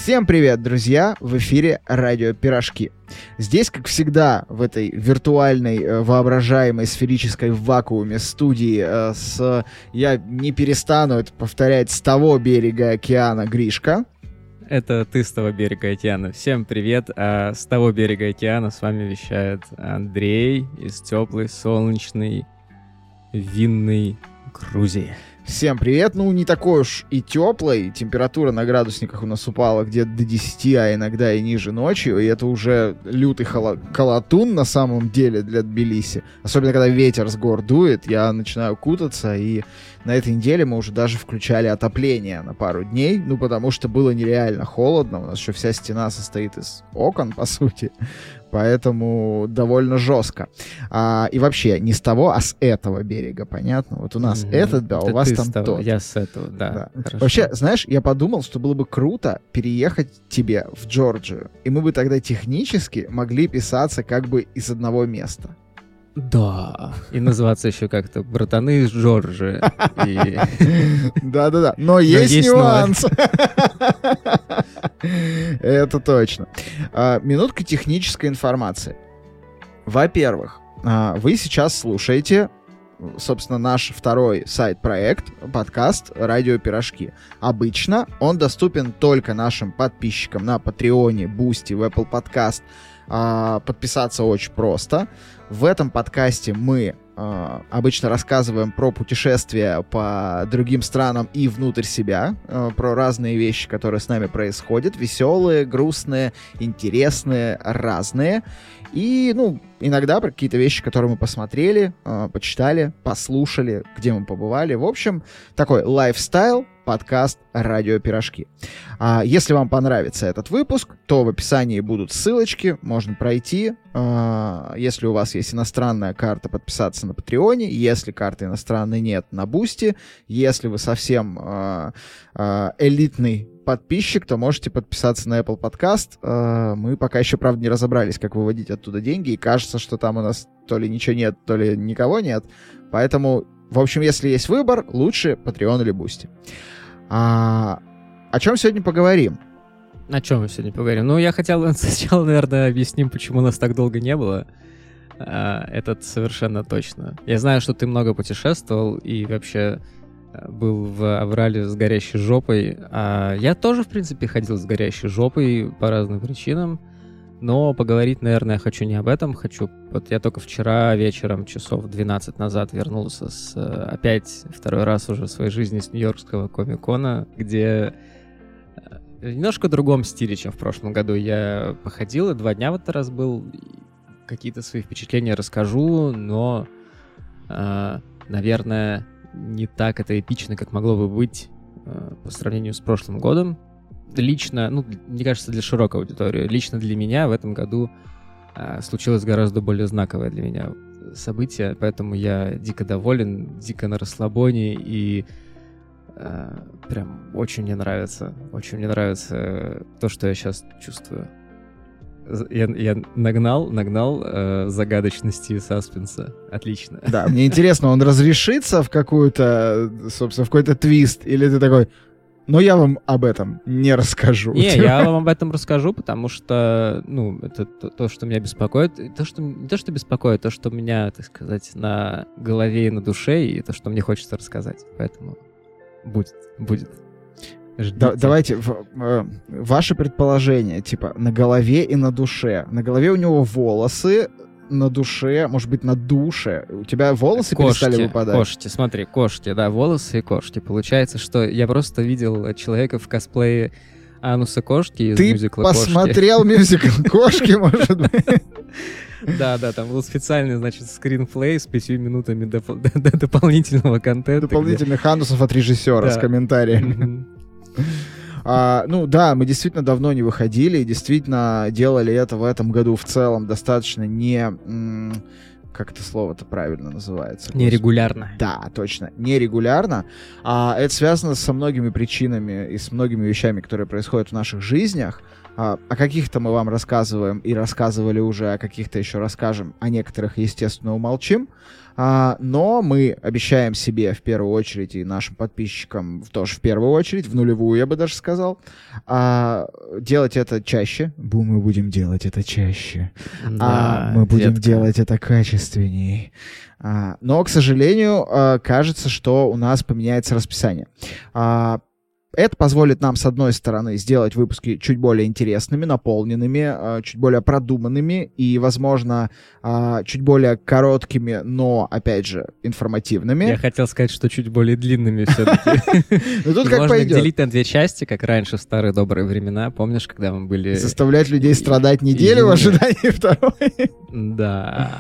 Всем привет, друзья! В эфире радио «Пирожки». Здесь, как всегда, в этой виртуальной, воображаемой, сферической в вакууме студии я не перестану это повторять, с того берега океана Гришка. Это ты с того берега океана. Всем привет. А с того берега океана с вами вещает Андрей из теплой, солнечной, винной Грузии. Всем привет. Ну, не такой уж и теплой. Температура на градусниках у нас упала где-то до 10, а иногда и ниже ночью. И это уже лютый колотун на самом деле для Тбилиси. Особенно, когда ветер с гор дует, я начинаю кутаться. И на этой неделе мы уже даже включали отопление на пару дней. Ну, потому что было нереально холодно. У нас еще вся стена состоит из окон, по сути. Поэтому довольно жестко. И вообще, не с того, а с этого берега, понятно? Вот у нас этот, да, у вас там тот. Я с этого, да. Вообще, знаешь, я подумал, что было бы круто переехать тебе в Джорджию, и мы бы тогда технически могли писаться как бы из одного места. Да. И называться еще как-то «Братаны из Джорджии». Да-да-да. Но есть нюанс. Это точно. Минутка технической информации. Во-первых, вы сейчас слушаете, собственно, наш второй сайт-проект, подкаст «Радио Пирожки». Обычно он доступен только нашим подписчикам на Патреоне, Бусти, в Apple Podcast. Подписаться очень просто. В этом подкасте мы обычно рассказываем про путешествия по другим странам и внутрь себя, про разные вещи, которые с нами происходят, веселые, грустные, интересные, разные. И, иногда про какие-то вещи, которые мы посмотрели, почитали, послушали, где мы побывали. В общем, такой лайфстайл, подкаст «Радио Пирожки». Если вам понравится этот выпуск, то в описании будут ссылочки, можно пройти. Если у вас есть иностранная карта, подписаться на Патреоне. Если карты иностранной нет, на Бусти. Если вы совсем элитный подписчик, то можете подписаться на Apple Podcast. Мы пока еще, правда, не разобрались, как выводить оттуда деньги, и кажется, что там у нас то ли ничего нет, то ли никого нет. Поэтому, в общем, если есть выбор, лучше Patreon или Boosty. О чем сегодня поговорим? О чем мы сегодня поговорим? Я хотел сначала, наверное, объясним, почему нас так долго не было. Это совершенно точно. Я знаю, что ты много путешествовал и вообще был в Аврале с горящей жопой. Я тоже, в принципе, ходил с горящей жопой по разным причинам. Но поговорить, наверное, я хочу не об этом. Вот я только вчера вечером, часов 12 назад, вернулся опять второй раз уже в своей жизни с Нью-Йоркского комик-кона, где в немножко другом стиле, чем в прошлом году. Я походил, и 2 дня в этот раз был. Какие-то свои впечатления расскажу, но, наверное, не так это эпично, как могло бы быть по сравнению с прошлым годом. Лично, мне кажется, для широкой аудитории, лично для меня в этом году случилось гораздо более знаковое для меня событие, поэтому я дико доволен, дико на расслабоне, и прям очень мне нравится то, что я сейчас чувствую. Я нагнал загадочности и саспенса. Отлично. Да, мне интересно, он разрешится в какой-то твист, или ты такой... Но я вам об этом не расскажу. Я вам об этом расскажу, потому что, это то, что меня беспокоит. Не то, что беспокоит, то, что у меня, так сказать, на голове и на душе, и то, что мне хочется рассказать. Поэтому будет. Давайте, ваше предположение, на голове и на душе. На голове у него волосы, на душе, может быть, на душе. У тебя волосы перестали выпадать? Кошки, да, волосы и кошки. Получается, что я просто видел человека в косплее Ануса Кошки из мюзикла «Кошки». Ты посмотрел мюзикл «Кошки», может быть? Да, там был специальный, скринплей с 5 минутами дополнительного контента. Дополнительных анусов от режиссера с комментариями. Мы действительно давно не выходили, и действительно делали это в этом году в целом достаточно как это слово-то правильно называется? Нерегулярно. Да, точно, нерегулярно. Это связано со многими причинами и с многими вещами, которые происходят в наших жизнях. О каких-то мы вам рассказываем и рассказывали уже, о каких-то еще расскажем, о некоторых, естественно, умолчим. Но мы обещаем себе в первую очередь и нашим подписчикам тоже в первую очередь, в нулевую, я бы даже сказал, делать это чаще. Мы будем делать это чаще. Да, Мы будем детка. делать это качественней. Но, к сожалению, кажется, что у нас поменяется расписание. Это позволит нам, с одной стороны, сделать выпуски чуть более интересными, наполненными, чуть более продуманными и, возможно, чуть более короткими, но, опять же, информативными. Я хотел сказать, что чуть более длинными все-таки. Ну тут как Можно их пойдет. делить на 2 части, как раньше, в старые добрые времена. Помнишь, когда мы были... Заставлять людей страдать неделю в ожидании второй. Да.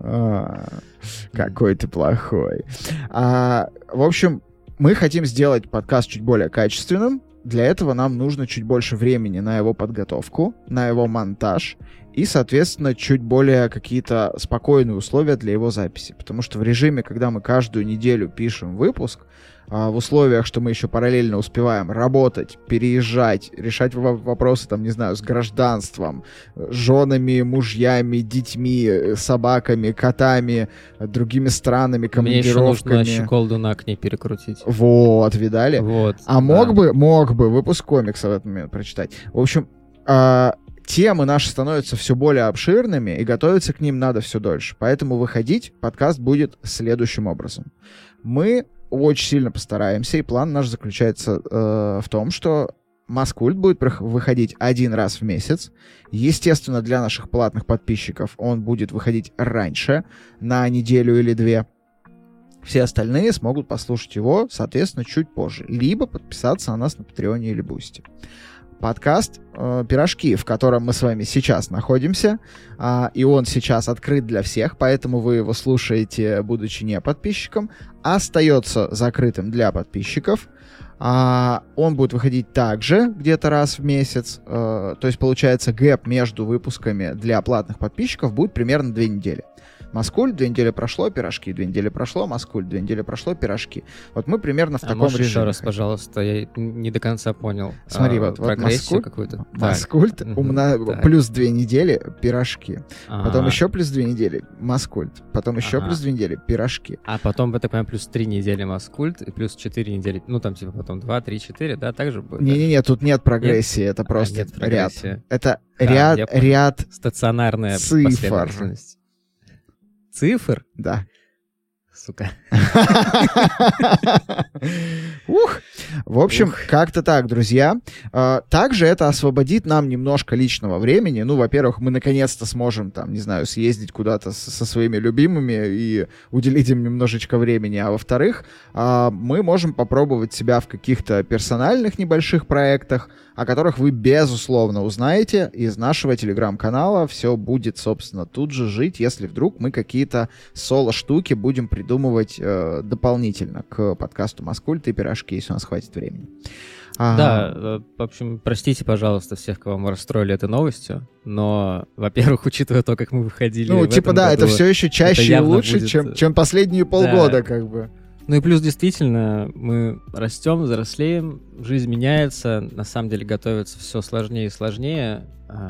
Какой ты плохой. В общем, мы хотим сделать подкаст чуть более качественным. Для этого нам нужно чуть больше времени на его подготовку, на его монтаж и, соответственно, чуть более какие-то спокойные условия для его записи. Потому что в режиме, когда мы каждую неделю пишем выпуск, в условиях, что мы еще параллельно успеваем работать, переезжать, решать вопросы, там, не знаю, с гражданством, женами, мужьями, детьми, собаками, котами, другими странами, Мне еще командировками. нужно щеколду на окне перекрутить. Вот, видали? Вот. Мог бы выпуск комикса в этот момент прочитать. В общем, темы наши становятся все более обширными, и готовиться к ним надо все дольше. Поэтому выходить подкаст будет следующим образом. Мы очень сильно постараемся, и план наш заключается в том, что Маскульт будет выходить 1 раз в месяц. Естественно, для наших платных подписчиков он будет выходить раньше, на неделю или 2. Все остальные смогут послушать его, соответственно, чуть позже. Либо подписаться на нас на Патреоне или Бусти. Подкаст «Пирожки», в котором мы с вами сейчас находимся, и он сейчас открыт для всех, поэтому вы его слушаете, будучи не подписчиком, остается закрытым для подписчиков. Он будет выходить также где-то раз в месяц, то есть, получается, гэп между выпусками для платных подписчиков будет примерно 2 недели. Маскульт, 2 недели прошло, пирожки, 2 недели прошло, Маскульт, 2 недели прошло, пирожки. Вот мы примерно в таком можешь режиме. еще раз, пожалуйста, я не до конца понял. Смотри, вот прогрессию какую-то. Маскульт, Так. плюс 2 недели, пирожки. Потом Ага. еще плюс 2 недели, Маскульт. Потом еще Ага. плюс 2 недели, пирожки. А потом, я так понимаю, плюс 3 недели Маскульт, и плюс 4 недели, ну там типа потом 2, 3, 4, да, так же будет? Не-не-не, тут нет прогрессии, это просто нет ряд. прогрессии. Это Да, я понял. ряд, Стационарная Цифр. последовательность. Цифр? да. Сука. Ух. В общем, как-то так, друзья. Также это освободит нам немножко личного времени. Ну, во-первых, мы наконец-то сможем, там, не знаю, съездить куда-то со своими любимыми и уделить им немножечко времени. А во-вторых, мы можем попробовать себя в каких-то персональных небольших проектах, о которых вы, безусловно, узнаете из нашего телеграм-канала. Все будет, собственно, тут же жить, если вдруг мы какие-то соло-штуки будем придумывать дополнительно к подкасту «Маскульт» и «Пирожки», если у нас хватит времени. Да, в общем, простите, пожалуйста, всех, кого мы расстроили этой новостью, но, во-первых, учитывая то, как мы выходили Ну, в типа, этом да, году, это все еще чаще и явно лучше, будет- чем последние полгода, как бы. Ну и плюс, действительно, мы растем, взрослеем, жизнь меняется, на самом деле готовится все сложнее и сложнее,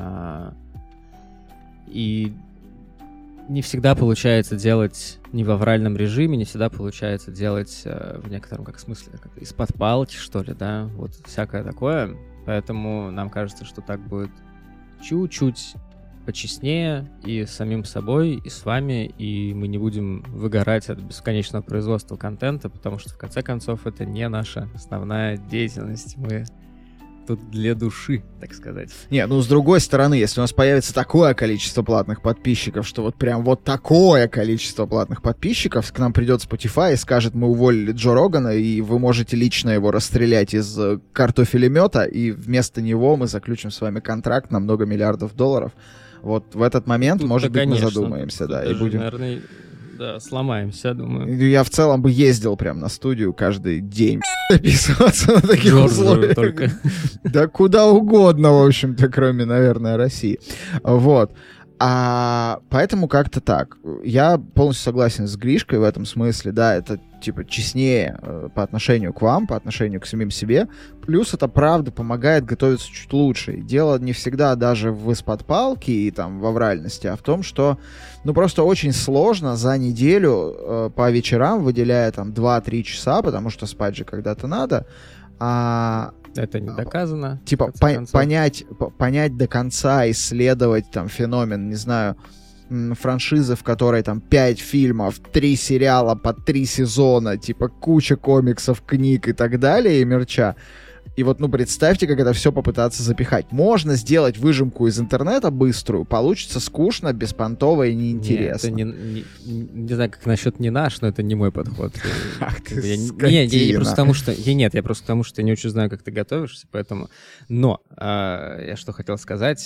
и не всегда получается делать не в авральном режиме, не всегда получается делать в некотором как смысле как из-под палки, что ли, да, вот всякое такое, поэтому нам кажется, что так будет чуть-чуть почестнее и с самим собой, и с вами, и мы не будем выгорать от бесконечного производства контента, потому что, в конце концов, это не наша основная деятельность. Мы тут для души, так сказать. Не, ну, с другой стороны, если у нас появится такое количество платных подписчиков, что вот прям вот такое количество платных подписчиков, к нам придет Spotify и скажет, мы уволили Джо Рогана, и вы можете лично его расстрелять из картофелемета, и вместо него мы заключим с вами контракт на много миллиардов долларов. Вот в этот момент, Тут-то, может быть, конечно, мы задумаемся, да, и даже, будем... наверное, да, сломаемся, думаю. Я в целом бы ездил прям на студию каждый день записываться на таких Джорджию условиях. только. Да куда угодно, в общем-то, кроме, наверное, России. Вот. Поэтому как-то так. Я полностью согласен с Гришкой в этом смысле, да, это типа честнее по отношению к вам, по отношению к самим себе. Плюс это правда помогает готовиться чуть лучше. И дело не всегда даже в из-под палки и там в авральности, а в том, что ну просто очень сложно за неделю по вечерам, выделяя там 2-3 часа, потому что спать же когда-то надо, это не доказано. Типа понять до конца, исследовать там феномен, не знаю, франшизы, в которой там 5 фильмов, 3 сериала по 3 сезона, типа куча комиксов, книг и так далее, и мерча. И вот, ну, представьте, как это все попытаться запихать. Можно сделать выжимку из интернета быструю, получится скучно, беспонтово и неинтересно. Нет, это не знаю, как насчет не наш, но это не мой подход. Ах ты скотина. Я просто потому что... Нет, я просто потому что не очень знаю, как ты готовишься, поэтому... Но я что хотел сказать...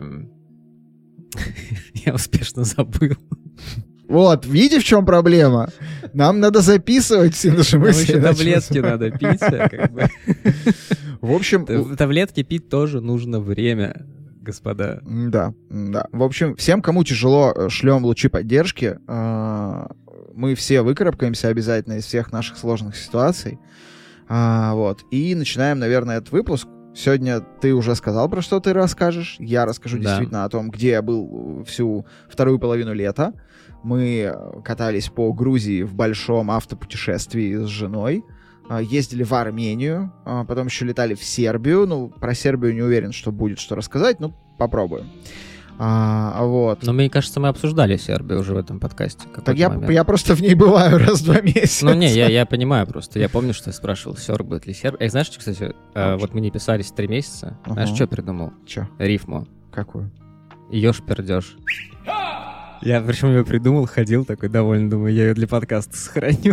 Я успешно забыл. Вот, видите, в чем проблема? Нам надо записывать все наши мысли. Нам еще таблетки надо пить. Как бы. В общем... Таблетки пить тоже нужно время, господа. Да, да. В общем, всем, кому тяжело, шлем лучи поддержки. Мы все выкарабкаемся обязательно из всех наших сложных ситуаций. Вот. И начинаем, наверное, этот выпуск. Сегодня ты уже сказал, про что ты расскажешь. Я расскажу действительно о том, где я был всю вторую половину лета. Мы катались по Грузии в большом автопутешествии с женой. Ездили в Армению, потом еще летали в Сербию. Ну, про Сербию не уверен, что будет что рассказать, но попробуем. Вот. Но мне кажется, мы обсуждали Сербию уже в этом подкасте. Так я просто в ней бываю раз в 2 месяца. Ну не, я понимаю просто. Я помню, что я спрашивал, будет ли Сербия. Знаешь, что, кстати, вот мы не писались 3 месяца. Знаешь, что придумал? Че? Рифму. Какую? Ёж-пердёж. Я причем ее придумал, ходил такой довольно, думаю, я ее для подкаста сохраню.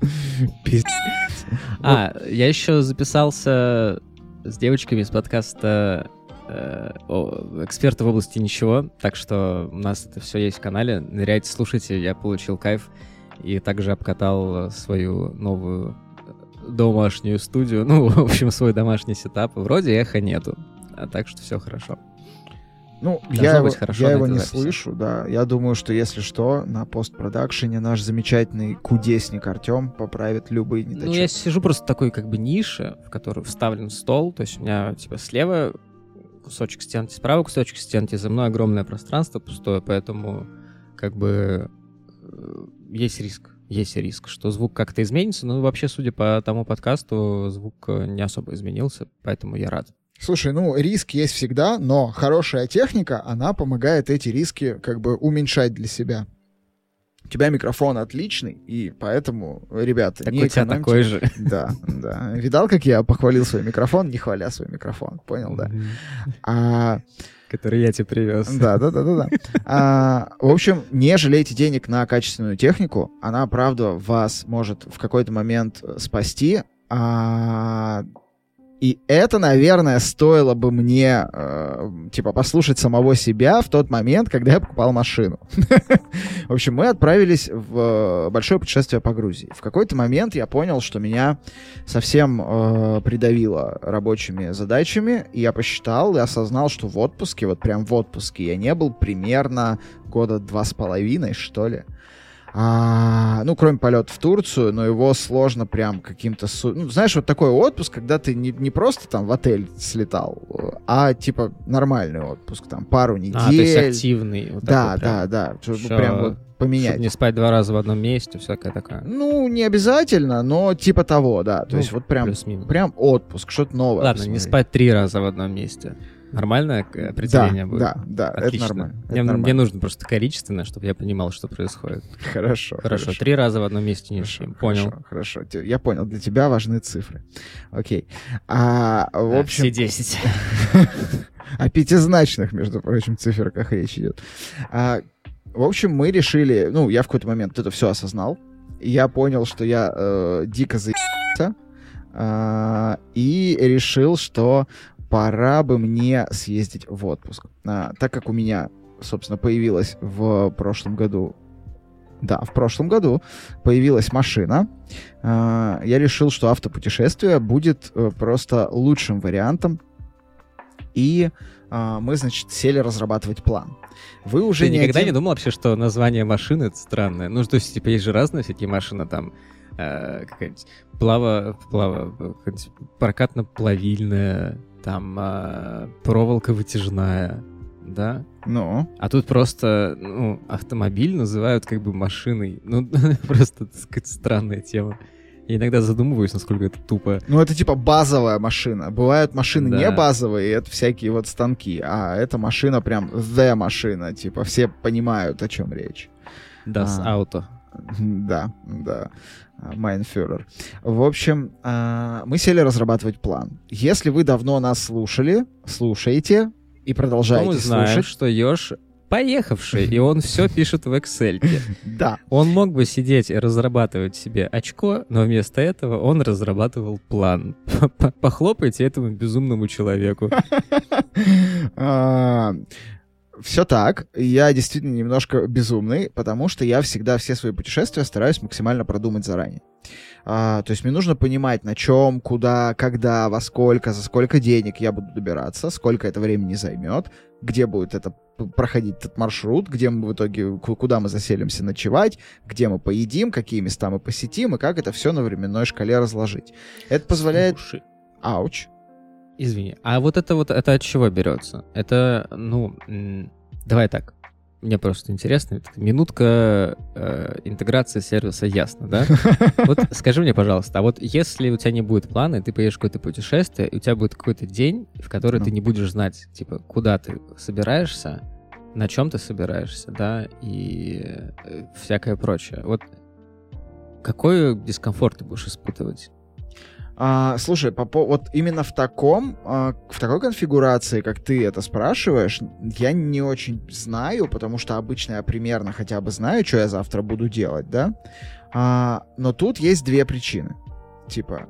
Я еще записался с девочками из подкаста «Эксперты в области ничего», так что у нас это все есть в канале. Ныряйте, слушайте, я получил кайф и также обкатал свою новую домашнюю студию, ну, в общем, свой домашний сетап. Вроде эхо нету, так что все хорошо. Ну, я его не слышу, да. Я думаю, что если что, на постпродакшене наш замечательный кудесник Артем поправит любые недочеты. Ну, я сижу просто в такой как бы нише, в которую вставлен стол, то есть у меня типа слева кусочек стенки, справа кусочек стенки, за мной огромное пространство пустое, поэтому как бы есть риск, что звук как-то изменится, но вообще, судя по тому подкасту, звук не особо изменился, поэтому я рад. Слушай, ну, риск есть всегда, но хорошая техника, она помогает эти риски как бы уменьшать для себя. У тебя микрофон отличный, и поэтому, ребята, так не у тебя экономьте. такой же. Да, да. Видал, как я похвалил свой микрофон, не хваля свой микрофон, понял, да? Который я тебе привез. Да. В общем, не жалейте денег на качественную технику, она, правда, вас может в какой-то момент спасти, и это, наверное, стоило бы мне, послушать самого себя в тот момент, когда я покупал машину. В общем, мы отправились в большое путешествие по Грузии. В какой-то момент я понял, что меня совсем придавило рабочими задачами, и я посчитал и осознал, что в отпуске, вот прям в отпуске, я не был примерно 2.5 года, что ли. Кроме полета в Турцию, но его сложно прям каким-то... знаешь, вот такой отпуск, когда ты не просто там в отель слетал, а типа нормальный отпуск, там пару недель. То есть активный. Вот да. Чтобы прям вот поменять. Чтобы не спать 2 раза в одном месте, всякая такая. Ну, не обязательно, но типа того, да. То есть вот прям отпуск, что-то новое. Ладно, не спать 3 раза в одном месте. Нормальное определение будет? Да, отлично. Это нормально. Мне нужно просто количественно, чтобы я понимал, что происходит. Хорошо. 3 раза в одном месте не спим. Понял. Хорошо. Я понял. Для тебя важны цифры. Окей. В общем... Все 10. О 5-значных, между прочим, циферках речь идет. В общем, мы решили... я в какой-то момент это все осознал. И я понял, что я дико заебался. И решил, что пора бы мне съездить в отпуск. Так как у меня, собственно, появилась в прошлом году появилась машина, я решил, что автопутешествие будет просто лучшим вариантом. и мы, значит, сели разрабатывать план. Вы уже Ты никогда не думал вообще, что название машины — это странное? Ну, то есть, типа, есть же разные всякие машины, там, какая-нибудь прокатно-плавильная, там, проволока-вытяжная, да? Ну? А тут просто, автомобиль называют как бы машиной. Ну, просто, так сказать, странная тема. Я иногда задумываюсь, насколько это тупо. Ну, это типа базовая машина. Бывают машины Да. не базовые, это всякие вот станки. А эта машина прям the машина. Типа все понимают, о чем речь. Das Auto. Да. Майнфюрер. В общем, мы сели разрабатывать план. Если вы давно нас слушаете и То продолжаете мы знаем, слушать. что Ёж поехавший, и он все пишет в Excel. Да. Он мог бы сидеть и разрабатывать себе очко, но вместо этого он разрабатывал план. Похлопайте этому безумному человеку. Все так. Я действительно немножко безумный, потому что я всегда все свои путешествия стараюсь максимально продумать заранее. То есть мне нужно понимать, на чем, куда, когда, во сколько, за сколько денег я буду добираться, сколько это времени займет, где будет проходить этот маршрут, где мы в итоге, куда мы заселимся ночевать, где мы поедим, какие места мы посетим, и как это все на временной шкале разложить. Это позволяет... Слушай, Ауч. извини, а вот это от чего берется? Это, давай так, мне просто интересно, минутка интеграции сервиса ясно, да? Вот скажи мне, пожалуйста, а вот если у тебя не будет плана, и ты поедешь в какое-то путешествие, и у тебя будет какой-то день, в который ты не будешь знать, типа, куда ты собираешься, на чем ты собираешься, да, и всякое прочее. Вот какой дискомфорт ты будешь испытывать? Слушай, вот именно в такой конфигурации, как ты это спрашиваешь, я не очень знаю, потому что обычно я примерно хотя бы знаю, что я завтра буду делать, да? Но тут есть две причины. Типа,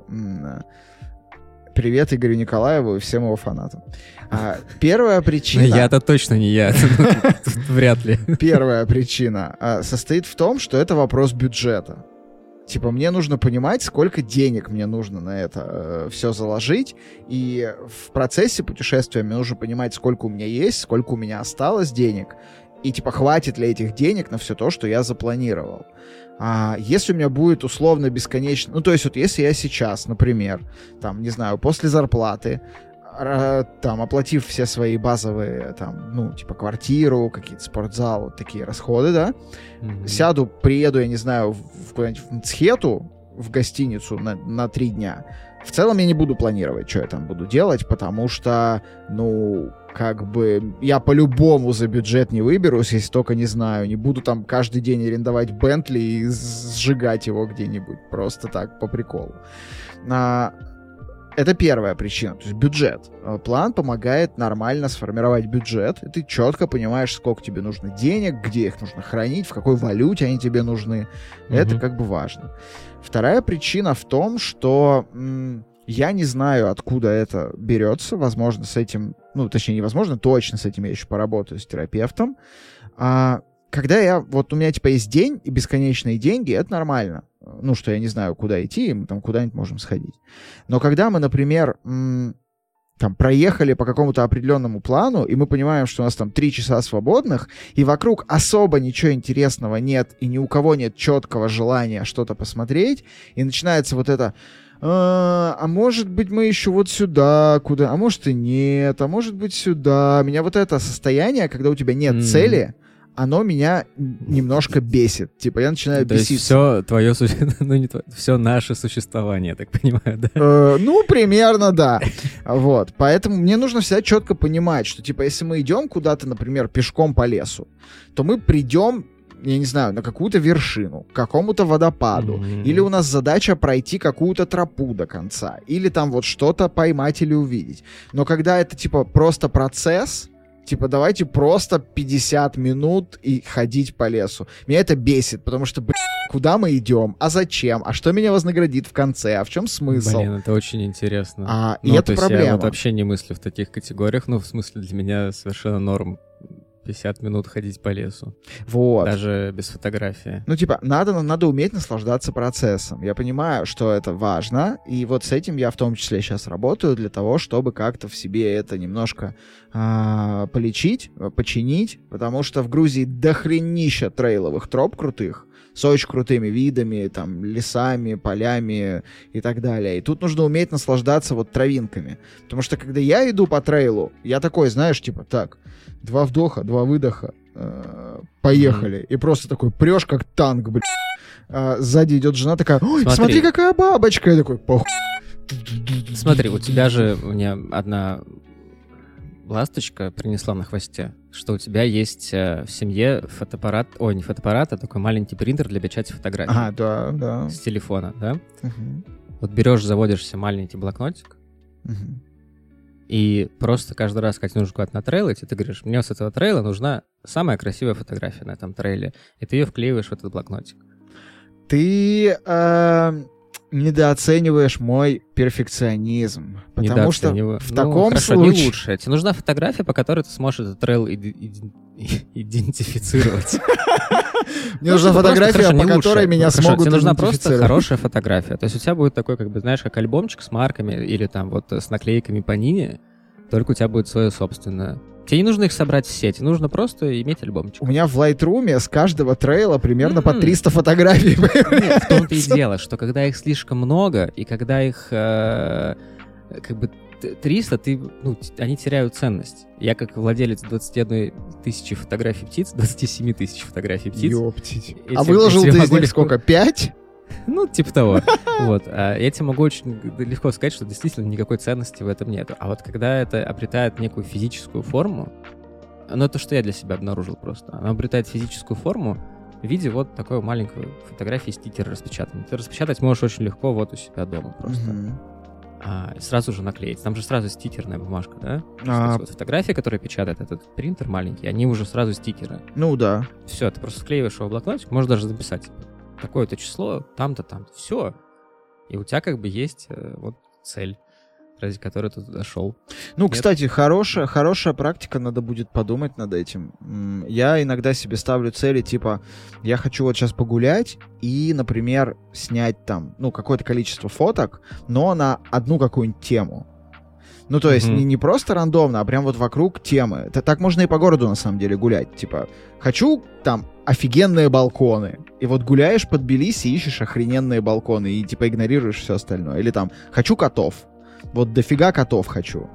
привет Игорю Николаеву и всем его фанатам. Первая причина... Я-то точно не я, вряд ли. Первая причина состоит в том, что это вопрос бюджета. Типа, мне нужно понимать, сколько денег мне нужно на это все заложить, и в процессе путешествия мне нужно понимать, сколько у меня есть, сколько у меня осталось денег, и, типа, хватит ли этих денег на все то, что я запланировал. Если у меня будет условно бесконечно... Ну, то есть вот если я сейчас, например, там, не знаю, после зарплаты, там, оплатив все свои базовые, там, типа, квартиру, какие-то спортзал, вот такие расходы, да, сяду, приеду, я не знаю, куда-нибудь в Мцхету, в гостиницу на 3 дня, в целом я не буду планировать, что я там буду делать, потому что, как бы, я по-любому за бюджет не выберусь, если только, не знаю, не буду там каждый день арендовать Бентли и сжигать его где-нибудь, просто так, по приколу. Это первая причина, то есть бюджет. План помогает нормально сформировать бюджет, и ты четко понимаешь, сколько тебе нужно денег, где их нужно хранить, в какой валюте они тебе нужны. Это как бы важно. Вторая причина в том, что я не знаю, откуда это берется. Возможно, с этим, точнее, невозможно, точно с этим я еще поработаю с терапевтом. Когда у меня, типа, есть день и бесконечные деньги, это нормально. Что я не знаю, куда идти, и мы там куда-нибудь можем сходить. Но когда мы, например, там проехали по какому-то определенному плану, и мы понимаем, что у нас там 3 часа свободных, и вокруг особо ничего интересного нет, и ни у кого нет четкого желания что-то посмотреть, и начинается вот это... А может быть, мы еще вот сюда, куда, а может и нет, а может быть сюда. Меня вот это состояние, когда у тебя нет цели, оно меня немножко бесит. Типа, я начинаю беситься. Все твое, все наше существование, я так понимаю, да? Примерно, да. Вот. Поэтому мне нужно всегда четко понимать, что, типа, если мы идем куда-то, например, пешком по лесу, то мы придем, я не знаю, на какую-то вершину, к какому-то водопаду, или у нас задача пройти какую-то тропу до конца, или там вот что-то поймать или увидеть. Но когда это, типа, просто процесс... Типа, давайте просто 50 минут и ходить по лесу. Меня это бесит, потому что, куда мы идем? А зачем? А что меня вознаградит в конце? А в чем смысл? Блин, это очень интересно. И это проблема. Я вот вообще не мыслю в таких категориях. В смысле, для меня совершенно норм 50 минут ходить по лесу. Вот. Даже без фотографии. Ну, типа, надо уметь наслаждаться процессом. Я понимаю, что это важно, и вот с этим я в том числе сейчас работаю для того, чтобы как-то в себе это немножко полечить, починить, потому что в Грузии дохренища трейловых троп крутых, с очень крутыми видами, там, лесами, полями и так далее. И тут нужно уметь наслаждаться вот травинками. Потому что когда я иду по трейлу, я такой, знаешь, типа, так, 2 вдоха, 2 выдоха, поехали. И просто такой прешь как танк, блин. Сзади идет жена такая, ой, смотри какая бабочка. Я такой, похуй. Смотри, у тебя же, у меня одна ласточка принесла на хвосте, что у тебя есть в семье фотоаппарат, ой, не фотоаппарат, а такой маленький принтер для печати фотографий. Да. С телефона, да? Угу. Вот берешь, заводишься маленький блокнотик, и просто каждый раз, когда тебе нужно куда-то на трейл идти, ты говоришь, мне с этого трейла нужна самая красивая фотография на этом трейле, и ты ее вклеиваешь в этот блокнотик. Ты недооцениваешь мой перфекционизм. Потому что в таком случае... не лучше. Тебе нужна фотография, по которой ты сможешь этот трейл идентифицировать. Мне нужна фотография, по которой меня смогут идентифицировать. Тебе нужна просто хорошая фотография. То есть у тебя будет такой, как бы, знаешь, как альбомчик с марками или там вот с наклейками по Нине, только у тебя будет свое собственное. Тебе не нужно их собрать все, тебе нужно просто иметь альбомчик. У меня в Lightroom с каждого трейла примерно по 300 фотографий. Нет, в том-то и дело, что когда их слишком много, и когда их как бы 300, они теряют ценность. Я как владелец 21 тысячи фотографий птиц, 27 тысяч фотографий птиц. Ёптить. А выложил ты из них сколько, 5? Ну, типа того. Вот. Я тебе могу очень легко сказать, что действительно никакой ценности в этом нет. А вот когда это обретает некую физическую форму, это что я для себя обнаружил просто. Оно обретает физическую форму в виде вот такой маленькой фотографии, стикера распечатанной. Ты распечатать можешь очень легко вот у себя дома просто. Сразу же наклеить. Там же сразу стикерная бумажка, да? Вот фотографии, которые печатает этот принтер маленький, они уже сразу стикеры. Ну да. Все, ты просто вклеиваешь его в блокнотик, можешь даже записать такое-то число, там-то, там-то. Все. И у тебя как бы есть вот цель, ради которой ты туда шел. Ну, нет? Кстати, хорошая практика, надо будет подумать над этим. Я иногда себе ставлю цели, типа, я хочу вот сейчас погулять и, например, снять там, какое-то количество фоток, но на одну какую-нибудь тему. Ну, то есть не просто рандомно, а прям вот вокруг темы. Так можно и по городу, на самом деле, гулять. Типа, хочу там офигенные балконы. И вот гуляешь под Тбилиси, ищешь охрененные балконы и, типа, игнорируешь все остальное. Или там, хочу котов. Вот дофига котов хочу.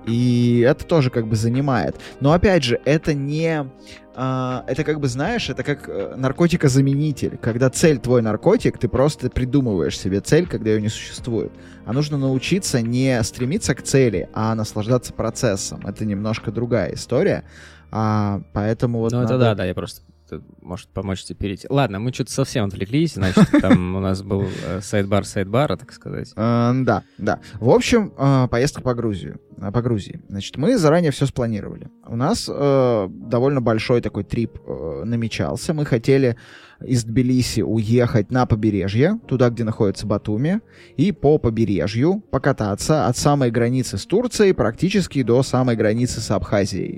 И это тоже как бы занимает. Но, опять же, это не... это как бы, знаешь, это как наркотикозаменитель. Когда цель твой наркотик, ты просто придумываешь себе цель, когда ее не существует. А нужно научиться не стремиться к цели, а наслаждаться процессом. Это немножко другая история. Поэтому вот... Ну, это да, я просто... может помочь тебе перейти. Ладно, мы что-то совсем отвлеклись, значит, там у нас был сайдбар, так сказать. Да. В общем, поездка по Грузии. Значит, мы заранее все спланировали. У нас довольно большой такой трип намечался. Мы хотели из Тбилиси уехать на побережье, туда, где находится Батуми, и по побережью покататься от самой границы с Турцией практически до самой границы с Абхазией.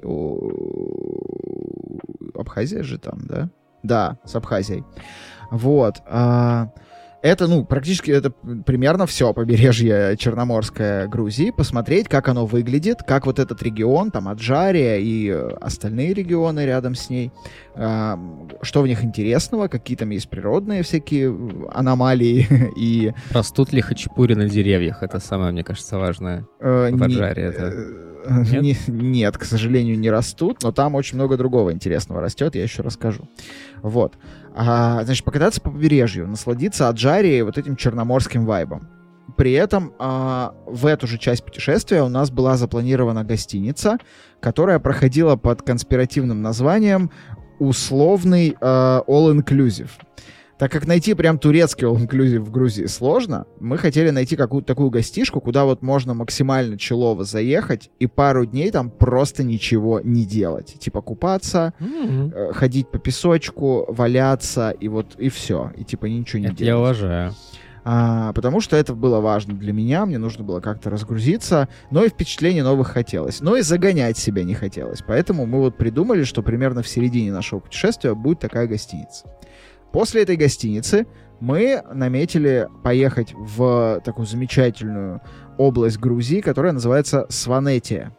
Абхазия же там, да? Да, с Абхазией. Вот. Это, практически, это примерно все побережье Черноморское Грузии. Посмотреть, как оно выглядит, как вот этот регион, там, Аджария и остальные регионы рядом с ней, что в них интересного, какие там есть природные всякие аномалии и... Растут ли хачапури на деревьях? Это самое, мне кажется, важное в Аджарии. Нет, к сожалению, не растут, но там очень много другого интересного растет, я еще расскажу. Вот. Значит, покататься по побережью, насладиться Аджарией, вот этим черноморским вайбом. При этом в эту же часть путешествия у нас была запланирована гостиница, которая проходила под конспиративным названием «Условный all-inclusive». Так как найти прям турецкий all-inclusive в Грузии сложно, мы хотели найти какую-то такую гостишку, куда вот можно максимально чилово заехать и пару дней там просто ничего не делать. Типа купаться, ходить по песочку, валяться, и вот, и все. И типа ничего не делать. Я уважаю. потому что это было важно для меня, мне нужно было как-то разгрузиться, но и впечатлений новых хотелось, но и загонять себя не хотелось. Поэтому мы вот придумали, что примерно в середине нашего путешествия будет такая гостиница. После этой гостиницы мы наметили поехать в такую замечательную область Грузии, которая называется Сванетия.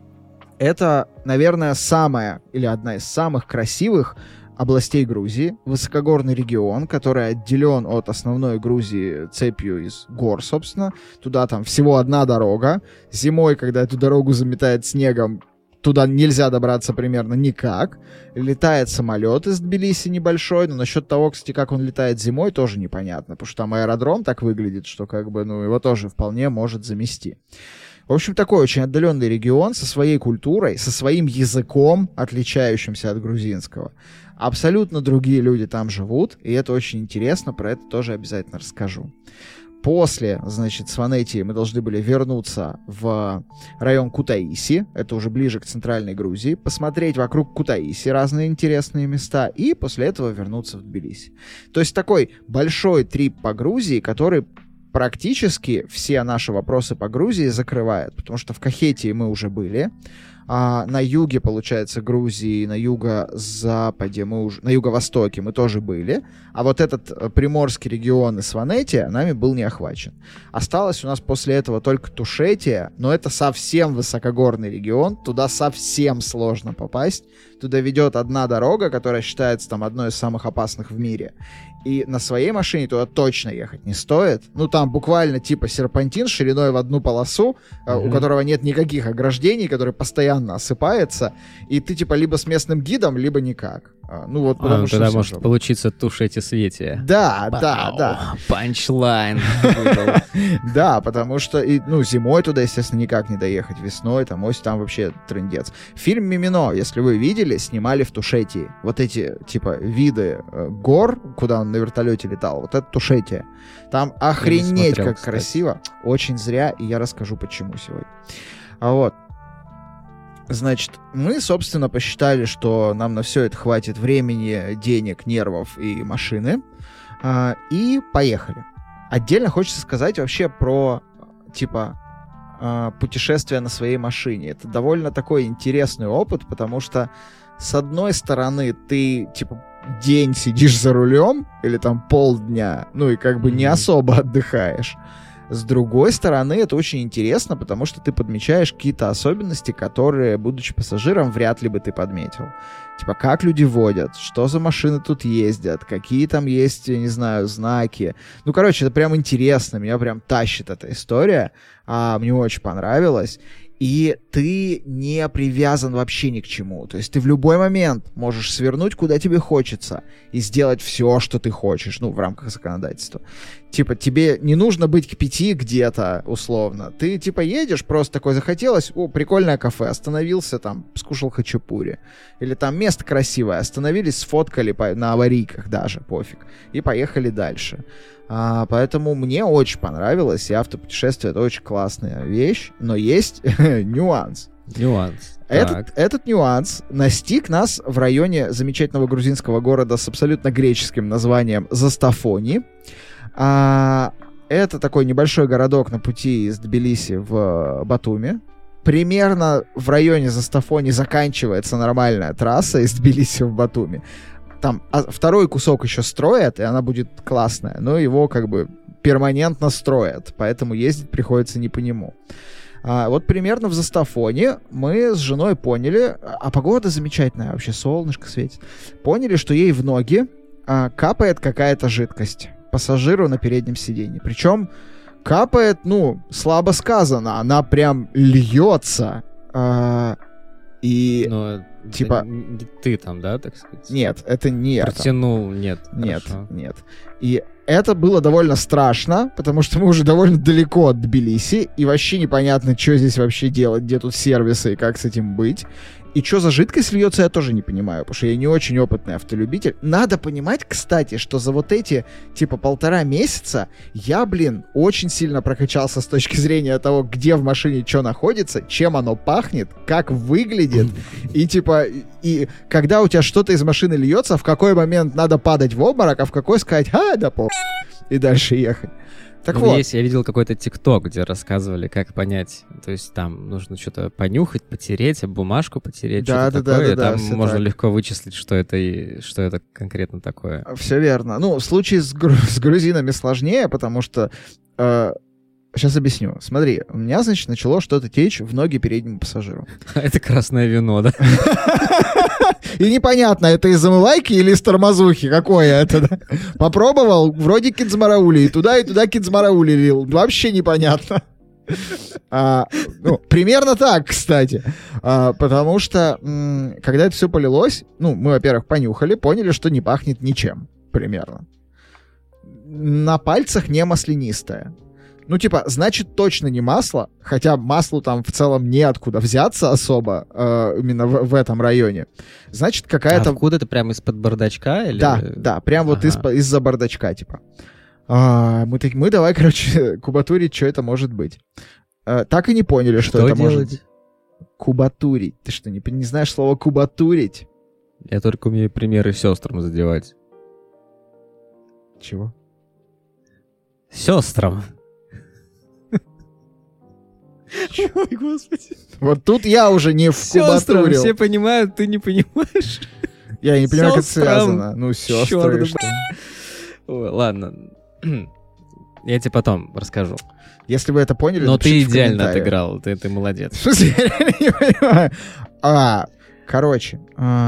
Это, наверное, самая или одна из самых красивых областей Грузии, высокогорный регион, который отделен от основной Грузии цепью из гор, собственно. Туда там всего одна дорога. Зимой, когда эту дорогу заметает снегом, туда нельзя добраться примерно никак. Летает самолет из Тбилиси небольшой, но насчет того, кстати, как он летает зимой, тоже непонятно, потому что там аэродром так выглядит, что как бы, ну, его тоже вполне может замести. В общем, такой очень отдаленный регион со своей культурой, со своим языком, отличающимся от грузинского. Абсолютно другие люди там живут, и это очень интересно, про это тоже обязательно расскажу. После, значит, Сванетии мы должны были вернуться в район Кутаиси, это уже ближе к центральной Грузии, посмотреть вокруг Кутаиси разные интересные места, и после этого вернуться в Тбилиси. То есть такой большой трип по Грузии, который практически все наши вопросы по Грузии закрывает, потому что в Кахетии мы уже были, а на юге, получается, Грузии, на юго-западе на юго-востоке мы тоже были, а вот этот приморский регион и Сванетия нами был не охвачен. Осталось у нас после этого только Тушетия, но это совсем высокогорный регион, туда совсем сложно попасть, туда ведет одна дорога, которая считается там одной из самых опасных в мире. И на своей машине туда точно ехать не стоит. Ну, там буквально типа серпантин шириной в одну полосу, у которого нет никаких ограждений, который постоянно осыпается. И ты типа либо с местным гидом, либо никак. Ну вот, потому что... Тогда может получиться Тушети Светия. Да. Панчлайн. Да, потому что, ну, зимой туда, естественно, никак не доехать. Весной, там, осень, там вообще трындец. Фильм «Мимино», если вы видели, снимали в Тушетии. Вот эти, типа, виды гор, куда он на вертолете летал, вот это Тушетия. Там охренеть как красиво. Очень зря, и я расскажу, почему сегодня. Вот. Значит, мы, собственно, посчитали, что нам на все это хватит времени, денег, нервов и машины, и поехали. Отдельно хочется сказать вообще про, типа, путешествие на своей машине. Это довольно такой интересный опыт, потому что, с одной стороны, ты, типа, день сидишь за рулем, или там полдня, ну и как бы не особо отдыхаешь. С другой стороны, это очень интересно, потому что ты подмечаешь какие-то особенности, которые, будучи пассажиром, вряд ли бы ты подметил. Типа, как люди водят, что за машины тут ездят, какие там есть, я не знаю, знаки. Ну, короче, это прям интересно, меня прям тащит эта история, мне очень понравилось. И ты не привязан вообще ни к чему. То есть ты в любой момент можешь свернуть, куда тебе хочется, и сделать все, что ты хочешь, ну, в рамках законодательства. Типа, тебе не нужно быть к 5 где-то, условно. Ты, типа, едешь, просто такой захотелось, прикольное кафе, остановился там, скушал хачапури. Или там место красивое, остановились, сфоткали на аварийках даже, пофиг. И поехали дальше. Поэтому мне очень понравилось, и автопутешествие — это очень классная вещь, но есть нюанс. Этот нюанс настиг нас в районе замечательного грузинского города с абсолютно греческим названием Застафони. Это такой небольшой городок на пути из Тбилиси в Батуми. Примерно в районе Застафони заканчивается нормальная трасса из Тбилиси в Батуми. Там второй кусок еще строят, и она будет классная, но его как бы перманентно строят, поэтому ездить приходится не по нему. Вот примерно в Застафоне мы с женой поняли, а погода замечательная, вообще солнышко светит, поняли, что ей в ноги капает какая-то жидкость пассажиру на переднем сиденье. Причем капает, ну, слабо сказано, она прям льется. И... Но типа... ты там, да, так сказать? Нет, это не я. Протянул, нет. Нет. И это было довольно страшно, потому что мы уже довольно далеко от Тбилиси, и вообще непонятно, что здесь вообще делать, где тут сервисы и как с этим быть. И что за жидкость льется, я тоже не понимаю, потому что я не очень опытный автолюбитель. Надо понимать, кстати, что за вот эти, типа, 1,5 месяца я, очень сильно прокачался с точки зрения того, где в машине что находится, чем оно пахнет, как выглядит, и, типа, и когда у тебя что-то из машины льется, в какой момент надо падать в обморок, а в какой сказать, да по... и дальше ехать. Так вот. Я видел какой-то ТикТок, где рассказывали, как понять. То есть там нужно что-то понюхать, потереть, бумажку потереть, что-то такое. Там можно легко вычислить, что это конкретно такое. Все верно. Ну, в случае с грузинами сложнее, потому что... Сейчас объясню. Смотри, у меня, значит, начало что-то течь в ноги переднему пассажиру. Это красное вино, да? И непонятно, это из омывайки или из тормозухи, какое это, да? Попробовал, вроде кидзмараули, и туда кидзмараули лил. Вообще непонятно. Примерно так, кстати. Потому что, когда это все полилось, мы, во-первых, понюхали, поняли, что не пахнет ничем, примерно. На пальцах не маслянистое. Значит, точно не масло, хотя маслу там в целом неоткуда взяться особо, именно в этом районе. Значит, какая-то... откуда это, прямо из-под бардачка? Или... Да, прям вот из-за бардачка, типа. Мы давай, короче, кубатурить, что это может быть. Так и не поняли, что это может быть. Кубатурить. Ты что, не знаешь слово кубатурить? Я только умею примеры сестрам задевать. Чего? Сестрам. Ой, господи. Вот тут я уже не вкубатурил. Все понимают, ты не понимаешь. Я не понимаю, как это связано. Сестры. Ой, ладно. Я тебе потом расскажу. Если вы это поняли, но ты идеально отыграл, ты молодец. В смысле? Я не понимаю. Короче,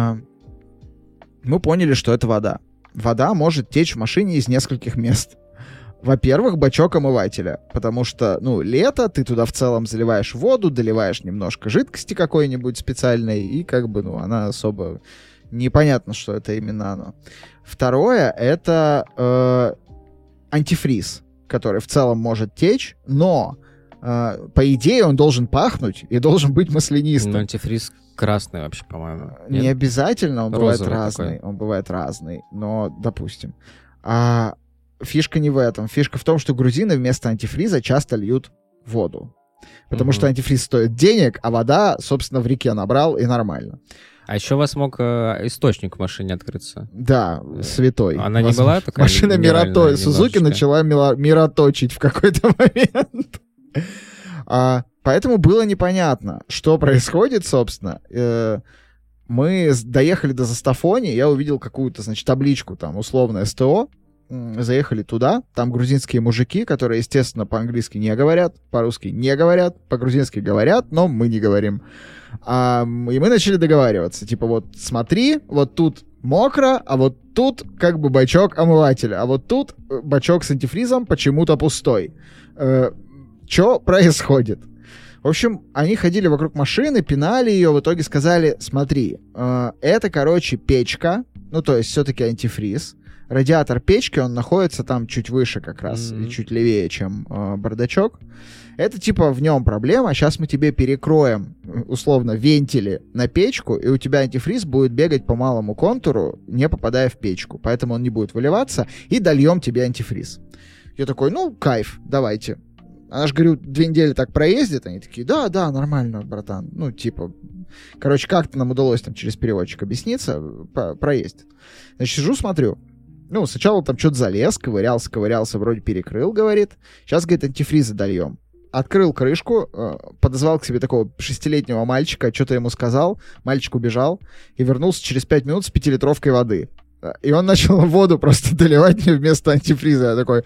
мы поняли, что это вода. Вода может течь в машине из нескольких мест. Во-первых, бачок омывателя, потому что, лето, ты туда в целом заливаешь воду, доливаешь немножко жидкости какой-нибудь специальной, и она особо непонятно, что это именно оно. Второе, это антифриз, который в целом может течь, но, по идее, он должен пахнуть и должен быть маслянистым. Но антифриз красный вообще, по-моему. Не обязательно, он бывает разный. Такой. Он бывает разный, но, допустим. Фишка не в этом. Фишка в том, что грузины вместо антифриза часто льют воду. Потому что антифриз стоит денег, а вода, собственно, в реке набрал, и нормально. А еще у вас мог источник в машине открыться. Да, святой. Она не была такая? Машина мироточит. Сузуки начала мироточить в какой-то момент. Поэтому было непонятно, что происходит, собственно. Мы доехали до Застафони, я увидел какую-то, табличку, там, условно, СТО. Заехали туда, там грузинские мужики, которые, естественно, по-английски не говорят, по-русски не говорят, по-грузински говорят, но мы не говорим. И мы начали договариваться, типа, вот смотри, вот тут мокро, а вот тут как бы бачок омывателя, а вот тут бачок с антифризом почему-то пустой. Что происходит? В общем, они ходили вокруг машины, пинали ее, в итоге сказали, смотри, это, короче, печка, то есть все-таки антифриз. Радиатор печки, он находится там чуть выше как раз, и чуть левее, чем бардачок. Это типа в нем проблема. Сейчас мы тебе перекроем, условно, вентили на печку, и у тебя антифриз будет бегать по малому контуру, не попадая в печку. Поэтому он не будет выливаться, и дольем тебе антифриз. Я такой, кайф, давайте. Она же, говорю, 2 недели так проездит. Они такие, да, нормально, братан. Короче, как-то нам удалось там через переводчик объясниться, проездит. Значит, сижу, смотрю. Сначала там что-то залез, ковырялся, вроде перекрыл, говорит. Сейчас, говорит, антифризы дольем. Открыл крышку, подозвал к себе такого 6-летнего мальчика, что-то ему сказал, мальчик убежал и вернулся через 5 минут с 5-литровкой воды. И он начал воду просто доливать мне вместо антифриза. Я такой,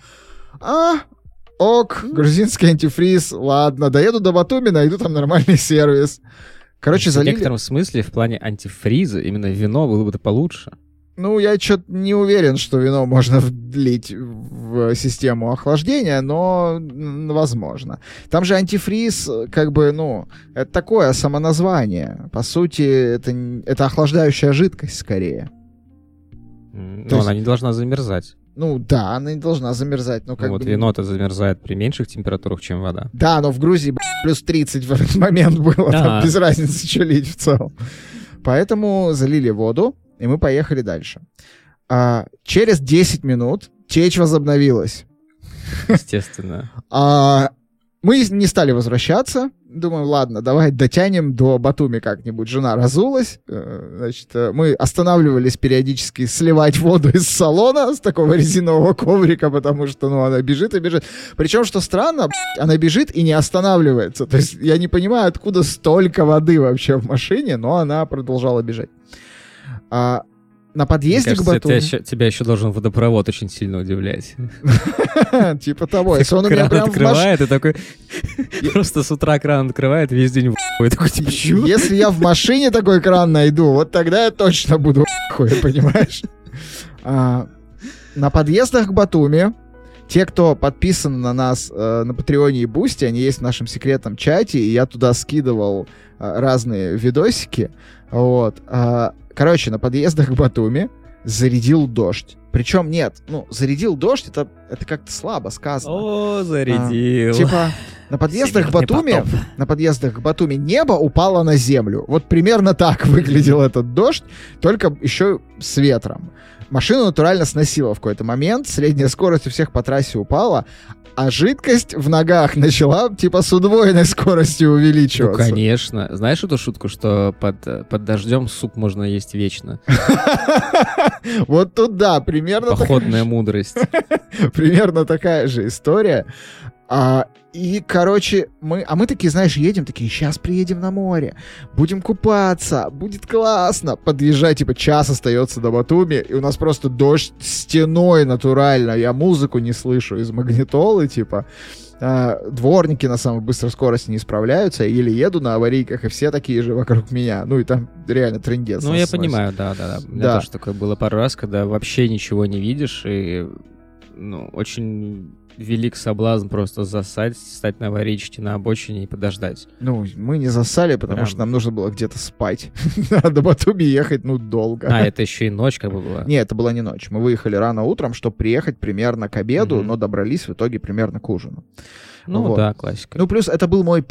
грузинский антифриз, ладно, доеду до Батуми, найду там нормальный сервис. Короче, залили... В некотором смысле, в плане антифриза, именно вино было бы получше. Я что-то не уверен, что вино можно влить в систему охлаждения, но возможно. Там же антифриз, это такое самоназвание. По сути, это охлаждающая жидкость скорее. Но она не должна замерзать. Да, она не должна замерзать. Вино-то замерзает при меньших температурах, чем вода. Да, но в Грузии плюс 30 в этот момент было. Там без разницы, что лить в целом. Поэтому залили воду. И мы поехали дальше. Через 10 минут течь возобновилась. Естественно. Мы не стали возвращаться. Думаем, ладно, давай дотянем до Батуми как-нибудь. Жена разулась. Значит, мы останавливались периодически сливать воду из салона с такого резинового коврика, потому что, ну, она бежит и бежит. Причем, что странно, она бежит и не останавливается. То есть я не понимаю, откуда столько воды вообще в машине, но она продолжала бежать. На подъезде к Батуми... Тебя еще должен водопровод очень сильно удивлять. Типа того. Если он у меня прям открывает, и такой... Просто с утра кран открывает, весь день такой, типа, чё? Если я в машине такой кран найду, вот тогда я точно буду понимаешь? На подъездах к Батуми те, кто подписан на нас на Патреоне и Бусти, они есть в нашем секретном чате, и я туда скидывал разные видосики. Вот. Короче, на подъездах к Батуми зарядил дождь. Причем нет, зарядил дождь, это как-то слабо сказано. О, зарядил. Типа, на подъездах к Батуми небо упало на землю. Вот примерно так выглядел этот дождь, только еще с ветром. Машину натурально сносило в какой-то момент, средняя скорость у всех по трассе упала, а жидкость в ногах начала, типа, с удвоенной скоростью увеличиваться. Ну, конечно. Знаешь эту шутку, что под дождем суп можно есть вечно? Вот тут, да, примерно... Походная мудрость. Примерно такая же история. И, короче, мы такие, знаешь, едем, такие, сейчас приедем на море, будем купаться, будет классно. Подъезжать, типа, час остается до Батуми, и у нас просто дождь стеной натурально. Я музыку не слышу из магнитолы, типа. Дворники на самой быстрой скорости не справляются, я еле еду на аварийках, и все такие же вокруг меня. Ну, и там реально трындец. Ну, я понимаю, да. У меня тоже такое было пару раз, когда вообще ничего не видишь, и, очень... велик соблазн просто засать, стать на аварийке на обочине и подождать. Ну, мы не засали, потому что нам нужно было где-то спать. До Батуми ехать, долго. Это еще и ночь как бы была? Нет, это была не ночь. Мы выехали рано утром, чтобы приехать примерно к обеду, но добрались в итоге примерно к ужину. Вот. Да, классика. Плюс это был мой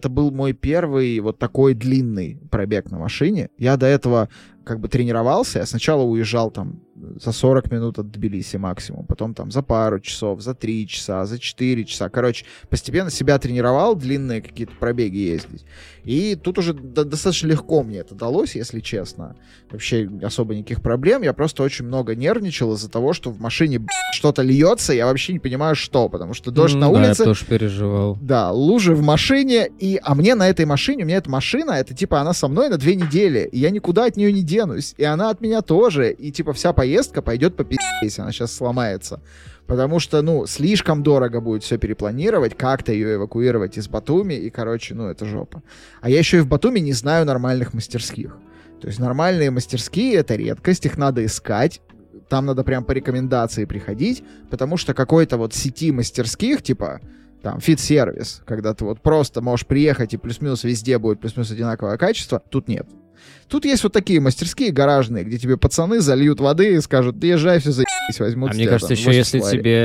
первый вот такой длинный пробег на машине. Я до этого как бы тренировался. Я сначала уезжал там за 40 минут от Тбилиси максимум, потом там за пару часов, за 3 часа, за 4 часа. Короче, постепенно себя тренировал, длинные какие-то пробеги ездить. И тут уже достаточно легко мне это далось, если честно. Вообще особо никаких проблем. Я просто очень много нервничал из-за того, что в машине что-то льется, я вообще не понимаю, что, потому что дождь на улице. Да, я тоже переживал. Да, лужи в машине, а мне на этой машине, у меня эта машина, это типа она со мной на 2 недели, и я никуда от нее не денусь, и она от меня тоже, и типа вся поездка пойдет по пи***, если она сейчас сломается. Потому что, слишком дорого будет все перепланировать, как-то ее эвакуировать из Батуми, и, короче, это жопа. А я еще и в Батуми не знаю нормальных мастерских. То есть нормальные мастерские — это редкость, их надо искать, там надо прям по рекомендации приходить, потому что какой-то вот сети мастерских, типа, там, фит-сервис, когда ты вот просто можешь приехать и плюс-минус везде будет плюс-минус одинаковое качество, тут нет. Тут есть вот такие мастерские гаражные, где тебе пацаны зальют воды и скажут, езжай, все заебись, возьмут. Мне кажется, еще если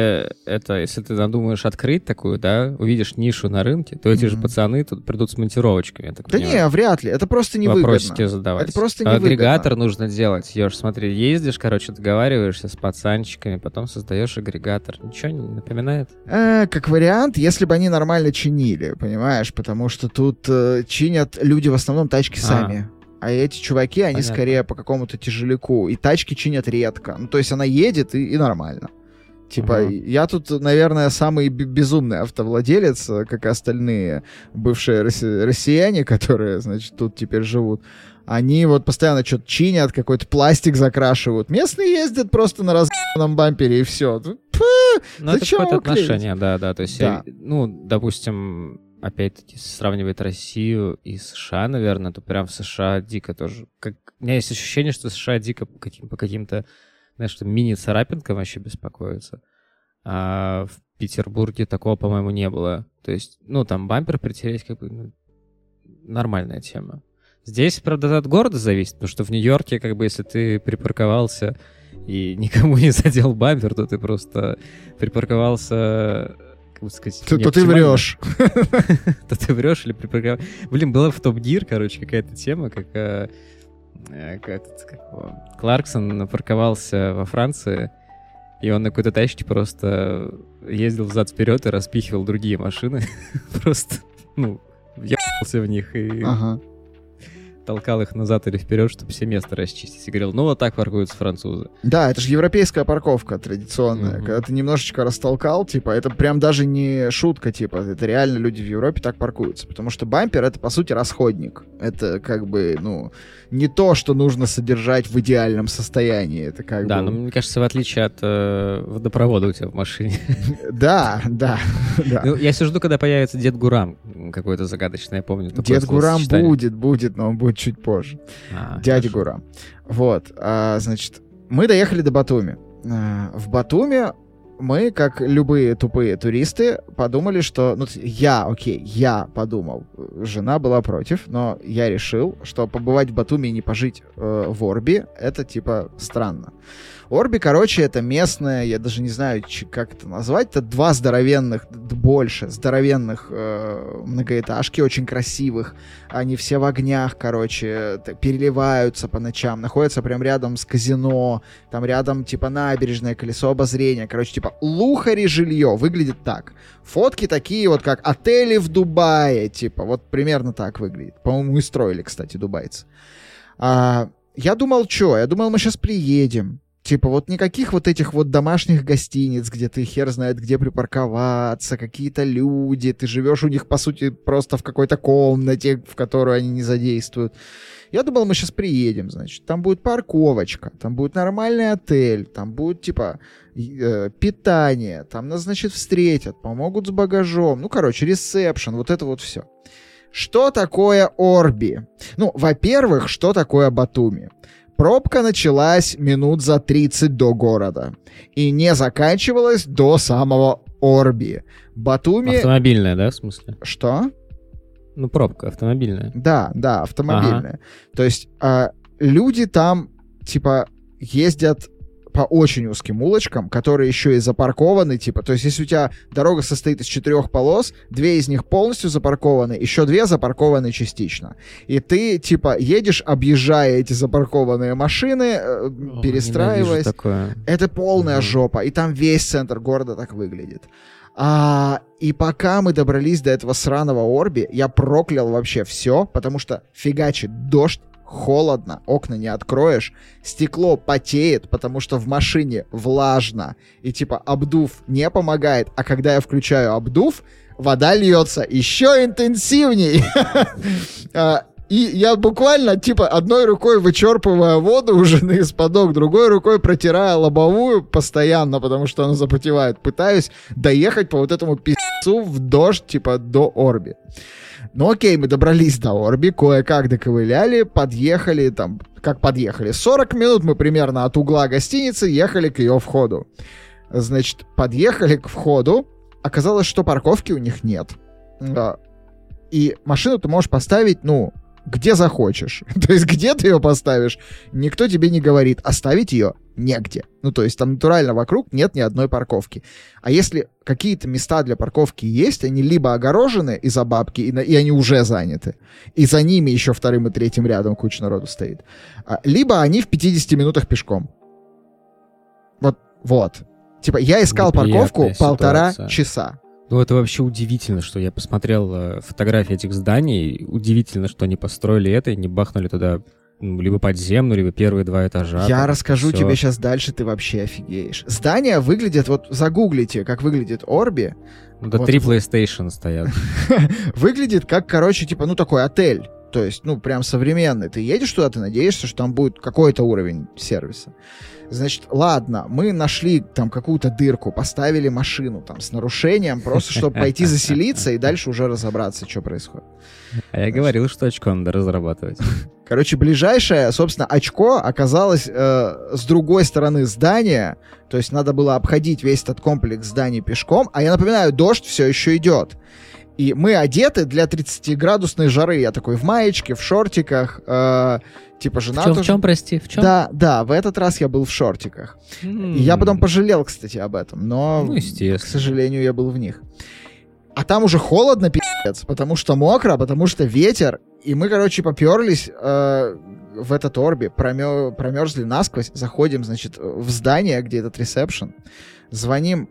если ты надумаешь открыть такую, да, увидишь нишу на рынке, то эти же пацаны тут придут с монтировочками. Не, вряд ли, это просто невыгодно. Вопросики задавать. Это просто невыгодно. Агрегатор нужно делать. Ешь, смотри, ездишь, договариваешься с пацанчиками, потом создаешь агрегатор. Ничего не напоминает? Как вариант, если бы они нормально чинили, понимаешь, потому что тут чинят люди в основном тачки сами. А эти чуваки, они скорее по какому-то тяжеляку. И тачки чинят редко. То есть она едет и нормально. Типа, я тут, наверное, самый безумный автовладелец, как и остальные бывшие россияне, которые, значит, тут теперь живут. Они вот постоянно что-то чинят, какой-то пластик закрашивают. Местные ездят просто на разъебанном бампере, и все. Зачем это какое-то отношение, да. То есть, допустим... Опять-таки, сравнивает Россию и США, наверное, то прям в США дико тоже. У меня есть ощущение, что США дико по каким-то, знаешь, мини-царапинкам вообще беспокоятся. А в Петербурге такого, по-моему, не было. То есть, там бампер притереть как бы нормальная тема. Здесь, правда, от города зависит, потому что в Нью-Йорке, как бы, если ты припарковался и никому не задел бампер, то ты просто припарковался... Как сказать, то ты врешь. То ты врешь или припарковал. Блин, была в Топ Гир, короче, какая-то тема, как Кларксон парковался во Франции, и он на какой-то тачке просто ездил взад-вперед и распихивал другие машины. Просто, въебался в них и толкал их назад или вперед, чтобы все место расчистить. И говорил, вот так паркуются французы. Да, это же европейская парковка традиционная. Когда ты немножечко растолкал, это прям даже не шутка, это реально люди в Европе так паркуются. Потому что бампер — это, по сути, расходник. Это не то, что нужно содержать в идеальном состоянии. Это Да, но мне кажется, в отличие от водопровода у тебя в машине. Да. Я все жду, когда появится Дед Гурам какой-то загадочный, я помню. Дед Гурам будет, но он будет чуть позже. Дядя Гурам. Значит, мы доехали до Батуми. В Батуми мы, как любые тупые туристы, подумали, что... я подумал. Жена была против, но я решил, что побывать в Батуми и не пожить в Орби, это, странно. Орби, это местное, я даже не знаю, как это назвать, это два здоровенных многоэтажки, очень красивых. Они все в огнях, переливаются по ночам, находятся прям рядом с казино, там рядом, набережная, колесо обозрения, лухари жилье, выглядит так. Фотки такие как отели в Дубае, примерно так выглядит. По-моему, и строили, кстати, дубайцы. Я думал, мы сейчас приедем. Никаких этих домашних гостиниц, где ты хер знает где припарковаться, какие-то люди, ты живешь у них, по сути, просто в какой-то комнате, в которую они не задействуют. Я думал, мы сейчас приедем, там будет парковочка, там будет нормальный отель, там будет, питание, там нас, встретят, помогут с багажом, ресепшн, это все. Что такое Орби? Во-первых, что такое Батуми? Пробка началась минут за 30 до города и не заканчивалась до самого Орби. Батуми... Автомобильная, да, в смысле? Что? Пробка автомобильная. Да, автомобильная. То есть люди там, ездят по очень узким улочкам, которые еще и запаркованы, то есть если у тебя дорога состоит из 4 полос, 2 из них полностью запаркованы, еще 2 запаркованы частично. И ты, едешь, объезжая эти запаркованные машины, перестраиваясь. Это полная жопа, и там весь центр города так выглядит. И пока мы добрались до этого сраного Орби, я проклял вообще все, потому что фигачит дождь, холодно, окна не откроешь, стекло потеет, потому что в машине влажно, и обдув не помогает, а когда я включаю обдув, вода льется еще интенсивней. И я буквально, одной рукой вычерпывая воду у жены из-под ног, другой рукой протирая лобовую постоянно, потому что она запотевает, пытаюсь доехать по этому пи***цу в дождь, до Орби. Окей, мы добрались до Орби, кое-как доковыляли, подъехали, 40 минут мы примерно от угла гостиницы ехали к ее входу. Значит, подъехали к входу, оказалось, что парковки у них нет. И машину ты можешь поставить, где захочешь. То есть где ты ее поставишь, никто тебе не говорит. Оставить ее негде. То есть там натурально вокруг нет ни одной парковки. А если какие-то места для парковки есть, они либо огорожены из-за бабки, и они уже заняты, и за ними еще 2-м и 3-м рядом куча народу стоит, либо они в 50 минутах пешком. Вот. Я искал парковку 1,5 часа. Это вообще удивительно, что я посмотрел фотографии этих зданий. Удивительно, что они построили это и не бахнули туда либо подземную, либо первые 2 этажа. Я расскажу тебе сейчас дальше, ты вообще офигеешь. Здания выглядят, загуглите, как выглядит Орби. 3 PlayStation стоят. Выглядит как, такой отель. То есть, прям современный. Ты едешь туда, ты надеешься, что там будет какой-то уровень сервиса. Значит, ладно, мы нашли там какую-то дырку, поставили машину там с нарушением, просто чтобы пойти заселиться и дальше уже разобраться, что происходит. А я говорил, что очко надо разрабатывать. Ближайшее, собственно, очко оказалось с другой стороны здания, то есть надо было обходить весь этот комплекс зданий пешком, а я напоминаю, дождь все еще идет. И мы одеты для 30-градусной жары. Я такой в маечке, в шортиках. Жена тоже... В чем, прости? В чем? Да, в этот раз я был в шортиках. И я потом пожалел, кстати, об этом. Но, к сожалению, я был в них. А там уже холодно, пи***ц, потому что мокро, потому что ветер. И мы, поперлись в этот Орби, промерзли насквозь, заходим, значит, в здание, где этот ресепшн, звоним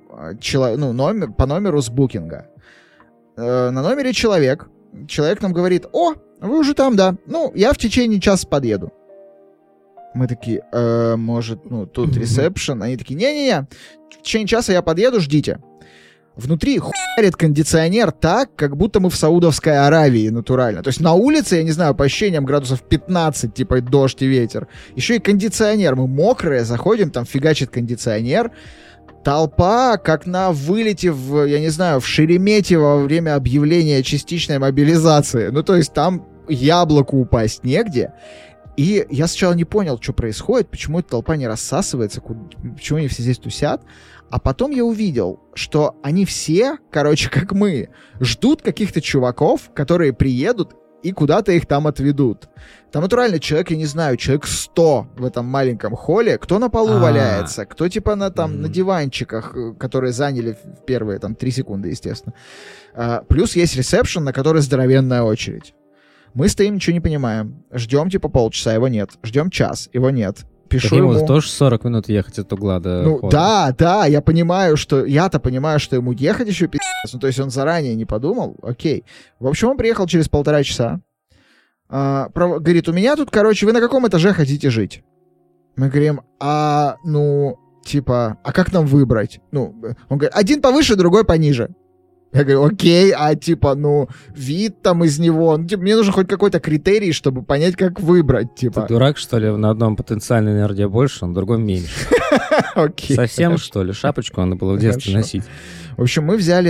по номеру с букинга. На номере человек нам говорит: о, вы уже там, да, ну, я в течение часа подъеду. Мы такие: может, тут ресепшн? Они такие: не-не-не, в течение часа я подъеду, ждите. Внутри хуярит кондиционер так, как будто мы в Саудовской Аравии, натурально. То есть на улице, я не знаю, по ощущениям градусов 15, типа дождь и ветер. Еще и кондиционер. Мы мокрые, заходим, там фигачит кондиционер. Толпа, как на вылете в Шереметьево во время объявления частичной мобилизации. Ну, то есть там яблоку упасть негде. И я сначала не понял, что происходит, почему эта толпа не рассасывается, почему они все здесь тусят. А потом я увидел, что они все, как мы, ждут каких-то чуваков, которые приедут и куда-то их там отведут. Там натурально человек 100 в этом маленьком холле. Кто на полу валяется, кто типа на диванчиках, которые заняли в первые 3 секунды, естественно. Плюс есть ресепшн, на который здоровенная очередь. Мы стоим, ничего не понимаем. Ждем полчаса, его нет. Ждем час, его нет. Пишу ему... тоже 40 минут ехать от угла до хода. Да, я понимаю, что... Я-то понимаю, что ему ехать еще пиздец. То есть он заранее не подумал. Окей. В общем, он приехал через 1,5 часа. Говорит: у меня тут, вы на каком этаже хотите жить? Мы говорим: а как нам выбрать? Он говорит: один повыше, другой пониже. Я говорю: окей, вид там из него. Мне нужен хоть какой-то критерий, чтобы понять, как выбрать, типа. Ты дурак, что ли? На одном потенциальной энергии больше, на другом меньше. Окей. Совсем, что ли? Шапочку надо было в детстве носить. В общем, мы взяли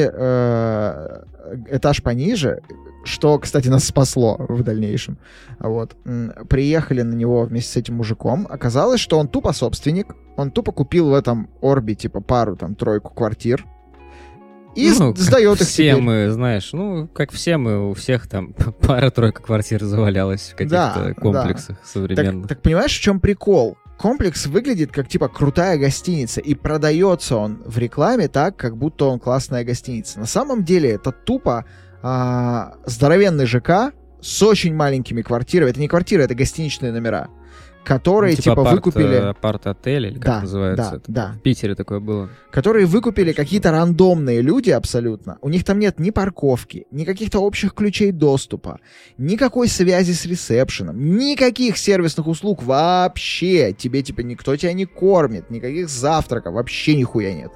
этаж пониже, что, кстати, нас спасло в дальнейшем. Приехали на него вместе с этим мужиком. Оказалось, что он тупо собственник. Он тупо купил в этом Орби, пару-тройку квартир. И сдает их все теперь. Мы, знаешь, как все мы, у всех там пара-тройка квартир завалялась в каких-то комплексах современных. Так понимаешь, в чем прикол? Комплекс выглядит как, крутая гостиница, и продается он в рекламе так, как будто он классная гостиница. На самом деле это тупо здоровенный ЖК с очень маленькими квартирами. Это не квартиры, это гостиничные номера, которые, выкупили... Апарт-отель, или как называется? Да. В Питере такое было. Которые выкупили какие-то рандомные люди абсолютно. У них там нет ни парковки, ни каких-то общих ключей доступа, никакой связи с ресепшеном, никаких сервисных услуг вообще. Тебе, никто тебя не кормит, никаких завтраков, вообще нихуя нет.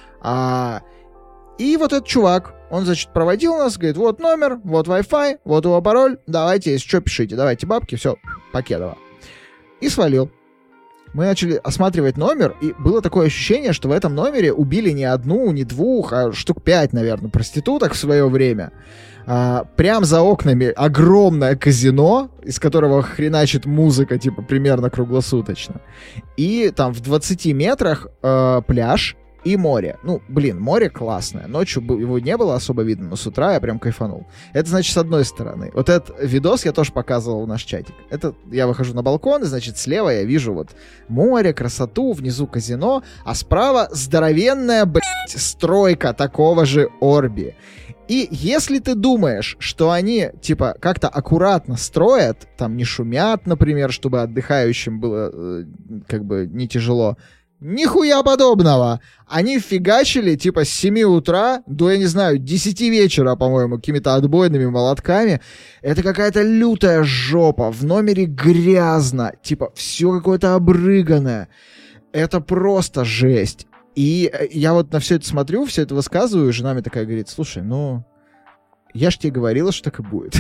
И вот этот чувак, он, проводил нас, говорит: вот номер, вот Wi-Fi, вот его пароль, давайте, если что, пишите, давайте бабки, все, покедово. И свалил. Мы начали осматривать номер, и было такое ощущение, что в этом номере убили не одну, не двух, а штук 5, наверное, проституток в свое время. Прям за окнами огромное казино, из которого хреначит музыка, примерно круглосуточно. И там в 20 метрах пляж и море. Море классное. Ночью его не было особо видно, но с утра я прям кайфанул. Это, с одной стороны. Вот этот видос я тоже показывал в наш чатик. Это я выхожу на балкон, и, слева я вижу море, красоту, внизу казино, а справа здоровенная, стройка такого же Орби. И если ты думаешь, что они, как-то аккуратно строят, там не шумят, например, чтобы отдыхающим было, не тяжело, нихуя подобного. Они фигачили, с 7 утра до, 10 вечера, по-моему, какими-то отбойными молотками. Это какая-то лютая жопа. В номере грязно. Все какое-то обрыганное. Это просто жесть. И я на все это смотрю, все это высказываю, и жена мне такая говорит: слушай, я ж тебе говорила, что так и будет.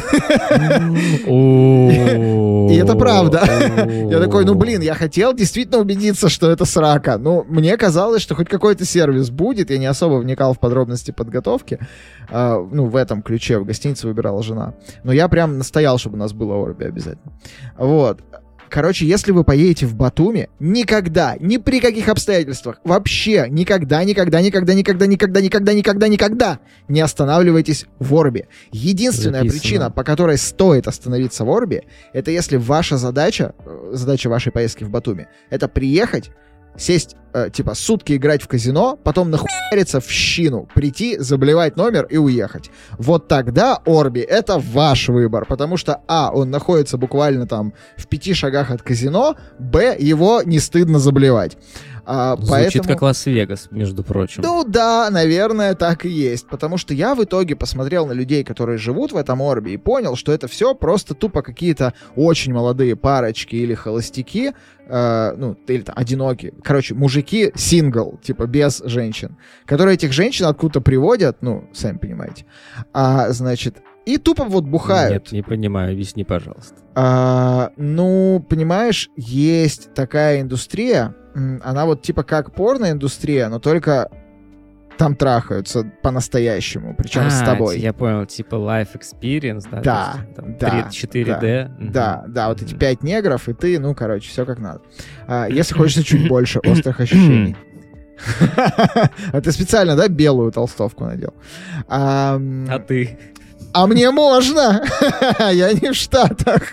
И это правда. Я такой: я хотел действительно убедиться, что это срака. Мне казалось, что хоть какой-то сервис будет. Я не особо вникал в подробности подготовки. В этом ключе в гостинице выбирала жена. Но я прям настоял, чтобы у нас было Орби обязательно. Если вы поедете в Батуми, никогда, ни при каких обстоятельствах, вообще никогда не останавливайтесь в Орби. Единственная причина, по которой стоит остановиться в Орби, это если ваша задача вашей поездки в Батуми, это приехать, сесть типа, сутки играть в казино, потом нахуяриться в щину, прийти, заблевать номер и уехать. Вот тогда Орби — это ваш выбор, потому что, он находится буквально там в 5 шагах от казино, его не стыдно заблевать. Звучит как Лас-Вегас, между прочим. Ну да, наверное, так и есть. Потому что я в итоге посмотрел на людей, которые живут в этом Орби, и понял, что это все просто тупо какие-то очень молодые парочки или холостяки, или там одинокие. Короче, мужики сингл, типа без женщин, которые этих женщин откуда-то приводят, сами понимаете. Значит, и тупо вот бухают. Нет, не понимаю, объясни, пожалуйста. Понимаешь, есть такая индустрия, она вот типа как порноиндустрия, но только там трахаются по-настоящему, причем с тобой. Я понял, типа life experience, да? Да, есть, там, да. 4D. Да, вот эти 5 негров, и ты, все как надо. Если хочется чуть больше острых ощущений. А ты специально, да, белую толстовку надел? А ты? А мне можно! Я не в Штатах.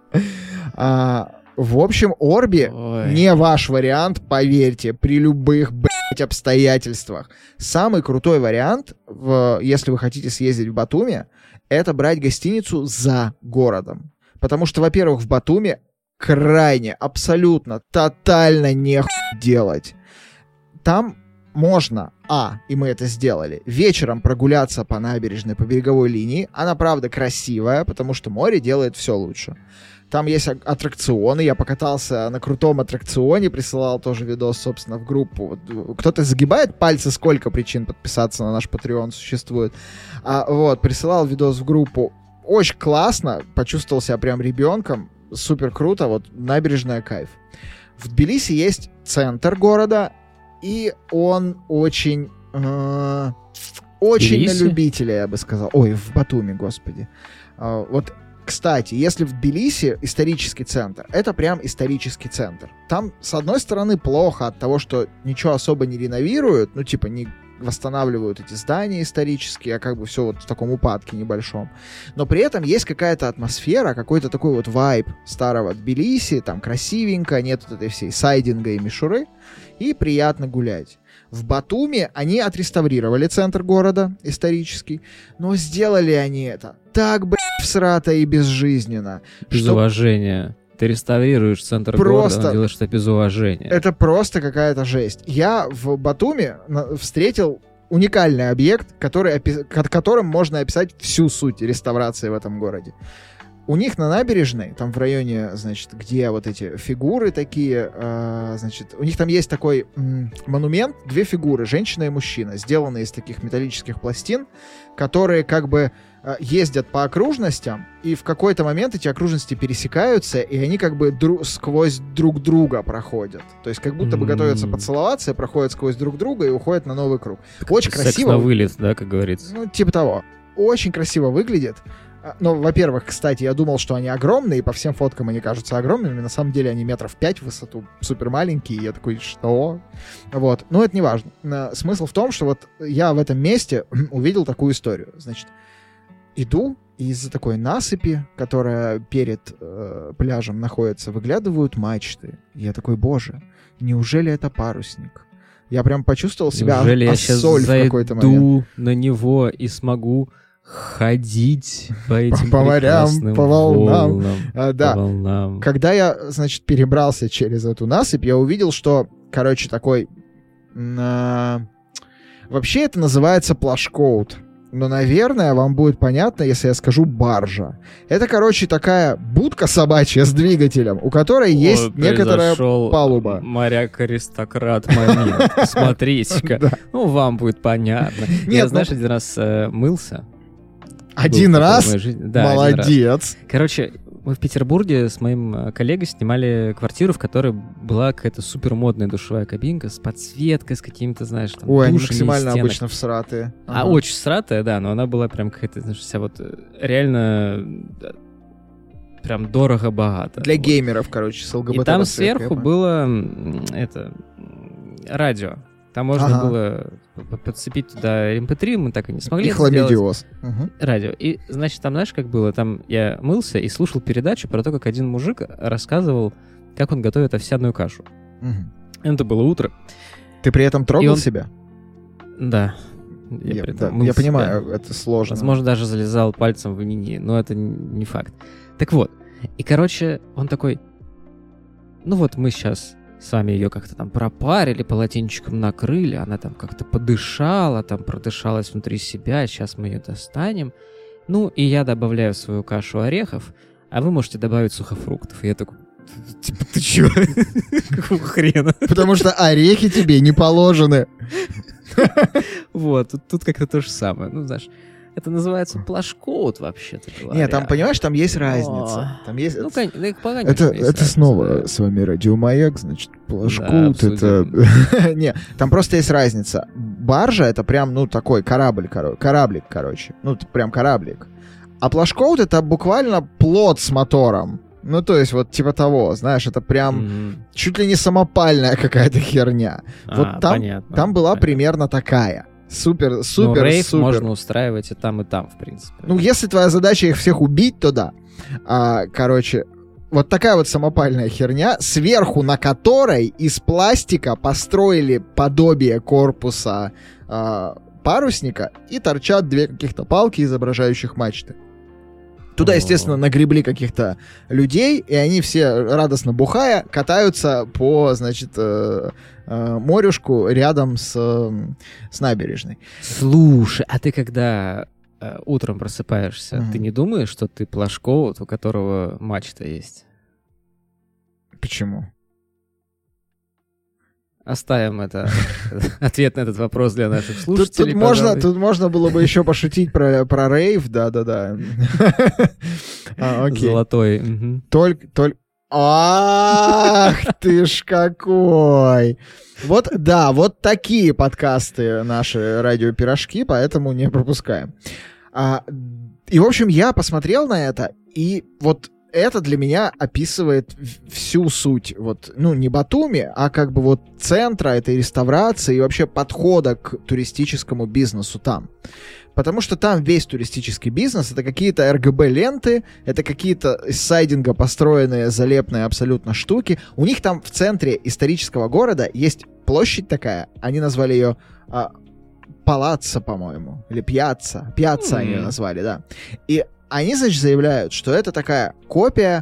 В общем, Орби не ваш вариант, поверьте, при любых, обстоятельствах. Самый крутой вариант, если вы хотите съездить в Батуми, это брать гостиницу за городом. Потому что, во-первых, в Батуми крайне, абсолютно, тотально нехуй делать. Там можно, и мы это сделали, вечером прогуляться по набережной, по береговой линии. Она, правда, красивая, потому что море делает все лучше. Там есть аттракционы, я покатался на крутом аттракционе, присылал тоже видос, собственно, в группу. Кто-то загибает пальцы, сколько причин подписаться на наш Patreon существует. Присылал видос в группу. Очень классно, почувствовал себя прям ребенком, супер круто, набережная кайф. В Тбилиси есть центр города, и он очень на любителя, я бы сказал. Ой, в Батуми, господи. Кстати, если в Тбилиси исторический центр, это прям исторический центр. Там, с одной стороны, плохо от того, что ничего особо не реновируют, не восстанавливают эти здания исторические, а все в таком упадке небольшом. Но при этом есть какая-то атмосфера, какой-то такой вайб старого Тбилиси, там красивенько, нет этой всей сайдинга и мишуры, и приятно гулять. В Батуми они отреставрировали центр города исторический, но сделали они это так, всрато и безжизненно. Без уважения. Ты реставрируешь центр города, но делаешь это без уважения. Это просто какая-то жесть. Я в Батуми встретил уникальный объект, которым можно описать всю суть реставрации в этом городе. У них на набережной, там в районе, где вот эти фигуры такие, у них там есть такой монумент, 2 фигуры, женщина и мужчина, сделанные из таких металлических пластин, которые ездят по окружностям, и в какой-то момент эти окружности пересекаются, и они сквозь друг друга проходят. То есть как будто бы готовятся поцеловаться, проходят сквозь друг друга и уходят на новый круг. Очень красиво. Секс на вылет, да, как говорится. Типа того. Очень красиво выглядит. Но, во-первых, кстати, я думал, что они огромные, и по всем фоткам они кажутся огромными. На самом деле они 5 метров в высоту, супер маленькие. И я такой, что? Но это не важно. Смысл в том, что я в этом месте увидел такую историю. Иду, и из-за такой насыпи, которая перед пляжем находится, выглядывают мачты. И я такой, боже, неужели это парусник? Я прям почувствовал себя ассоль в какой-то момент. Неужели я сейчас зайду на него и смогу ходить по этим по морям, по волнам. По волнам. Когда я, перебрался через эту насыпь, я увидел, что, такой... Вообще это называется плашкоут. Но, наверное, вам будет понятно, если я скажу баржа. Это, такая будка собачья с двигателем, у которой есть некоторая палуба. Моряк-аристократ момент. Смотрите-ка. Вам будет понятно. Я, один раз мылся. Один раз? Да, молодец. Мы в Петербурге с моим коллегой снимали квартиру, в которой была какая-то супер модная душевая кабинка с подсветкой, с какими-то, там, ой, они максимально обычно всратые. Очень всратая, да, но она была прям какая-то, вся реально прям дорого-богато. Для геймеров, с ЛГБТ. И там сверху было радио. Там можно было подцепить туда MP3, мы так и не смогли. И хламидиоз. Радио. И, там, знаешь, как было? Там я мылся и слушал передачу про то, как один мужик рассказывал, как он готовит овсяную кашу. Это было утро. Ты при этом трогал себя? Да. Я понимаю, это сложно. Возможно, даже залезал пальцем в нини, но это не факт. Так вот. И, короче, он такой... Ну вот мы сейчас с вами ее как-то там пропарили, полотенчиком накрыли, она там как-то подышала, там продышалась внутри себя, сейчас мы ее достанем. Ну, и я добавляю в свою кашу орехов, а вы можете добавить сухофруктов. И я такой... Типа, ты чё? Какого хрена? Потому что орехи тебе не положены. Вот, тут как-то то же самое. Ну, знаешь, это называется плашкоут вообще-то говоря. Нет, там, понимаешь, там есть разница. Там есть... Ну, конечно, это снова с вами Радиомаяк, значит, плашкоут это... Не, там просто есть разница. Баржа — это прям, ну, такой кораблик, короче. Ну, прям кораблик. А плашкоут — это буквально плот с мотором. Ну, то есть, вот типа того, знаешь, это прям чуть ли не самопальная какая-то херня. Вот там была примерно такая. Супер. Рейв можно устраивать и там, в принципе. Ну, если твоя задача их всех убить, то да. Короче, вот такая вот самопальная херня, сверху на которой из пластика построили подобие корпуса парусника и торчат две каких-то палки, изображающих мачты. Туда, естественно, нагребли каких-то людей, и они все, радостно бухая, катаются по, значит, морюшку рядом с набережной. Слушай, а ты когда утром просыпаешься, ты не думаешь, что ты плашкоут, у которого мачта есть? Почему? Оставим ответ на этот вопрос для наших слушателей. Тут можно было бы еще пошутить про рейв, да-да-да. Золотой. Только... Ах ты ж какой! Вот, да, вот такие подкасты наши радиопирожки, поэтому не пропускаем. И, в общем, я посмотрел на это, и вот это для меня описывает всю суть, вот, ну, не Батуми, а как бы вот центра этой реставрации и вообще подхода к туристическому бизнесу там. Потому что там весь туристический бизнес — это какие-то РГБ-ленты, это какие-то из сайдинга построенные залепные абсолютно штуки. У них там в центре исторического города есть площадь такая, они назвали ее Палаццо, по-моему, или Пьяцца. Пьяцца они ее назвали, да. И они, значит, заявляют, что это такая копия,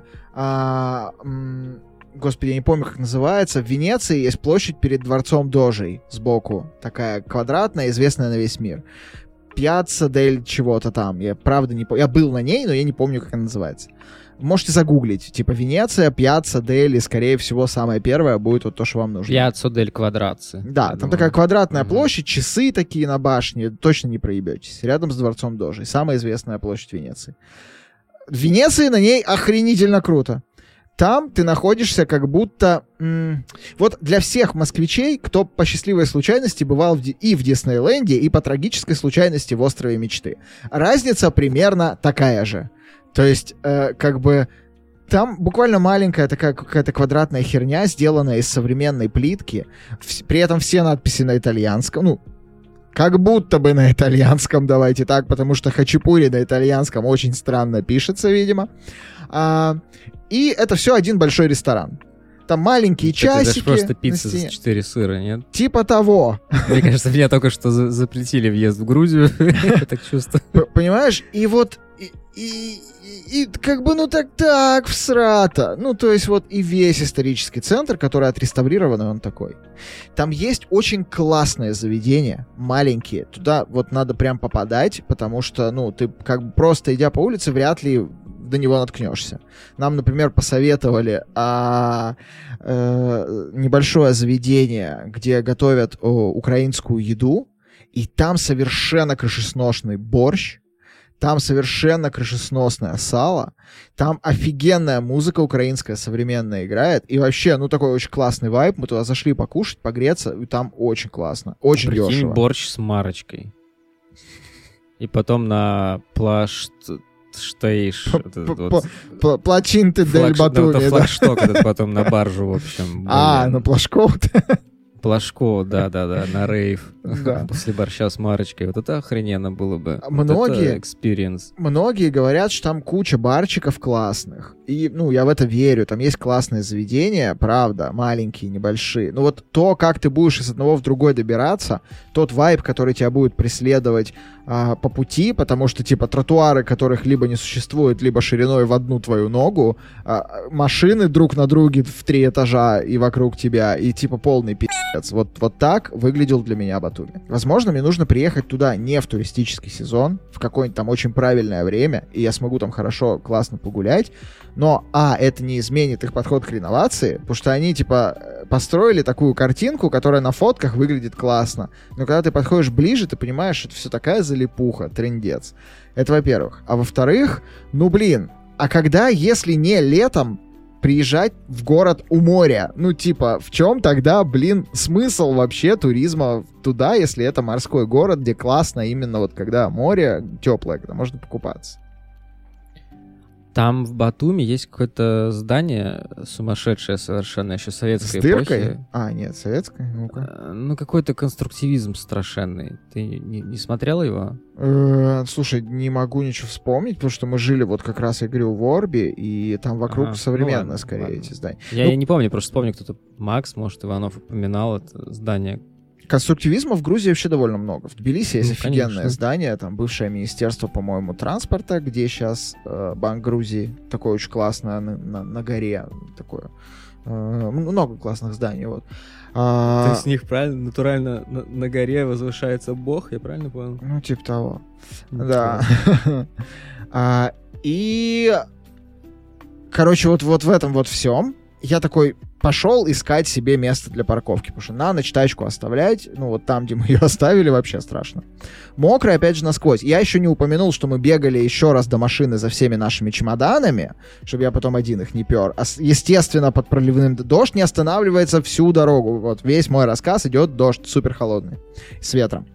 господи, я не помню, как называется, в Венеции есть площадь перед дворцом Дожей сбоку, такая квадратная, известная на весь мир. Пьяцца дель чего-то там, я правда не помню, я был на ней, но я не помню, как она называется. Можете загуглить, типа Венеция, Пьяцца дель, и, скорее всего, самое первое будет вот то, что вам нужно. Пьяцца дель Квадрацци. Да, там такая квадратная площадь, часы такие на башне, точно не проебетесь, рядом с дворцом Дожей, самая известная площадь Венеции. В Венеции на ней охренительно круто. Там ты находишься как будто... вот для всех москвичей, кто по счастливой случайности бывал и в Диснейленде, и по трагической случайности в Острове Мечты, разница примерно такая же. То есть, как бы, там буквально маленькая такая какая-то квадратная херня, сделанная из современной плитки. При этом все надписи на итальянском. Ну, как будто бы на итальянском, давайте так, потому что хачапури на итальянском очень странно пишется, видимо. И это все один большой ресторан. Там маленькие часики. Это просто пицца за 4 сыра, нет? Типа того. Мне кажется, меня только что запретили въезд в Грузию. Я так чувствую. Понимаешь? И вот... И как бы, ну так, всрато. Ну, то есть вот и весь исторический центр, который отреставрирован, он такой. Там есть очень классное заведение, маленькие. Туда вот надо прям попадать, потому что, ну, ты как бы просто идя по улице, вряд ли до него наткнешься. Нам, например, посоветовали небольшое заведение, где готовят украинскую еду, и там совершенно крышесносный борщ, там совершенно крышесносное сало, там офигенная музыка украинская современная играет, и вообще, ну, такой очень классный вайб. Мы туда зашли покушать, погреться, и там очень классно, очень дешево. Прикинь, борщ с марочкой. И потом на Штейш. Плачинты дель Батуми. Флагшток этот потом на баржу, в общем. На плашкоут. Плашко, да, на рейв. Да. После борща с марочкой. Вот это охрененно было бы. Многие говорят, что там куча барчиков классных. И, ну, я в это верю. Там есть классные заведения, правда, маленькие, небольшие. Но вот то, как ты будешь из одного в другой добираться, тот вайб, который тебя будет преследовать по пути, потому что, типа, тротуары, которых либо не существует, либо шириной в одну твою ногу, машины друг на друге в 3 этажа и вокруг тебя, и, типа, полный пи***ц. Вот так выглядел для меня Батуми. Возможно, мне нужно приехать туда не в туристический сезон, в какое-нибудь там очень правильное время, и я смогу там хорошо, классно погулять, но, это не изменит их подход к реновации, потому что они, типа, построили такую картинку, которая на фотках выглядит классно, но когда ты подходишь ближе, ты понимаешь, что это все такая залипуха, трындец. Это во-первых. А во-вторых, ну, блин, а когда, если не летом, приезжать в город у моря? Ну, типа, в чем тогда, блин, смысл вообще туризма туда, если это морской город, где классно именно вот когда море теплое, когда можно покупаться? Там в Батуми есть какое-то здание сумасшедшее совершенно, еще советской эпохи. С дыркой? Эпохи. Нет, советская? Ну-ка. Ну, какой-то конструктивизм страшенный. Ты не смотрел его? Слушай, не могу ничего вспомнить, потому что мы жили вот как раз, я говорю, в Орби, и там вокруг современные, скорее, эти здания. Я не помню, просто вспомню, кто-то, Макс, может, Иванов упоминал это здание. Конструктивизма в Грузии вообще довольно много. В Тбилиси есть офигенное здание, там бывшее министерство, по-моему, транспорта, где сейчас Банк Грузии, такое очень классное на горе, такое. Много классных зданий, вот. То есть с них, правильно, натурально на горе возвышается Бог, я правильно понял? Ну, типа того. Да. И, короче, вот в этом вот всем я такой пошел искать себе место для парковки, потому что на ночь тачку оставлять, ну вот там, где мы ее оставили, вообще страшно. Мокрый, опять же, насквозь. Я еще не упомянул, что мы бегали еще раз до машины за всеми нашими чемоданами, чтобы я потом один их не пер. Естественно, под проливным дождь не останавливается всю дорогу. Вот весь мой рассказ идет дождь супер холодный, с ветром.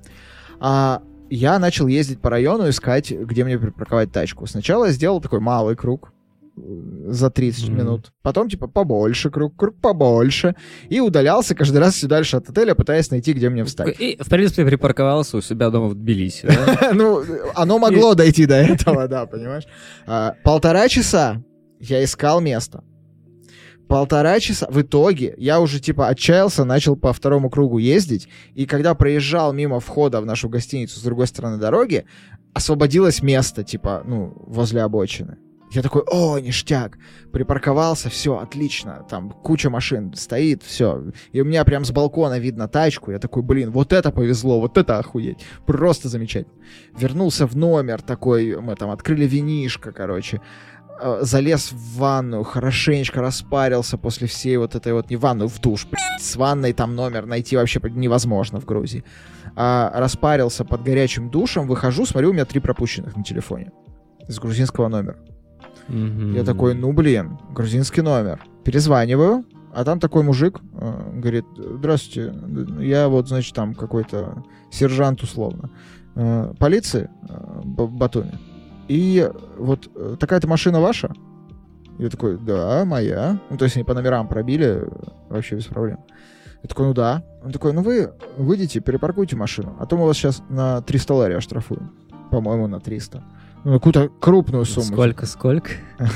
Я начал ездить по району, искать, где мне припарковать тачку. Сначала я сделал такой малый круг за 30 минут. Потом, типа, побольше круг побольше. И удалялся каждый раз все дальше от отеля, пытаясь найти, где мне встать. И, в принципе, припарковался у себя дома в Тбилиси, да? Ну, оно могло дойти до этого, да, понимаешь? 1,5 часа я искал место. 1,5 часа. В итоге я уже, типа, отчаялся, начал по второму кругу ездить. И когда проезжал мимо входа в нашу гостиницу с другой стороны дороги, освободилось место, типа, ну, возле обочины. Я такой, ништяк, припарковался, все, отлично, там куча машин стоит, все. И у меня прям с балкона видно тачку, я такой, блин, вот это повезло, вот это охуеть, просто замечательно. Вернулся в номер такой, мы там открыли винишко, короче, залез в ванну, хорошенечко распарился после всей вот этой вот, не в ванну, в душ, блядь, с ванной там номер найти вообще невозможно в Грузии. Распарился под горячим душем, выхожу, смотрю, у меня 3 пропущенных на телефоне из грузинского номера. Я такой, ну блин, грузинский номер. Перезваниваю, а там такой мужик говорит, здравствуйте, я вот, значит, там какой-то сержант условно полиции Батуми. И вот такая-то машина ваша? Я такой, да, моя. Ну, то есть они по номерам пробили, вообще без проблем. Я такой, ну да. Он такой, ну вы выйдите, перепаркуйте машину, а то мы вас сейчас на 300 лари оштрафуем. По-моему, на 300. Ну, какую-то крупную сумму. Сколько?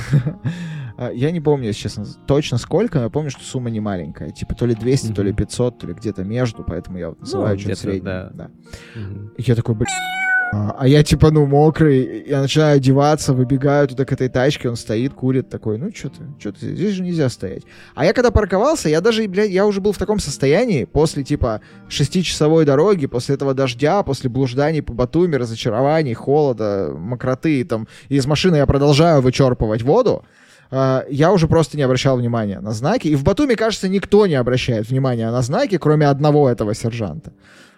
Я не помню, если честно, точно сколько, но я помню, что сумма не маленькая. Типа то ли 200, то ли 500, то ли где-то между, поэтому я вот называю что-то среднее. Да. Я такой, блин. А я типа, ну, мокрый, я начинаю одеваться, выбегаю туда к этой тачке, он стоит, курит, такой, ну, что ты, здесь же нельзя стоять. А я когда парковался, я даже, блядь, я уже был в таком состоянии, после, типа, 6-часовой дороги, после этого дождя, после блужданий по Батуми, разочарований, холода, мокроты, там, и из машины я продолжаю вычерпывать воду, я уже просто не обращал внимания на знаки, и в Батуми, кажется, никто не обращает внимания на знаки, кроме одного этого сержанта.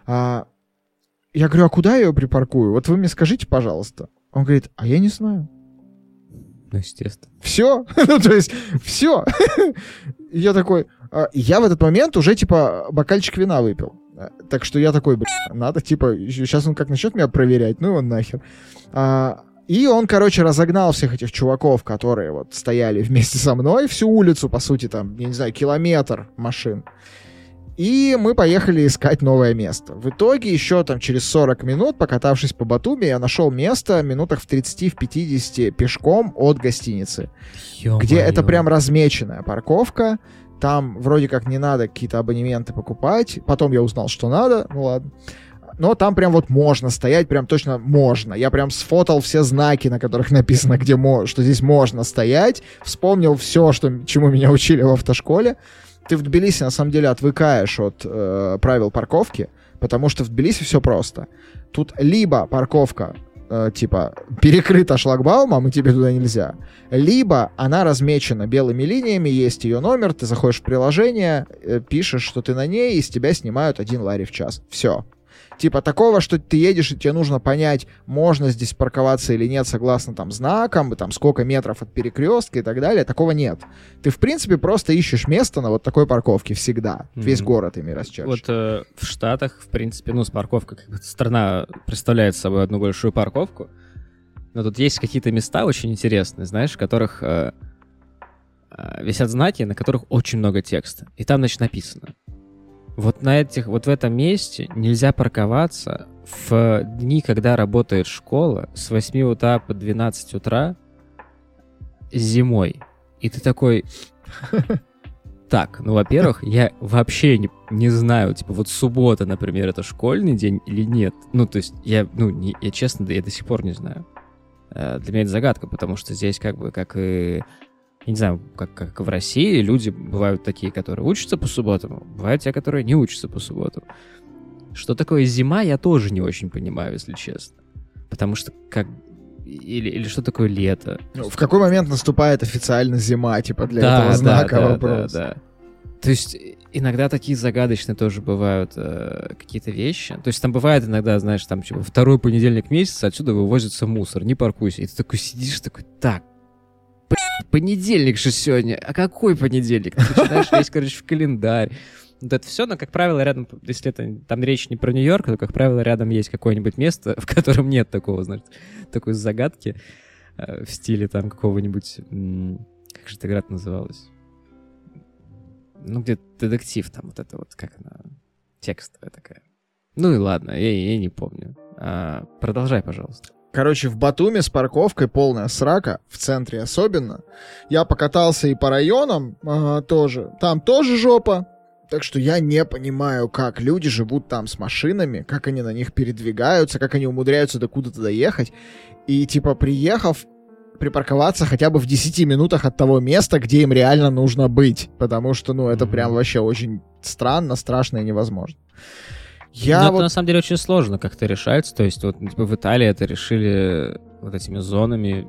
Я говорю, а куда я ее припаркую? Вот вы мне скажите, пожалуйста. Он говорит, а я не знаю. Ну, естественно. Все? Ну, то есть, все. Я такой... Я в этот момент уже, типа, бокальчик вина выпил. Так что я такой, надо, типа, сейчас он как начнет меня проверять, ну, он нахер. И он, короче, разогнал всех этих чуваков, которые вот стояли вместе со мной, всю улицу, по сути, там, я не знаю, километр машин. И мы поехали искать новое место. В итоге еще там через 40 минут, покатавшись по Батуми, я нашел место минутах в 30-50 пешком от гостиницы. Ё-моё. Где это прям размеченная парковка. Там вроде как не надо какие-то абонементы покупать. Потом я узнал, что надо. Ну ладно. Но там прям вот можно стоять, прям точно можно. Я прям сфотал все знаки, на которых написано, где что здесь можно стоять. Вспомнил все, чему меня учили в автошколе. Ты в Тбилиси, на самом деле, отвыкаешь от правил парковки, потому что в Тбилиси все просто. Тут либо парковка, типа, перекрыта шлагбаумом, и тебе туда нельзя, либо она размечена белыми линиями, есть ее номер, ты заходишь в приложение, пишешь, что ты на ней, и с тебя снимают 1 лари в час. Все. Типа такого, что ты едешь, и тебе нужно понять, можно здесь парковаться или нет, согласно там знакам, и там сколько метров от перекрестка и так далее, такого нет. Ты, в принципе, просто ищешь место на вот такой парковке всегда. Весь город ими расчерчен. Вот в Штатах, в принципе, с парковкой, как бы страна представляет собой одну большую парковку, но тут есть какие-то места очень интересные, знаешь, в которых висят знаки, на которых очень много текста. И там, значит, написано: вот в этом месте нельзя парковаться в дни, когда работает школа, с 8 утра по 12 утра зимой. И ты такой: так, во-первых, я вообще не знаю, типа, вот суббота, например, это школьный день или нет. То есть, я честно, я до сих пор не знаю. Для меня это загадка, потому что здесь как и... Я не знаю, как в России, люди бывают такие, которые учатся по субботам, бывают те, которые не учатся по субботам. Что такое зима, я тоже не очень понимаю, если честно. Потому что или что такое лето? В какой момент наступает официально зима, типа, для этого знака вопрос? Да. То есть иногда такие загадочные тоже бывают какие-то вещи. То есть там бывает иногда, знаешь, там типа, 2-й понедельник месяца, отсюда вывозится мусор, не паркуйся. И ты такой сидишь, такой: так, понедельник же сегодня. А какой понедельник? Ты начинаешь лезть, в календарь. Вот это все, но, как правило, рядом, если там речь не про Нью-Йорк, то, как правило, рядом есть какое-нибудь место, в котором нет такого, знаешь, такой загадки в стиле там какого-нибудь... Как же эта игра называлась? Где детектив там, вот это вот, как она... Текстовая такая. Ну и ладно, я не помню. Продолжай, пожалуйста. Короче, в Батуми с парковкой полная срака, в центре особенно. Я покатался и по районам тоже. Там тоже жопа. Так что я не понимаю, как люди живут там с машинами, как они на них передвигаются, как они умудряются докуда-то доехать. И, типа, приехав, припарковаться хотя бы в 10 минутах от того места, где им реально нужно быть. Потому что, это прям вообще очень странно, страшно и невозможно. Это на самом деле очень сложно как-то решается. То есть вот в Италии это решили вот этими зонами,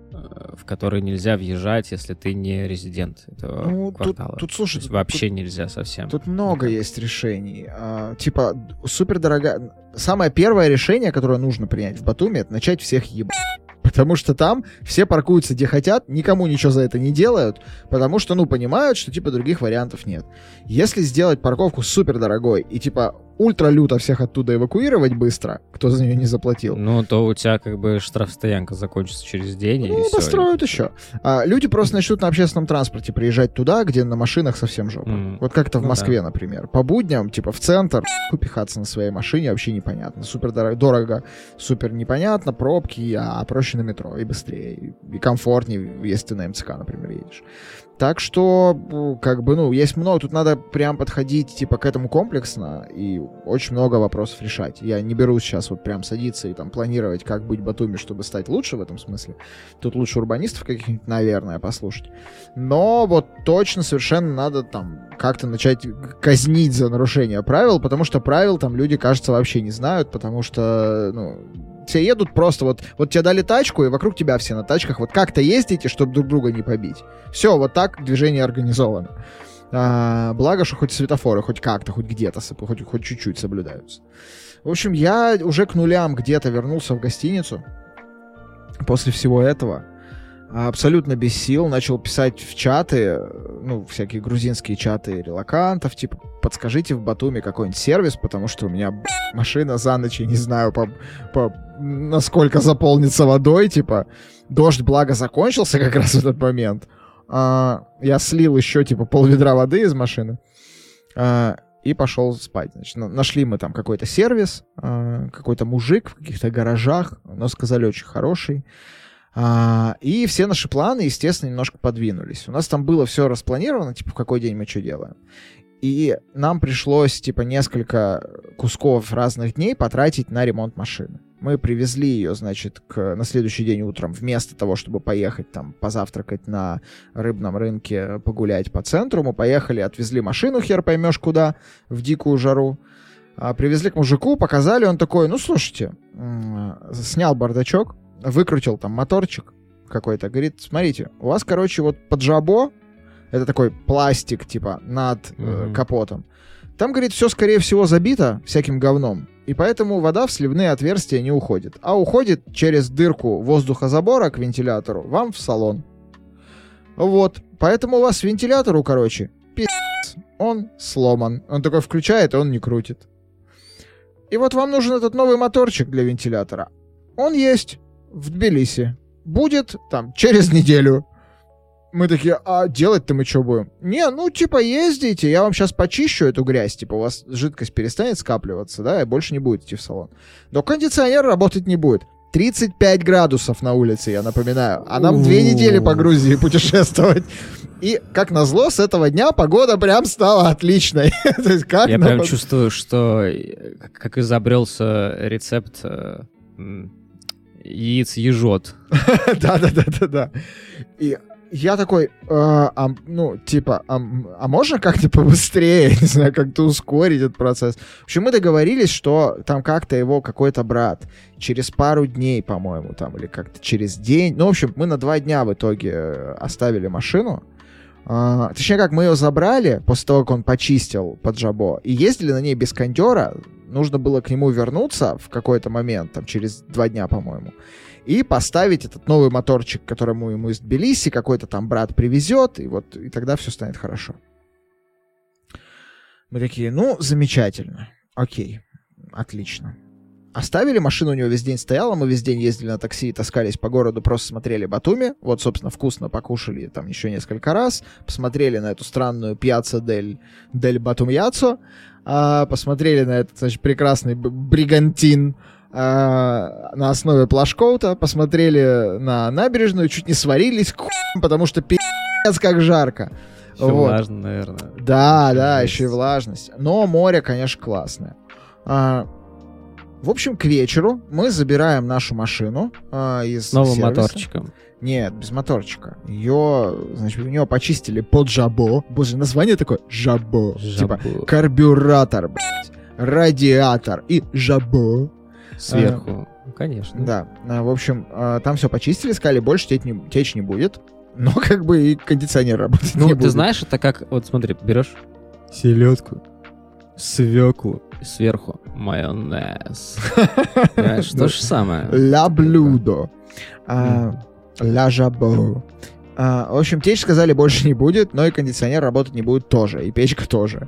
в которые нельзя въезжать, если ты не резидент этого квартала. Слушай, вообще нельзя совсем. Тут много есть решений. Типа, супердорогая... Самое первое решение, которое нужно принять в Батуми, это начать всех ебать. Потому что там все паркуются где хотят, никому ничего за это не делают, потому что, понимают, что, типа, других вариантов нет. Если сделать парковку супер дорогой и, типа, ультра люто всех оттуда эвакуировать быстро, кто за нее не заплатил... то у тебя, как бы, штрафстоянка закончится через день, и все. Построят еще. Люди просто начнут на общественном транспорте приезжать туда, где на машинах совсем жопа. Вот как-то в Москве, например. По будням, типа, в центр, пихаться на своей машине вообще непонятно. Супер дорого, супер непонятно, пробки, а проще на метро, и быстрее, и комфортнее, если ты на МЦК, например, едешь. Так что, есть много, тут надо прям подходить, типа, к этому комплексно, и очень много вопросов решать. Я не берусь сейчас вот прям садиться и там планировать, как быть Батуми, чтобы стать лучше в этом смысле. Тут лучше урбанистов каких-нибудь, наверное, послушать. Но вот точно совершенно надо там как-то начать казнить за нарушение правил, потому что правил там люди, кажется, вообще не знают, потому что, все едут просто вот тебе дали тачку, и вокруг тебя все на тачках. Вот как-то ездите, чтобы друг друга не побить. Все, вот так движение организовано. Благо, что хоть светофоры, хоть как-то, хоть где-то, хоть чуть-чуть соблюдаются. В общем, я уже к нулям где-то вернулся в гостиницу после всего этого. Абсолютно без сил. Начал писать в чаты, всякие грузинские чаты релокантов, типа, подскажите в Батуми какой-нибудь сервис, потому что у меня машина за ночь, я не знаю, насколько заполнится водой, типа. Дождь, благо, закончился как раз в этот момент. Я слил еще, типа, пол-ведра воды из машины. и пошел спать. Значит, нашли мы там какой-то сервис, какой-то мужик в каких-то гаражах, но сказали, очень хороший. И все наши планы, естественно, немножко подвинулись. У нас там было все распланировано, типа, в какой день мы что делаем. И нам пришлось, типа, несколько кусков разных дней потратить на ремонт машины. Мы привезли ее, значит, на следующий день утром, вместо того, чтобы поехать там позавтракать на рыбном рынке, погулять по центру, мы поехали, отвезли машину, хер поймешь куда, в дикую жару. Привезли к мужику, показали, он такой, ну, слушайте, снял бардачок, выкрутил там моторчик какой-то, говорит, смотрите, у вас, короче, вот под жабо, это такой пластик, типа, над капотом, там, говорит, все, скорее всего, забито всяким говном, и поэтому вода в сливные отверстия не уходит, а уходит через дырку воздухозабора к вентилятору вам в салон. Вот, поэтому у вас вентилятору, короче, пи***ц, он сломан. Он такой включает, и он не крутит. И вот вам нужен этот новый моторчик для вентилятора. Он есть в Тбилиси. Будет там через неделю. Мы такие, а делать-то мы что будем? Не, ну типа ездите, я вам сейчас почищу эту грязь, типа у вас жидкость перестанет скапливаться, да, и больше не будет идти в салон. Но кондиционер работать не будет. 35 градусов на улице, я напоминаю. А нам 2 недели по Грузии путешествовать. И, как назло, с этого дня погода прям стала отличной. То есть, как я прям чувствую, что как изобрелся рецепт яиц ежот. Да. И я такой, можно как-то побыстрее, не знаю, как-то ускорить этот процесс. В общем, мы договорились, что там как-то его какой-то брат через пару дней, по-моему, там, или как-то через день. Ну, в общем, мы на 2 дня в итоге оставили машину. Точнее, как мы ее забрали после того, как он почистил под жабо, и ездили на ней без кондера. Нужно было к нему вернуться в какой-то момент, там, через 2 дня, по-моему, и поставить этот новый моторчик, которому ему из Тбилиси какой-то там брат привезет, и вот, и тогда все станет хорошо. Мы такие, ну, замечательно, окей, отлично. Оставили, машина у него весь день стояла, мы весь день ездили на такси, таскались по городу, просто смотрели Батуми, вот, собственно, вкусно покушали там еще несколько раз, посмотрели на эту странную Пьяцца дель Батумьяццо, посмотрели на этот, значит, прекрасный бригантин на основе плашкоута, посмотрели на набережную, чуть не сварились, потому что пи***ц как жарко. Еще вот. Влажно, наверное. Да, еще и влажность. Но море, конечно, классное. В общем, к вечеру мы забираем нашу машину из с новым сервиса. Моторчиком. Нет, без моторчика. Ее, значит, у нее почистили под жабо. Боже, название такое жабо. Типа карбюратор, блядь, радиатор и жабо. Сверху, конечно. Да, в общем, там все почистили, сказали, больше течь не будет. Но как бы и кондиционер работать не будет. Ну, ты знаешь, это как, вот смотри, берешь селедку, свеклу, сверху майонез. Понимаешь, то же самое. Ля блюдо. Ля жабо. В общем, течь, сказали, больше не будет, но и кондиционер работать не будет тоже, и печка тоже.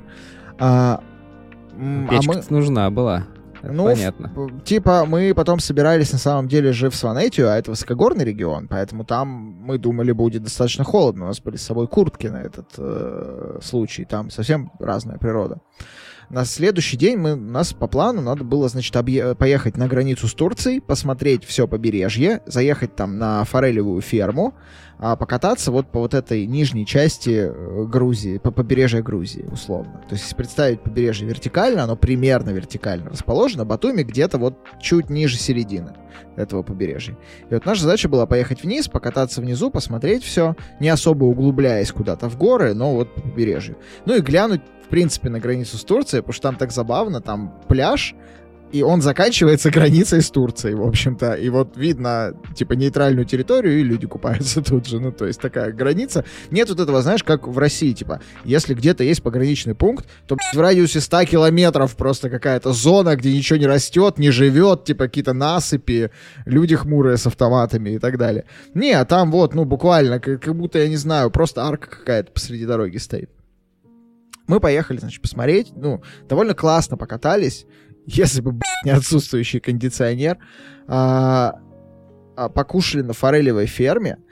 Печка-то нужна была. Ну, понятно. Типа, мы потом собирались на самом деле же в Сванетию, а это высокогорный регион, поэтому там мы думали, будет достаточно холодно. У нас были с собой куртки на этот случай, там совсем разная природа. На следующий день у нас по плану надо было, значит, поехать на границу с Турцией, посмотреть все побережье, заехать там на форелевую ферму, покататься вот по вот этой нижней части Грузии, по побережью Грузии, условно. То есть, если представить побережье вертикально, оно примерно вертикально расположено, Батуми где-то вот чуть ниже середины этого побережья. И вот наша задача была поехать вниз, покататься внизу, посмотреть все, не особо углубляясь куда-то в горы, но вот по побережью. Ну и глянуть, в принципе, на границу с Турцией, потому что там так забавно, там пляж, и он заканчивается границей с Турцией, в общем-то. И вот видно, типа, нейтральную территорию, и люди купаются тут же. Ну, то есть такая граница. Нет вот этого, знаешь, как в России, типа, если где-то есть пограничный пункт, то в радиусе 100 километров просто какая-то зона, где ничего не растет, не живет, типа, какие-то насыпи, люди хмурые с автоматами и так далее. Не, а там вот, ну, буквально, как будто, я не знаю, просто арка какая-то посреди дороги стоит. Мы поехали, значит, посмотреть. Ну, довольно классно покатались. Если бы, не отсутствующий кондиционер. Покушали на форелевой ферме.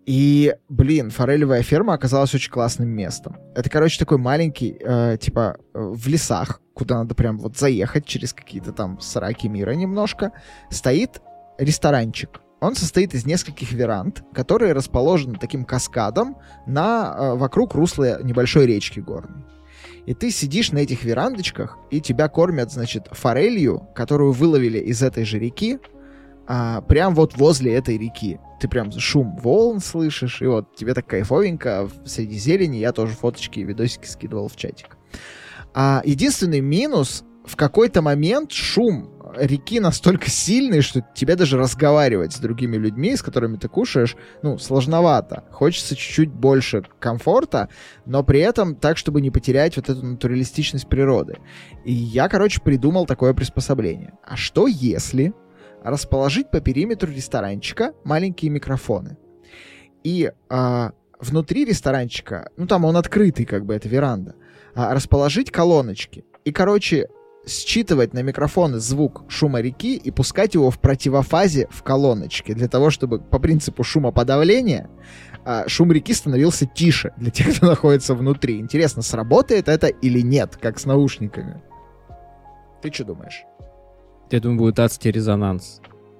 И, блин, форелевая ферма оказалась очень классным местом. Это, короче, такой маленький, типа, в лесах, куда надо прям вот заехать через какие-то там сраки мира немножко, стоит ресторанчик. Он состоит из нескольких веранд, которые расположены таким каскадом вокруг русла небольшой речки горной. И ты сидишь на этих верандочках, и тебя кормят, значит, форелью, которую выловили из этой же реки, прям вот возле этой реки. Ты прям шум волн слышишь, и вот тебе так кайфовенько среди зелени. Я тоже фоточки и видосики скидывал в чатик. Единственный минус, в какой-то момент шум реки настолько сильный, что тебе даже разговаривать с другими людьми, с которыми ты кушаешь, сложновато. Хочется чуть-чуть больше комфорта, но при этом так, чтобы не потерять вот эту натуралистичность природы. И я, короче, придумал такое приспособление. А что если расположить по периметру ресторанчика маленькие микрофоны? И внутри ресторанчика, там он открытый, как бы, это веранда, расположить колоночки. И, короче, считывать на микрофоны звук шума реки и пускать его в противофазе в колоночке, для того, чтобы по принципу шумоподавления шум реки становился тише для тех, кто находится внутри. Интересно, сработает это или нет, как с наушниками? Ты что думаешь? Я думаю, будет адский резонанс.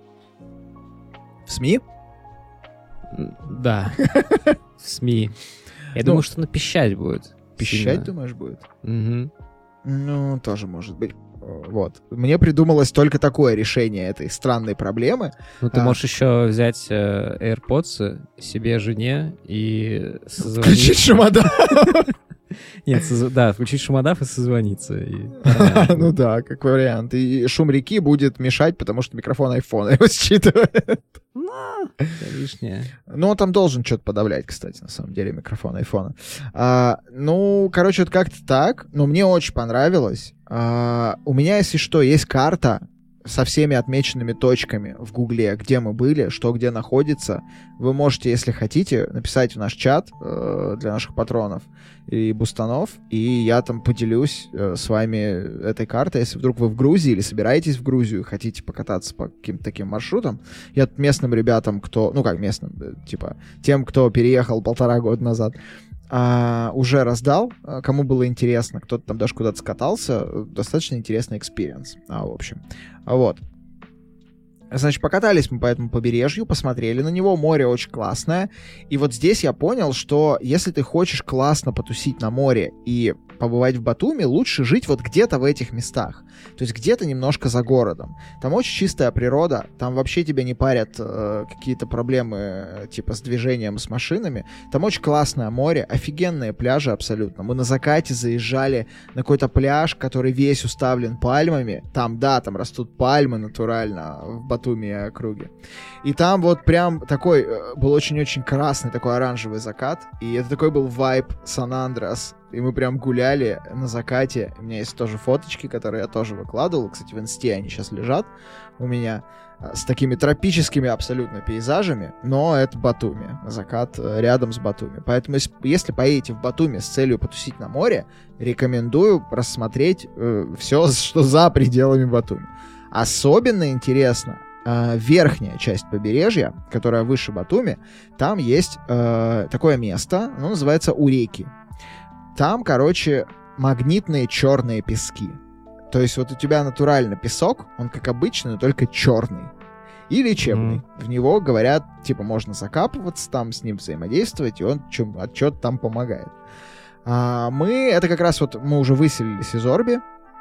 В СМИ? Да. В СМИ. Я думаю, что напищать будет. Пищать, думаешь, будет? Угу. Тоже может быть. Вот. Мне придумалось только такое решение этой странной проблемы. Ты можешь еще взять AirPods себе, жене и созвониться. Включить шумодав. Нет, включить шумодав и созвониться. Ну да, как вариант. И шум реки будет мешать, потому что микрофон айфона его считывает. Лишнее. Он там должен что-то подавлять, кстати, на самом деле, микрофон айфона. Короче, вот как-то так. Но мне очень понравилось. У меня, если что, есть карта со всеми отмеченными точками в Гугле, где мы были, что где находится. Вы можете, если хотите, написать в наш чат для наших патронов и бустанов, и я там поделюсь с вами этой картой. Если вдруг вы в Грузии или собираетесь в Грузию и хотите покататься по каким-то таким маршрутам, я тут местным ребятам, тем, кто переехал 1,5 года назад, уже раздал, кому было интересно, кто-то там даже куда-то скатался, достаточно интересный экспириенс, в общем. Вот. Значит, покатались мы по этому побережью, посмотрели на него, море очень классное, и вот здесь я понял, что если ты хочешь классно потусить на море и побывать в Батуми, лучше жить вот где-то в этих местах, то есть где-то немножко за городом. Там очень чистая природа, там вообще тебя не парят какие-то проблемы типа с движением, с машинами, там очень классное море, офигенные пляжи абсолютно. Мы на закате заезжали на какой-то пляж, который весь уставлен пальмами, там растут пальмы натурально в Батуми и округе. И там вот прям такой был очень-очень красный такой оранжевый закат, и это такой был вайб Сан-Андреас. И мы прям гуляли на закате. У меня есть тоже фоточки, которые я тоже выкладывал. Кстати, в инсте они сейчас лежат у меня. С такими тропическими абсолютно пейзажами. Но это Батуми. Закат рядом с Батуми. Поэтому, если поедете в Батуми с целью потусить на море, рекомендую рассмотреть все, что за пределами Батуми. Особенно интересно верхняя часть побережья, которая выше Батуми. Там есть такое место, оно называется Уреки. Там, короче, магнитные черные пески. То есть вот у тебя натурально песок, он как обычный, но только черный. И лечебный. В него, говорят, можно закапываться там, с ним взаимодействовать, и он что-то там помогает. Это как раз мы уже выселились из Орби.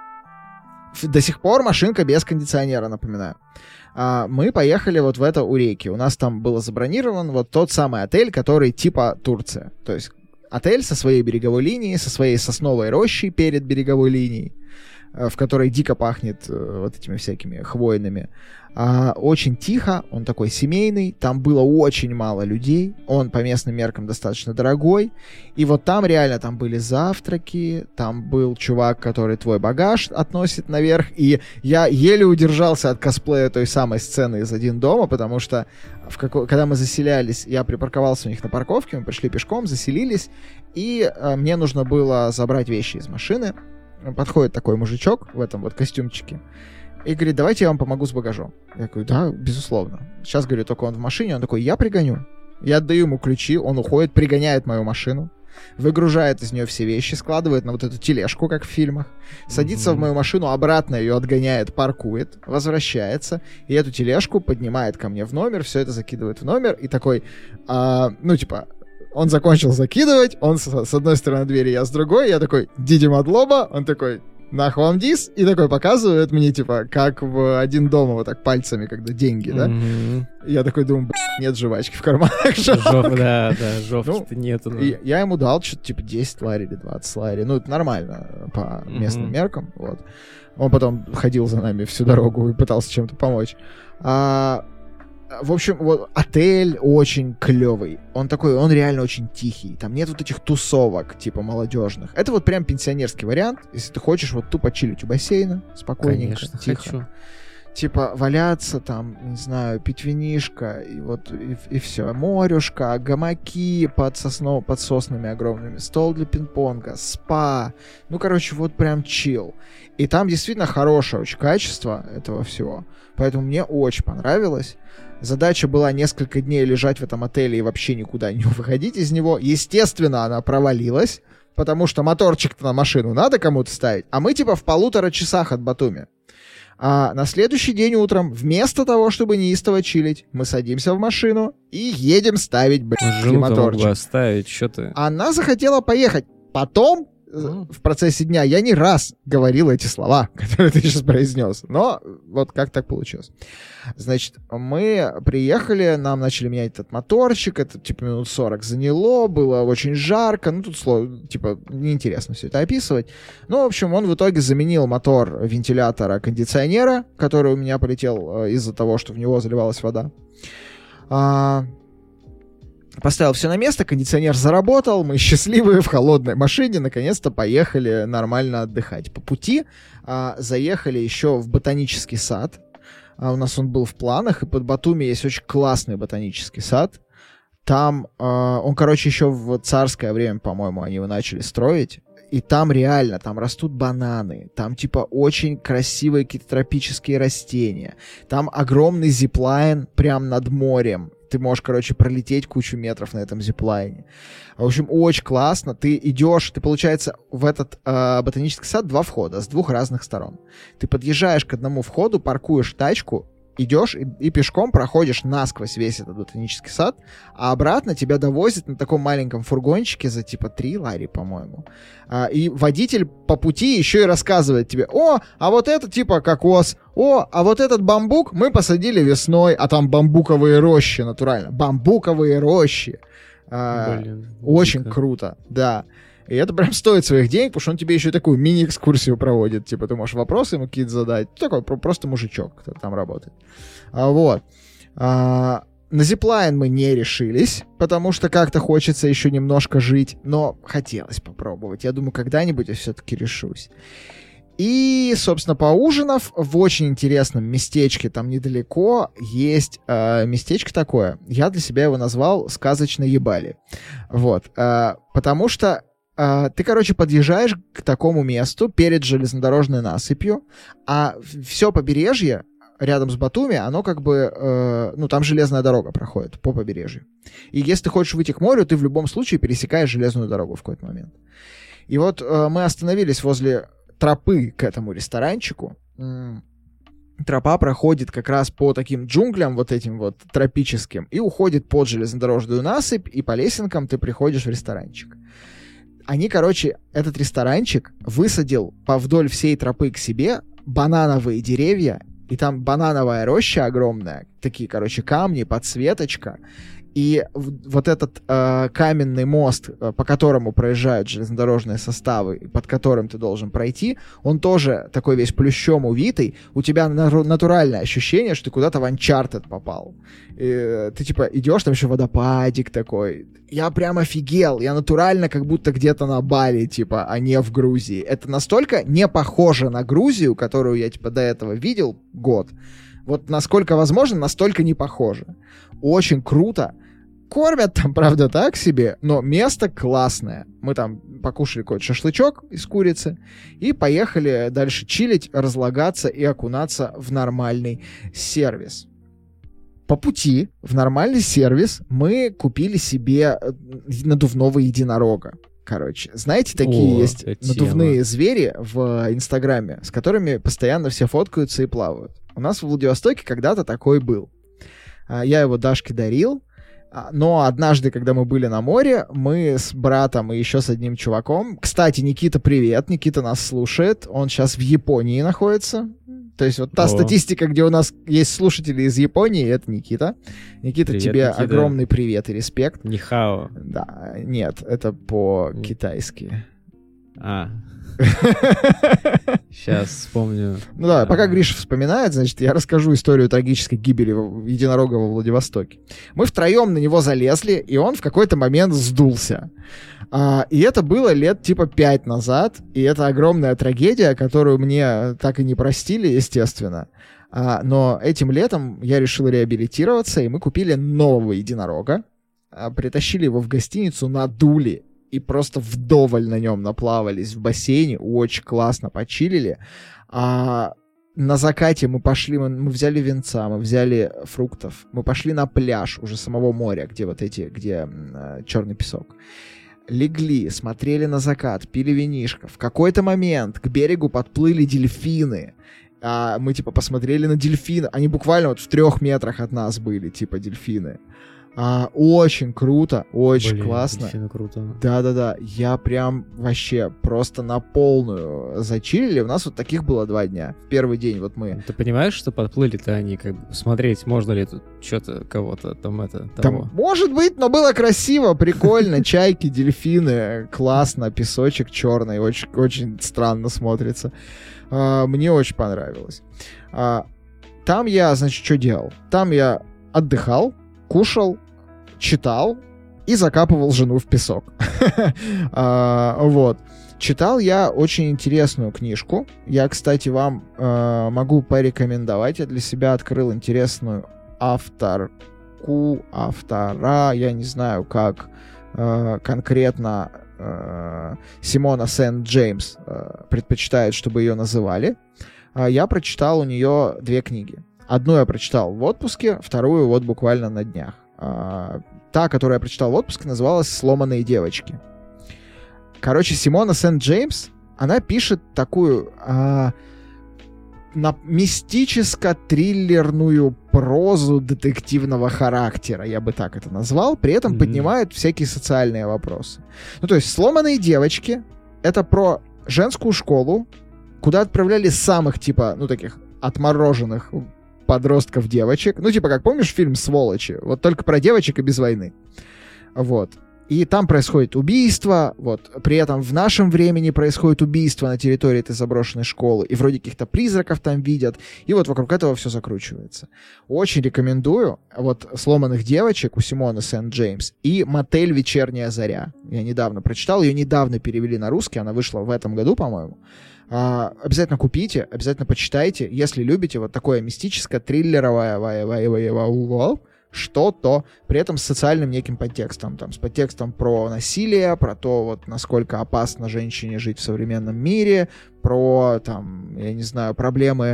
До сих пор машинка без кондиционера, напоминаю. Мы поехали вот в это Уреки. У нас там был забронирован вот тот самый отель, который типа Турция. То есть отель со своей береговой линией, со своей сосновой рощей перед береговой линией, в которой дико пахнет вот этими всякими хвойными. Очень тихо, он такой семейный, там было очень мало людей, он по местным меркам достаточно дорогой, и вот там реально там были завтраки, там был чувак, который твой багаж относит наверх, и я еле удержался от косплея той самой сцены из «Один дома», потому что когда мы заселялись, я припарковался у них на парковке, мы пришли пешком, заселились, и мне нужно было забрать вещи из машины. Подходит такой мужичок в этом вот костюмчике и говорит: давайте я вам помогу с багажом. Я говорю: да, безусловно. Сейчас, говорю, только он в машине. Он такой: я пригоню. Я отдаю ему ключи, он уходит, пригоняет мою машину, выгружает из нее все вещи, складывает на вот эту тележку, как в фильмах, садится в мою машину, обратно ее отгоняет, паркует, возвращается, и эту тележку поднимает ко мне в номер, все это закидывает в номер, и такой, он закончил закидывать, он с одной стороны двери, я с другой, я такой, Диди Мадлоба, он такой, нах вам дис, и такой показывает мне, типа, как в «Один дома», вот так пальцами, когда деньги, да? Я такой думаю, нет жвачки в карманах. Жопки-то нету. Я ему дал что-то, типа, 10 лари или 20 лари. Ну, это нормально по местным меркам, вот. Он потом ходил за нами всю дорогу и пытался чем-то помочь. В общем, вот отель очень клевый. Он реально очень тихий. Там нет вот этих тусовок, типа, молодежных. Это вот прям пенсионерский вариант, если ты хочешь вот тупо чилить у бассейна, спокойненько, конечно, тихо. хочу. Типа, валяться там, не знаю, пить винишко, и вот, и все. Морюшка, гамаки под соснами огромными, стол для пинг-понга, спа. Ну, короче, вот прям чил. И там действительно хорошее очень качество этого всего. Поэтому мне очень понравилось. Задача была несколько дней лежать в этом отеле и вообще никуда не выходить из него. Естественно, она провалилась, потому что моторчик-то на машину надо кому-то ставить, а мы типа в 1,5 часах от Батуми. А на следующий день утром, вместо того, чтобы неистово чилить, мы садимся в машину и едем ставить, моторчик. Оставить, что ты? Она захотела поехать. Потом, в процессе дня, я не раз говорил эти слова, которые ты сейчас произнес. Но вот как так получилось. Значит, мы приехали, нам начали менять этот моторчик, это типа минут 40 заняло, было очень жарко, ну тут типа неинтересно все это описывать. Ну, в общем, он в итоге заменил мотор вентилятора кондиционера, который у меня полетел из-за того, что в него заливалась вода. Поставил все на место, кондиционер заработал, мы счастливые в холодной машине, наконец-то поехали нормально отдыхать. По пути заехали еще в ботанический сад. У нас он был в планах, и под Батуми есть очень классный ботанический сад. Там, он, короче, еще в царское время, по-моему, они его начали строить. И там реально, там растут бананы, там типа очень красивые какие-то тропические растения. Там огромный зиплайн прямо над морем. Ты можешь, короче, пролететь кучу метров на этом зиплайне. В общем, очень классно. Ты идешь, получается, в этот ботанический сад 2 входа с 2 разных сторон. Ты подъезжаешь к одному входу, паркуешь тачку, идешь и пешком проходишь насквозь весь этот ботанический сад, а обратно тебя довозят на таком маленьком фургончике за типа 3 лари, по-моему. И водитель по пути еще и рассказывает тебе: о, а вот это типа кокос, о, а вот этот бамбук мы посадили весной, а там бамбуковые рощи, натурально, бамбуковые рощи. Очень круто, да. И это прям стоит своих денег, потому что он тебе еще и такую мини-экскурсию проводит. Типа, ты можешь вопросы ему какие-то задать. Такой просто мужичок, кто там работает. Вот. На зиплайн мы не решились, потому что как-то хочется еще немножко жить. Но хотелось попробовать. Я думаю, когда-нибудь я все-таки решусь. И, собственно, поужинав в очень интересном местечке, там недалеко, есть местечко такое. Я для себя его назвал «Сказочно ебали». Вот. Потому что ты, короче, подъезжаешь к такому месту перед железнодорожной насыпью, а все побережье рядом с Батуми, оно как бы, там железная дорога проходит по побережью. И если ты хочешь выйти к морю, ты в любом случае пересекаешь железную дорогу в какой-то момент. И вот мы остановились возле тропы к этому ресторанчику. Тропа проходит как раз по таким джунглям, вот этим вот тропическим, и уходит под железнодорожную насыпь, и по лесенкам ты приходишь в ресторанчик. Они, короче, этот ресторанчик высадил вдоль всей тропы к себе банановые деревья, и там банановая роща огромная, такие, короче, камни, подсветочка, и вот этот каменный мост, по которому проезжают железнодорожные составы, под которым ты должен пройти, он тоже такой весь плющом увитый. У тебя натуральное ощущение, что ты куда-то в Uncharted попал. И ты типа идешь, там еще водопадик такой. Я прям офигел. Я натурально как будто где-то на Бали, типа, а не в Грузии. Это настолько не похоже на Грузию, которую я типа до этого видел год. Вот насколько возможно, настолько не похоже. Очень круто. Кормят там, правда, так себе, но место классное. Мы там покушали какой-то шашлычок из курицы и поехали дальше чилить, разлагаться и окунаться в нормальный сервис. по пути в нормальный сервис мы купили себе надувного единорога. Короче, знаете, такие есть надувные звери в Инстаграме, с которыми постоянно все фоткаются и плавают. У нас в Владивостоке когда-то такой был. Я его Дашке дарил, но однажды, когда мы были на море, мы с братом и еще с одним чуваком... Кстати, Никита, привет, Никита нас слушает, он сейчас в Японии находится. То есть вот та статистика, где у нас есть слушатели из Японии, это Никита. Никита, привет, тебе Никита. Огромный привет и респект. Нихао. Да, нет, это по-китайски. Сейчас вспомню. Ну да, пока Гриша вспоминает, значит, я расскажу историю трагической гибели единорога во Владивостоке. Мы втроем на него залезли, и он в какой-то момент сдулся. И это было лет типа 5 назад, и это огромная трагедия, которую мне так и не простили, естественно. Но этим летом я решил реабилитироваться, и мы купили нового единорога, притащили его в гостиницу, надули, и просто вдоволь на нем наплавались в бассейне, очень классно почилили. На закате мы пошли, мы взяли винца, мы взяли фруктов, мы пошли на пляж уже самого моря, где где черный песок. Легли, смотрели на закат, пили винишко. В какой-то момент к берегу подплыли дельфины. Мы типа посмотрели на дельфина. Они буквально вот в 3 метрах от нас были, типа дельфины. Очень круто, очень классно. Круто. Да-да-да, я прям вообще просто на полную зачилили. У нас вот таких было 2 дня. В первый день вот мы... Ты понимаешь, что подплыли-то они, как бы, смотреть, можно ли тут что-то, кого-то там того? Там, может быть, но было красиво, прикольно. Чайки, дельфины, классно, песочек черный, очень, очень странно смотрится. Мне очень понравилось. Там я, значит, что делал? Там я отдыхал, кушал, читал и закапывал жену в песок. Вот. Читал я очень интересную книжку. Я, кстати, вам могу порекомендовать. Я для себя открыл интересную автора. Я не знаю, как конкретно Симона Сент-Джеймс предпочитает, чтобы ее называли. Я прочитал у нее 2 книги. Одну я прочитал в отпуске, вторую вот буквально на днях. Та, которую я прочитал в отпуске, называлась «Сломанные девочки». Короче, Симона Сент-Джеймс, она пишет такую мистическо-триллерную прозу детективного характера, я бы так это назвал, при этом поднимает всякие социальные вопросы. Ну, то есть «Сломанные девочки» — это про женскую школу, куда отправляли самых, типа, ну, таких отмороженных подростков девочек. Ну, типа, как помнишь фильм «Сволочи»? Вот только про девочек и без войны. Вот. И там происходит убийство, вот. При этом в нашем времени происходит убийство на территории этой заброшенной школы, и вроде каких-то призраков там видят, и вот вокруг этого все закручивается. Очень рекомендую. Вот «Сломанных девочек» у Симоны Сент-Джеймс и «Мотель. Вечерняя заря». Я недавно прочитал, ее недавно перевели на русский, она вышла в этом году, по-моему. Обязательно купите, обязательно почитайте, если любите вот такое мистическое, триллеровое что-то, при этом с социальным неким подтекстом, там, с подтекстом про насилие, про то, вот, насколько опасно женщине жить в современном мире, про, там, я не знаю, проблемы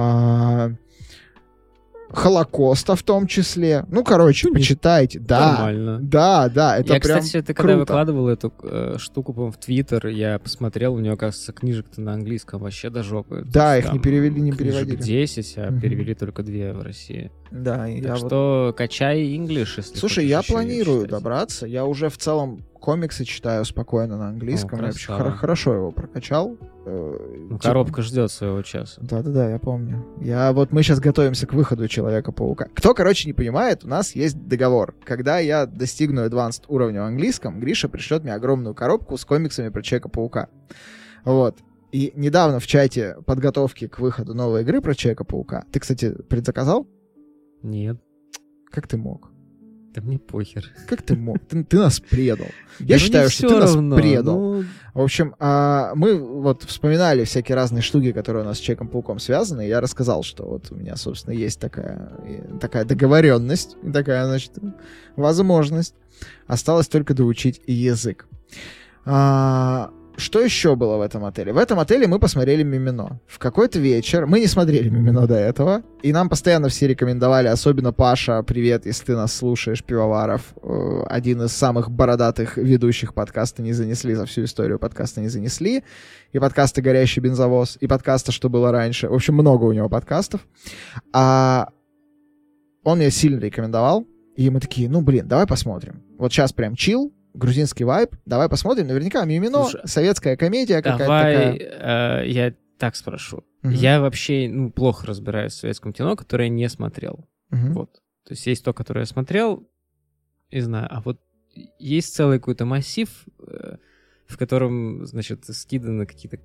Холокоста в том числе. Ну, короче, почитайте. Да, нормально. Да, это я, прям кстати, ты круто. Когда выкладывал эту штуку, по-моему, в Твиттер, я посмотрел, у нее, оказывается, книжек-то на английском вообще до жопы. Да, их не перевели, не переводили. 10, а перевели только 2 в России. Да, так что качай English, если Слушай, я планирую добраться. Я уже в целом комиксы читаю спокойно на английском. Я вообще хорошо его прокачал. Коробка ждет своего часа. Да, я помню. Мы сейчас готовимся к выходу Человека-паука. Кто, короче, не понимает, у нас есть договор. Когда я достигну advanced уровня в английском, Гриша пришлет мне огромную коробку с комиксами про Человека-паука. Вот. И недавно в чате подготовки к выходу новой игры про Человека-паука. Ты, кстати, предзаказал? Нет. Как ты мог? Да мне похер. Как ты мог? Ты нас предал. Я считаю, что ты нас предал. В общем, мы вот вспоминали всякие разные штуки, которые у нас с Человеком-пауком связаны, и я рассказал, что вот у меня, собственно, есть такая договоренность, такая, значит, возможность. Осталось только доучить язык. что еще было в этом отеле? В этом отеле мы посмотрели «Мимино». В какой-то вечер, мы не смотрели «Мимино» до этого, и нам постоянно все рекомендовали, особенно Паша, привет, если ты нас слушаешь, Пивоваров, один из самых бородатых ведущих подкаста «Не занесли», за всю историю подкаста «Не занесли», и подкаста «Горящий бензовоз», и подкаста «Что было раньше». В общем, много у него подкастов. Он мне сильно рекомендовал, и мы такие, давай посмотрим. Вот сейчас прям чил, грузинский вайб, давай посмотрим. Наверняка «Мимино», советская комедия какая-то такая. Я так спрошу. Я вообще плохо разбираюсь в советском кино, которое я не смотрел. Вот. То есть есть то, которое я смотрел, и знаю. А вот есть целый какой-то массив, в котором, значит, скиданы какие-то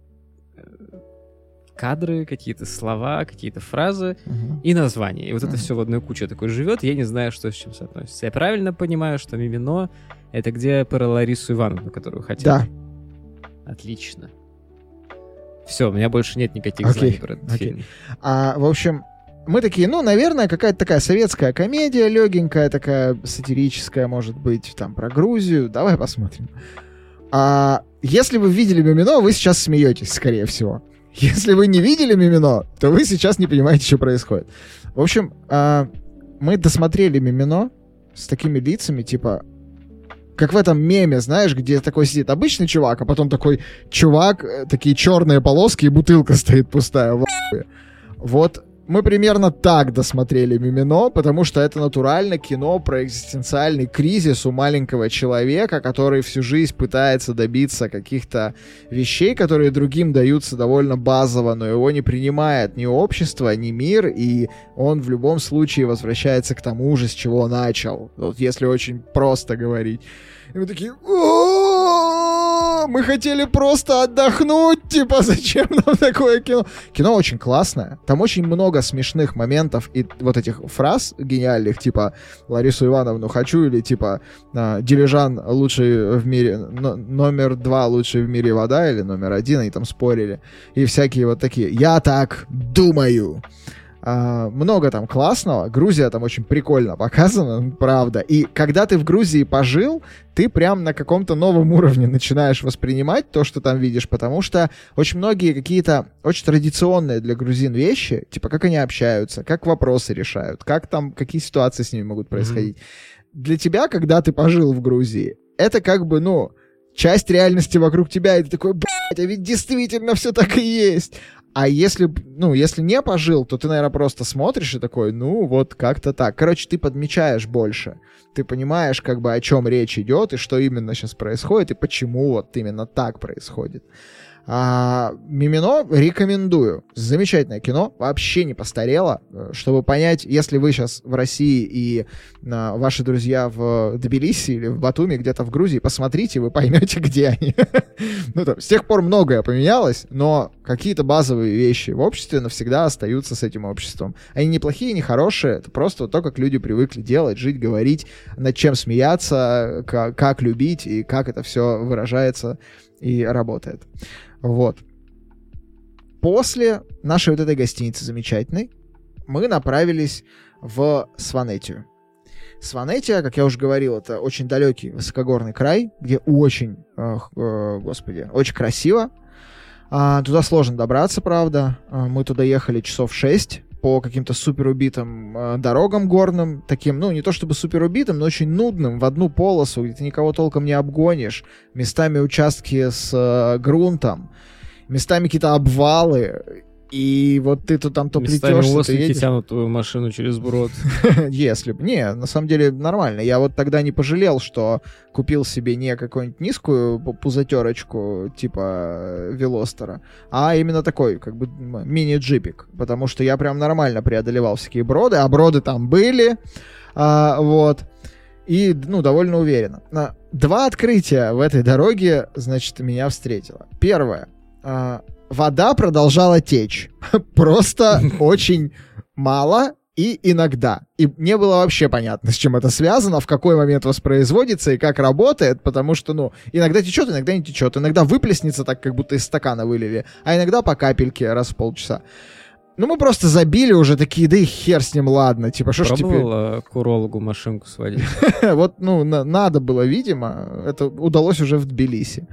кадры, какие-то слова, какие-то фразы и названия. И вот это все в одной куче такой живет, я не знаю, что с чем соотносится. Я правильно понимаю, что «Мимино» — это где про Ларису Ивановну, которую хотел? Да. Отлично. Все, у меня больше нет никаких знаний про этот фильм. В общем, мы такие, наверное, какая-то такая советская комедия, легенькая, такая сатирическая, может быть, там, про Грузию. Давай посмотрим. Если вы видели «Мимино», вы сейчас смеетесь, скорее всего. Если вы не видели «Мимино», то вы сейчас не понимаете, что происходит. В общем, мы досмотрели «Мимино» с такими лицами, типа, как в этом меме, знаешь, где такой сидит обычный чувак, а потом такой чувак, такие черные полоски и бутылка стоит пустая в ахуе. Вот мы примерно так досмотрели «Мимино», потому что это натурально кино про экзистенциальный кризис у маленького человека, который всю жизнь пытается добиться каких-то вещей, которые другим даются довольно базово, но его не принимает ни общество, ни мир, и он в любом случае возвращается к тому же, с чего начал. Вот если очень просто говорить. И мы такие: мы хотели просто отдохнуть, типа, зачем нам такое кино? Кино очень классное, там очень много смешных моментов и вот этих фраз гениальных, типа «Ларису Ивановну хочу» или типа «Дилижан лучший в мире, номер 2 лучший в мире вода» или номер 1, они там спорили, и всякие вот такие «Я так думаю». Много там классного. Грузия там очень прикольно показана, правда. И когда ты в Грузии пожил, ты прям на каком-то новом уровне начинаешь воспринимать то, что там видишь, потому что очень многие какие-то очень традиционные для грузин вещи, типа как они общаются, как вопросы решают, как там, какие ситуации с ними могут происходить. Для тебя, когда ты пожил в Грузии, это как бы, часть реальности вокруг тебя, и ты такой: блядь, а ведь действительно все так и есть. А если не пожил, то ты, наверное, просто смотришь и такой, вот как-то так. Короче, ты подмечаешь больше. Ты понимаешь, как бы, о чем речь идет, и что именно сейчас происходит, и почему вот именно так происходит. «Мимино» рекомендую. Замечательное кино, вообще не постарело. Чтобы понять, если вы сейчас в России и ваши друзья в Тбилиси или в Батуми, где-то в Грузии, посмотрите, вы поймете, где они. С тех пор многое поменялось, но какие-то базовые вещи в обществе навсегда остаются с этим обществом. Они не плохие, не хорошие, это просто вот то, как люди привыкли делать, жить, говорить, над чем смеяться, как любить и как это все выражается и работает. Вот. После нашей вот этой гостиницы замечательной мы направились в Сванетию. Сванетия, как я уже говорил, это очень далекий высокогорный край, где очень, очень красиво. Туда сложно добраться, правда. Мы туда ехали часов 6 по каким-то суперубитым дорогам горным, таким, не то чтобы суперубитым, но очень нудным, в одну полосу, где ты никого толком не обгонишь, местами участки с грунтом, местами какие-то обвалы, и вот ты тут там то плетешься, то едешь. Тянут твою машину через брод. Если бы. Не, на самом деле нормально. Я вот тогда не пожалел, что купил себе не какую-нибудь низкую пузатерочку типа Велостера, а именно такой, как бы, мини-джипик. Потому что я прям нормально преодолевал всякие броды, а броды там были. Вот. И, довольно уверенно. 2 открытия в этой дороге, значит, меня встретило. Первое. Вода продолжала течь. Просто очень мало и иногда. И не было вообще понятно, с чем это связано, в какой момент воспроизводится и как работает, потому что, иногда течет, иногда не течет. Иногда выплеснется так, как будто из стакана вылили, а иногда по капельке раз в полчаса. Ну, мы просто забили уже такие, да и хер с ним, ладно. Типа, что ж теперь... Пробовала к урологу машинку сводить? Вот, ну, надо было, видимо. Это удалось уже в Тбилиси.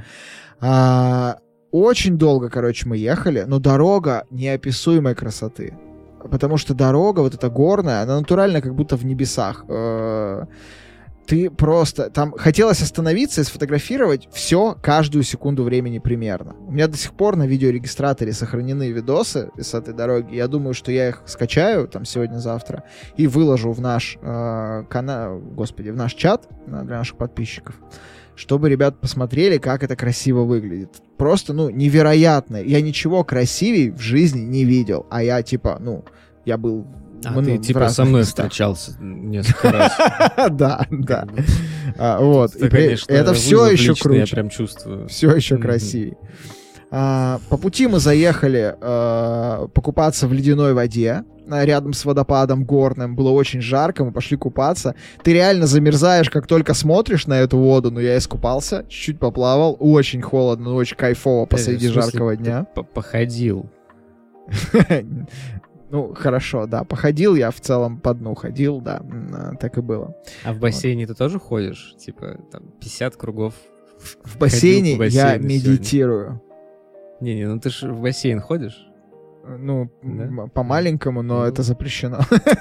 Очень долго, короче, мы ехали, но дорога неописуемой красоты. Потому что дорога, вот эта горная, она натурально как будто в небесах. Ты просто... Там хотелось остановиться и сфотографировать все каждую секунду времени примерно. У меня до сих пор на видеорегистраторе сохранены видосы с этой дороги. Я думаю, что я их скачаю там сегодня-завтра и выложу в наш канал, господи, в наш чат для наших подписчиков, чтобы ребят посмотрели, как это красиво выглядит. Просто, ну, невероятно. Я ничего красивее в жизни не видел. А я, типа, ну, я был... ты, типа, со мной встречался несколько раз. Да. Вот. Это все еще круче. Я прям чувствую. Все еще красивее. По пути мы заехали покупаться в ледяной воде рядом с водопадом горным. Было очень жарко, мы пошли купаться. Ты реально замерзаешь, как только смотришь на эту воду. Но я искупался, чуть-чуть поплавал. Очень холодно, но очень кайфово посреди жаркого дня. Походил. Ну, хорошо, да. Походил я в целом по дну, ходил, да. Так и было. А в бассейне ты тоже ходишь? Типа, там, 50 кругов? В бассейне я медитирую. Не, ну ты же в бассейн ходишь? Ну, по-маленькому, но это запрещено.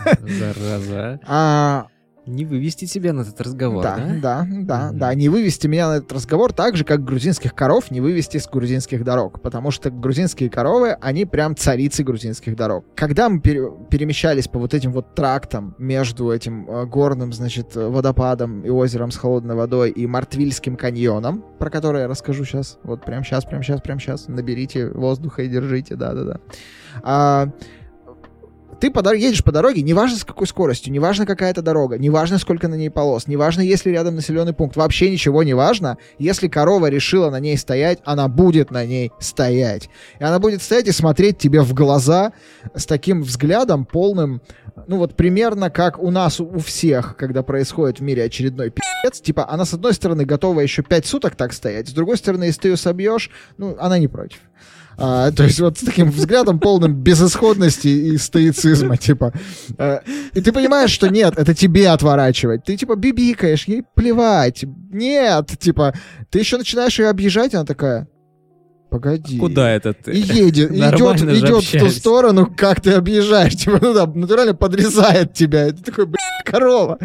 Зараза. Не вывести тебя на этот разговор, да? Да. Не вывести меня на этот разговор так же, как грузинских коров не вывести с грузинских дорог. Потому что грузинские коровы, они прям царицы грузинских дорог. Когда мы перемещались по вот этим вот трактам между этим горным, значит, водопадом и озером с холодной водой и Мартвильским каньоном, про который я расскажу сейчас, вот прям сейчас, наберите воздуха и держите, да. Ты едешь по дороге, неважно с какой скоростью, неважно какая это дорога, неважно сколько на ней полос, неважно есть ли рядом населенный пункт, вообще ничего не важно. Если корова решила на ней стоять, она будет на ней стоять. И она будет стоять и смотреть тебе в глаза с таким взглядом полным, ну вот примерно как у нас у всех, когда происходит в мире очередной пи***ц. Типа она с одной стороны готова еще 5 суток так стоять, с другой стороны, если ты ее собьешь, ну она не против. То есть вот с таким взглядом полным безысходности и стоицизма, типа. И ты понимаешь, что нет, это тебе отворачивать. Ты, типа, бибикаешь, ей плевать. Нет, типа, ты еще начинаешь ее объезжать, она такая, погоди. Куда это ты? И идет в ту сторону, как ты объезжаешь. Типа, ну да, натурально подрезает тебя. Ты такой, корова.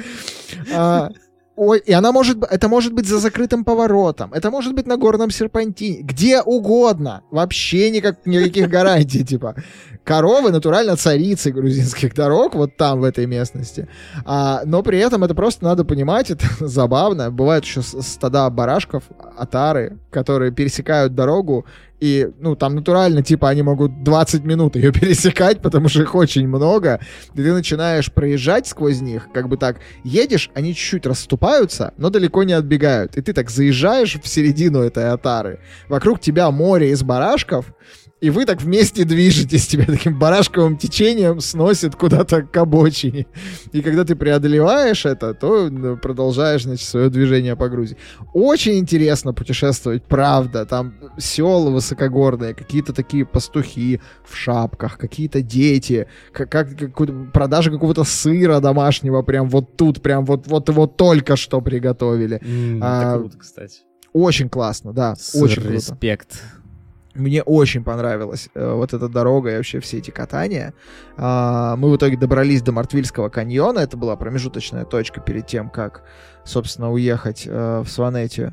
Ой, и это может быть за закрытым поворотом, это может быть на горном серпантине, где угодно, вообще никаких гарантий, типа. Коровы натурально царицы грузинских дорог, вот там, в этой местности. Но при этом это просто надо понимать, это забавно. Бывают еще стада барашков, отары, которые пересекают дорогу, и, ну, там натурально, типа, они могут 20 минут ее пересекать, потому что их очень много, и ты начинаешь проезжать сквозь них, как бы так, едешь, они чуть-чуть расступаются, но далеко не отбегают, и ты так заезжаешь в середину этой отары, вокруг тебя море из барашков, и вы так вместе движетесь, тебя таким барашковым течением сносит куда-то к обочине. И когда ты преодолеваешь это, то продолжаешь, значит, свое движение по Грузии. Очень интересно путешествовать, правда. Там села высокогорные, какие-то такие пастухи в шапках, какие-то дети, продажа какого-то сыра домашнего прям вот тут, прям вот его только что приготовили. Это круто, кстати. Очень классно, да. Очень круто. Респект. Мне очень понравилась вот эта дорога и вообще все эти катания. Мы в итоге добрались до Мартвильского каньона. Это была промежуточная точка перед тем, как, собственно, уехать в Сванетию.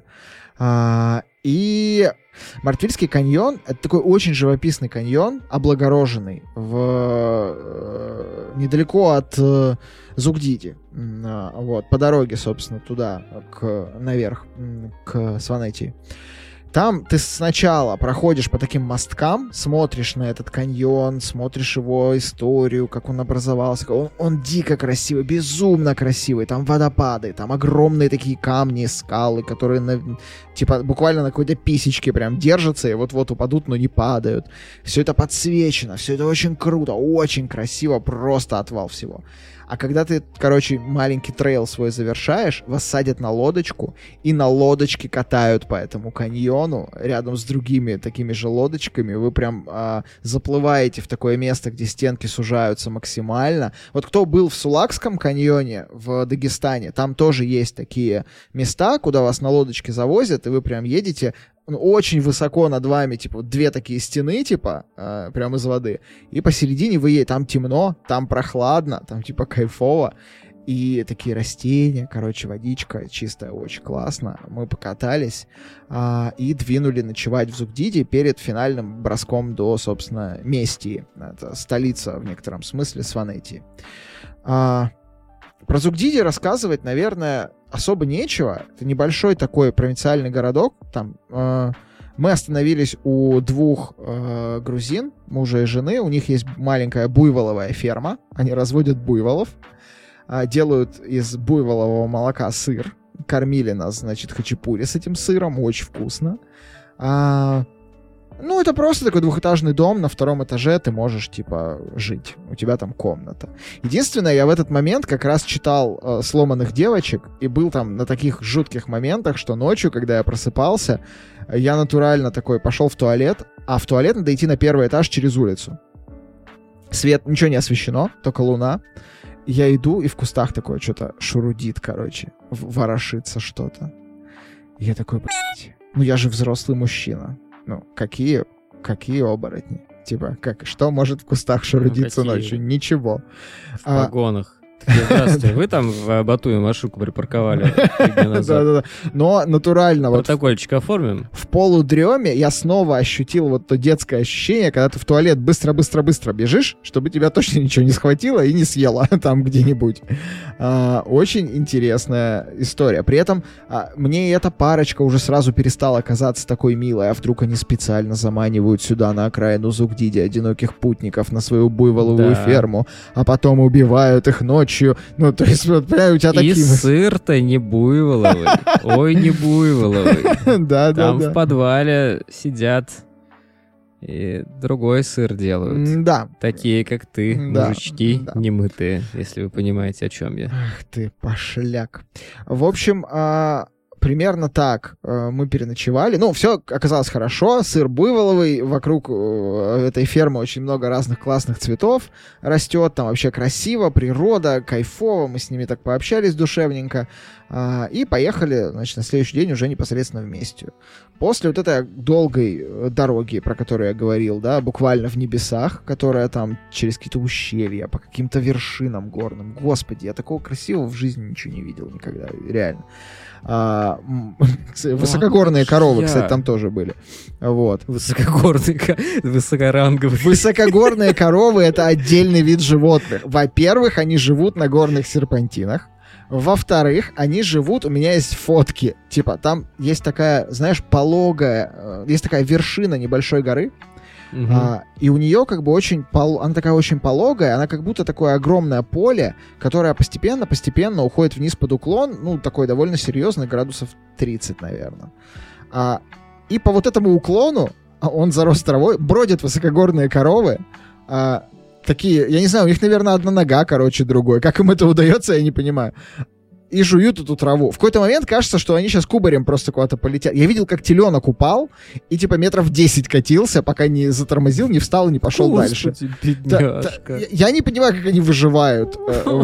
И Мартвильский каньон — это такой очень живописный каньон, облагороженный недалеко от Зугдиди. Вот, по дороге, собственно, туда, наверх, к Сванетии. Там ты сначала проходишь по таким мосткам, смотришь на этот каньон, смотришь его историю, как он образовался. Он дико красивый, безумно красивый. Там водопады, там огромные такие камни, скалы, которые типа буквально на какой-то писечке прям держатся и вот-вот упадут, но не падают. Все это подсвечено, все это очень круто, очень красиво, просто отвал всего. А когда ты, короче, маленький трейл свой завершаешь, вас садят на лодочку, и на лодочке катают по этому каньону рядом с другими такими же лодочками. Вы прям заплываете в такое место, где стенки сужаются максимально. Вот кто был в Сулакском каньоне в Дагестане, там тоже есть такие места, куда вас на лодочке завозят, и вы прям едете очень высоко над вами, типа, две такие стены, типа, прям из воды, и посередине вы едете, там темно, там прохладно, там, типа, кайфово, и такие растения, короче, водичка чистая, очень классно. Мы покатались и двинули ночевать в Зугдиде перед финальным броском до, собственно, Местии. Это столица, в некотором смысле, Сванетии. Про Зугдиди рассказывать, наверное, особо нечего. Это небольшой такой провинциальный городок. Там мы остановились у двух грузин, мужа и жены. У них есть маленькая буйволовая ферма. Они разводят буйволов, делают из буйволового молока сыр. Кормили нас, значит, хачапури с этим сыром. Очень вкусно. Ну, это просто такой двухэтажный дом, на втором этаже ты можешь, типа, жить. У тебя там комната. Единственное, я в этот момент как раз читал «Сломанных девочек» и был там на таких жутких моментах, что ночью, когда я просыпался, я натурально такой пошел в туалет, а в туалет надо идти на первый этаж через улицу. Свет, ничего не освещено, только луна. Я иду, и в кустах такое что-то шурудит, короче, ворошится что-то. Я такой, блядь, ну я же взрослый мужчина. Ну, какие оборотни? Типа, что может в кустах шурудиться ночью? Ничего. В погонах. Здравствуйте, вы там в Батуми машинку припарковали 3 дня назад? Да-да-да. Но натурально протокольчик оформим. В полудреме я снова ощутил вот то детское ощущение, когда ты в туалет быстро-быстро-быстро бежишь, чтобы тебя точно ничего не схватило и не съело там где-нибудь. Очень интересная история. При этом мне эта парочка уже сразу перестала казаться такой милой, а вдруг они специально заманивают сюда на окраину Зугдиди одиноких путников на свою буйволовую ферму, а потом убивают их ночью. Ну, то есть, вот, прям у тебя такие... И сыр-то не буйволовый. Ой, не буйволовый. Да. Там в подвале сидят и другой сыр делают. Да. Такие, как ты, мужички немытые, если вы понимаете, о чем я. Ах ты, пошляк. В общем, примерно так мы переночевали. Ну, все оказалось хорошо. Сыр буйволовый. Вокруг этой фермы очень много разных классных цветов растет. Там вообще красиво, природа, кайфово. Мы с ними так пообщались душевненько. И поехали, значит, на следующий день уже непосредственно в Местию. После вот этой долгой дороги, про которую я говорил, да, буквально в небесах, которая там через какие-то ущелья, по каким-то вершинам горным. Господи, я такого красивого в жизни ничего не видел никогда, реально. Высокогорные коровы, кстати, там тоже были. Вот. Высокоранговые. Высокогорные коровы — это отдельный вид животных. Во-первых, они живут на горных серпантинах. Во-вторых, они живут, у меня есть фотки, типа, там есть такая, знаешь, пологая, есть такая вершина небольшой горы, и у нее как бы она такая очень пологая, она как будто такое огромное поле, которое постепенно уходит вниз под уклон, ну, такой довольно серьезный, градусов 30, наверное. И по вот этому уклону, он зарос травой, бродят высокогорные коровы, такие, я не знаю, у них, наверное, одна нога короче другой. Как им это удается, я не понимаю. И жуют эту траву. В какой-то момент кажется, что они сейчас кубарем просто куда-то полетят. Я видел, как теленок упал и типа метров 10 катился, пока не затормозил, не встал и не пошел дальше. Я не понимаю, как они выживают.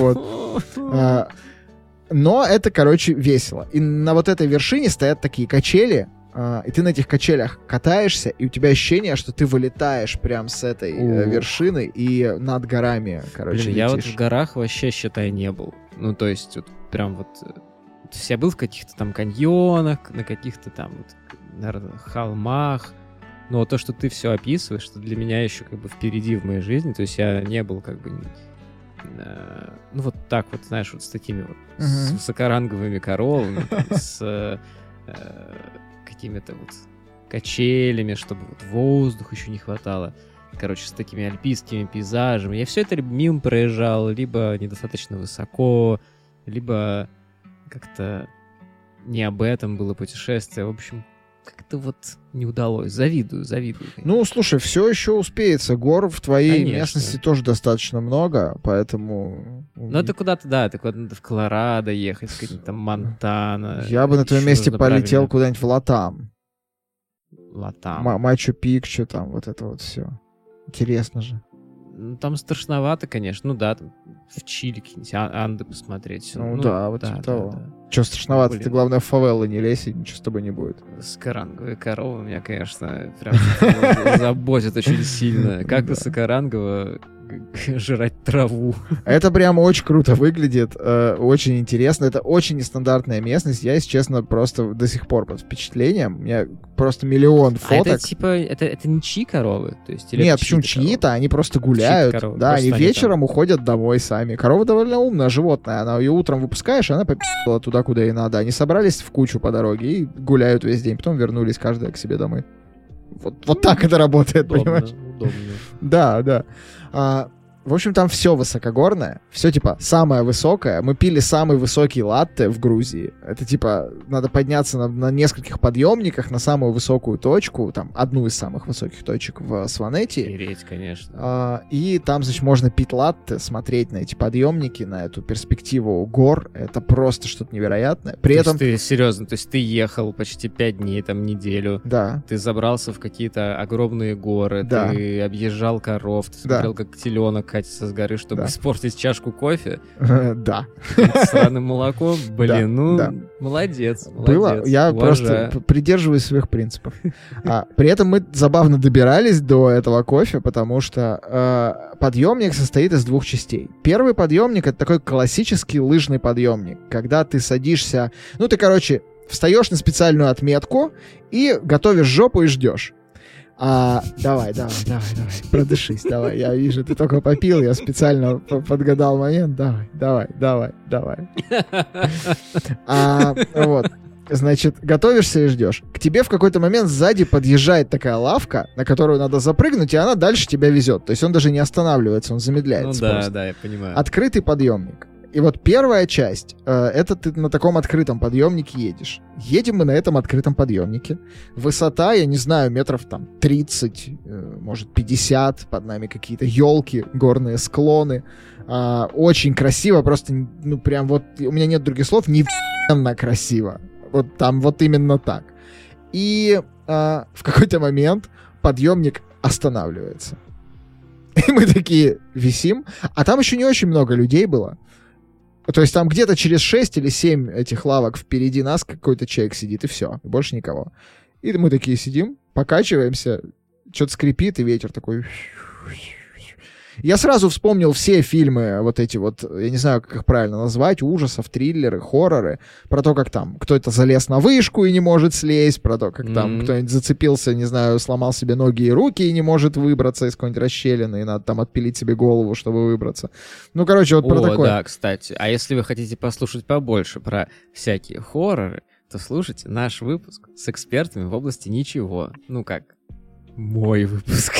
Но это, короче, весело. И на вот этой вершине стоят такие качели, и ты на этих качелях катаешься, и у тебя ощущение, что ты вылетаешь прям с этой вершины и над горами, короче, летишь. Я вот в горах вообще, считай, не был. Ну, то есть, вот прям вот... Я был в каких-то там каньонах, на каких-то там, вот, наверное, холмах. Но вот то, что ты все описываешь, что для меня еще как бы впереди в моей жизни. То есть я не был как бы... ну, вот так вот, знаешь, вот с такими вот с высокоранговыми коровами, с... какими-то вот качелями, чтобы вот воздуха еще не хватало. Короче, с такими альпийскими пейзажами. Я все это мимо проезжал, либо недостаточно высоко, либо как-то не об этом было путешествие. В общем, как-то вот не удалось. Завидую. Ну, слушай, все еще успеется. Гор в твоей Конечно. местности тоже достаточно много, поэтому... Ну, это куда-то, да, ты куда-то в Колорадо ехать, какие-то там Монтана. Я бы на твоем Ещё месте нужно полетел правильно. куда-нибудь в Латам. Латам. Мачу-Пикчу, там, вот это вот все. Интересно же. Ну, там страшновато, конечно. Ну да, там в Чили какие-нибудь Анды посмотреть. Ну да, вот типа того. Че страшновато, Блин. ты, главное, в фавелы не лезь, и ничего с тобой не будет. Высокоранговые коровы меня, конечно, прям заботят очень сильно. Как высокорангово жрать траву. Это прям очень круто выглядит, очень интересно. Это очень нестандартная местность. Я, если честно, просто до сих пор под впечатлением. У меня просто миллион А фоток. это типа, это не чьи коровы? То есть, или Нет, это почему чьи-то коровы? чьи-то? Они просто гуляют. коровы, Да, просто они они вечером уходят домой сами. Корова довольно умная животное. Она ее утром выпускаешь, она попила туда, куда ей надо. Они собрались в кучу по дороге и гуляют весь день. Потом вернулись каждая к себе домой. Вот так это работает, понимаешь? Удобно. Да. В общем, там все высокогорное, все типа самое высокое. Мы пили самый высокий латте в Грузии. Это типа надо подняться на нескольких подъемниках на самую высокую точку, там одну из самых высоких точек в Сванетии. Переть, конечно. И там, значит, можно пить латте, смотреть на эти подъемники, на эту перспективу гор. Это просто что-то невероятное. При этом... Ты серьезно, то есть ты ехал почти 5 дней, там неделю. Да. Ты забрался в какие-то огромные горы, Да. ты объезжал коров, ты Да. смотрел, как теленок катится с горы, чтобы Да. испортить чашку кофе Да. с сраным молоком. Блин, ну, да. молодец. Было. Я уважаю. просто придерживаюсь своих принципов. При этом мы забавно добирались до этого кофе, потому что подъемник состоит из двух частей. Первый подъемник — это такой классический лыжный подъемник, когда ты садишься... Ну, ты, короче, встаешь на специальную отметку и готовишь жопу и ждешь. Давай, продышись, давай. Я вижу, ты только попил, я специально подгадал момент. Давай. Вот. Значит, готовишься и ждешь. К тебе в какой-то момент сзади подъезжает такая лавка, на которую надо запрыгнуть, и она дальше тебя везет. То есть он даже не останавливается, он замедляет Ну скорость. да, я понимаю. Открытый подъемник. И вот первая часть, это ты на таком открытом подъемнике едешь. Едем мы на этом открытом подъемнике. Высота, я не знаю, метров там 30, может 50, под нами какие-то елки, горные склоны. Очень красиво, просто, ну прям вот, у меня нет других слов, невероятно красиво. Вот там вот именно так. И в какой-то момент подъемник останавливается. И мы такие висим, а там еще не очень много людей было. То есть там где-то через 6 или 7 этих лавок впереди нас какой-то человек сидит, и все, и больше никого. И мы такие сидим, покачиваемся, что-то скрипит, и ветер такой... Я сразу вспомнил все фильмы вот эти вот, я не знаю, как их правильно назвать, ужасов, триллеры, хорроры, про то, как там кто-то залез на вышку и не может слезть, про то, как там кто-нибудь зацепился, не знаю, сломал себе ноги и руки и не может выбраться из какой-нибудь расщелины, и надо там отпилить себе голову, чтобы выбраться. Ну, короче, вот про такое. Да, кстати. А если вы хотите послушать побольше про всякие хорроры, то слушайте наш выпуск с экспертами в области ничего. Ну как, мой выпуск.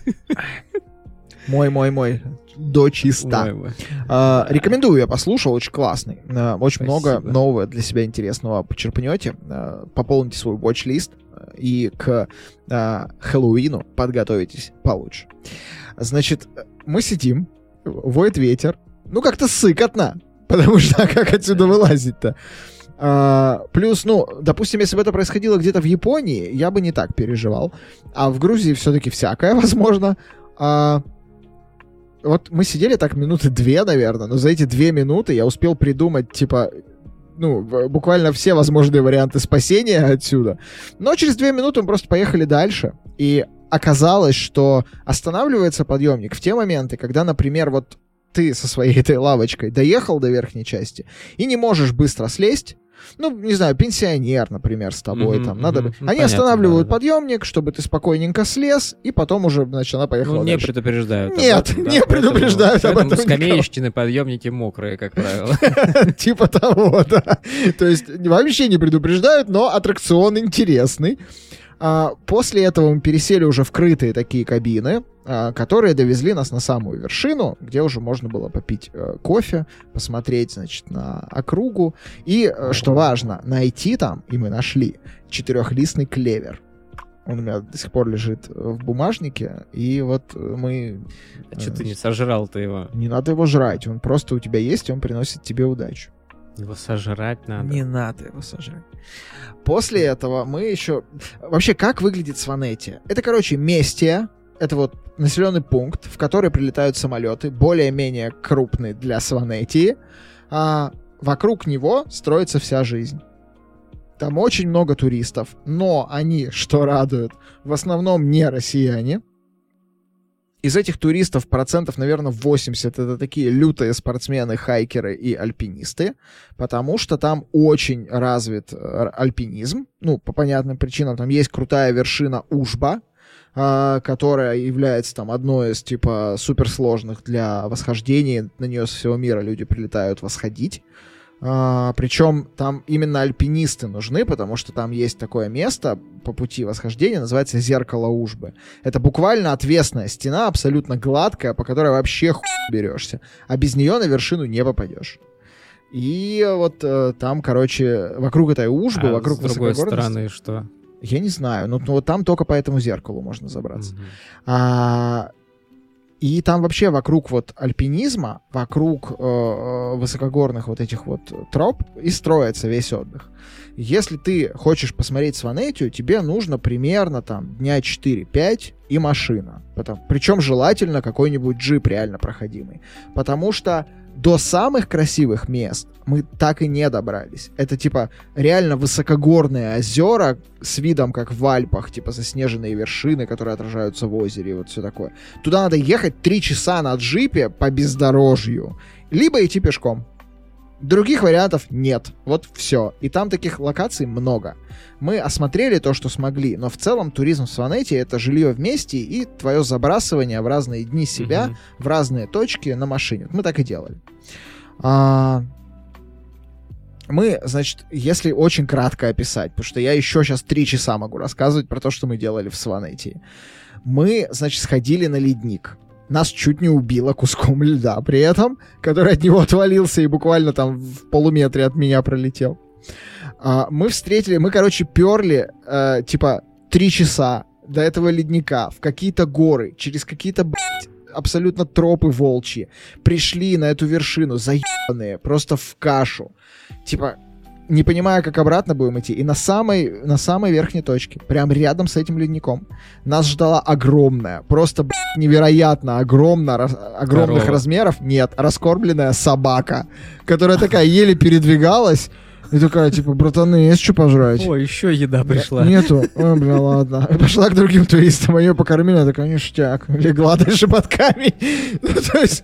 Мой. До чиста. Рекомендую, я послушал, очень классный. Очень много нового для себя интересного почерпнете. Пополните свой watch-лист и к Хэллоуину подготовитесь получше. Значит, мы сидим, воет ветер. Ну, как-то сыкотно, потому что как отсюда вылазить-то? Плюс, ну, допустим, если бы это происходило где-то в Японии, я бы не так переживал. А в Грузии все-таки всякое возможно. Вот мы сидели так минуты 2, наверное, но за эти 2 минуты я успел придумать, типа, ну, буквально все возможные варианты спасения отсюда. Но через 2 минуты мы просто поехали дальше, и оказалось, что останавливается подъемник в те моменты, когда, например, вот ты со своей этой лавочкой доехал до верхней части и не можешь быстро слезть. Ну, не знаю, пенсионер, например, с тобой там. Надо... Ну, Они понятно, останавливают да. подъемник, чтобы ты спокойненько слез, и потом уже, значит, она поехала Ну, не дальше. предупреждают. Нет, не предупреждают об этом никого. Скамеечки, подъемники мокрые, как правило. Типа того, да. То есть вообще не предупреждают, но аттракцион интересный. После этого мы пересели уже в крытые такие кабины. которые довезли нас на самую вершину, где уже можно было попить кофе, посмотреть, значит, на округу. И, что важно, найти там, и мы нашли, 4-листный клевер. Он у меня до сих пор лежит в бумажнике, и вот мы... А что ты не сожрал-то его? Не надо его жрать, он просто у тебя есть, и он приносит тебе удачу. Его сожрать надо. Не надо его сожрать. После этого мы еще... Вообще, как выглядит Сванетия? Это, короче, Местия. Это вот населенный пункт, в который прилетают самолеты, более-менее крупный для Сванетии. А вокруг него строится вся жизнь. Там очень много туристов, но они, что радует, в основном не россияне. Из этих туристов процентов, наверное, 80 это такие лютые спортсмены, хайкеры и альпинисты, потому что там очень развит альпинизм. Ну, по понятным причинам, там есть крутая вершина Ужба, которая является там одной из типа суперсложных для восхождения. На нее со всего мира люди прилетают восходить. Причем там именно альпинисты нужны, потому что там есть такое место по пути восхождения, называется Зеркало Ужбы. Это буквально отвесная стена, абсолютно гладкая, по которой вообще хуй берешься. А без нее на вершину не попадешь. И вот там, короче, вокруг этой Ужбы, вокруг высокогорности... с другой стороны что? Я не знаю, но вот там только по этому зеркалу можно забраться. И там вообще вокруг вот альпинизма, вокруг высокогорных вот этих вот троп и строится весь отдых. Если ты хочешь посмотреть Сванетию, тебе нужно примерно там дня 4-5 и машина. Причем желательно какой-нибудь джип реально проходимый. Потому что до самых красивых мест мы так и не добрались. Это типа реально высокогорные озера с видом как в Альпах, типа заснеженные вершины, которые отражаются в озере и вот все такое. Туда надо ехать 3 часа на джипе по бездорожью, либо идти пешком. Других вариантов нет. Вот все. И там таких локаций много. Мы осмотрели то, что смогли, но в целом туризм в Сванетии — это жилье вместе и твое забрасывание в разные дни себя, в разные точки на машине. Мы так и делали. Мы, значит, если очень кратко описать, потому что я еще сейчас 3 часа могу рассказывать про то, что мы делали в Сванетии. Мы, значит, сходили на ледник. Нас чуть не убило куском льда при этом, который от него отвалился и буквально там в полуметре от меня пролетел. Мы, короче, перли, типа, 3 часа до этого ледника в какие-то горы, через какие-то, абсолютно тропы волчьи. Пришли на эту вершину, заебанные, просто в кашу. Типа, не понимая, как обратно будем идти. И на самой верхней точке, прям рядом с этим ледником, нас ждала огромная, просто невероятно огромных размеров, раскормленная собака, которая такая еле передвигалась. И такая, типа, братаны, есть что пожрать? О, еще еда пришла. Нету? Ой, бля, ладно. И пошла к другим туристам, ее покормили, она такая, ништяк. Легла дальше под камень. То есть,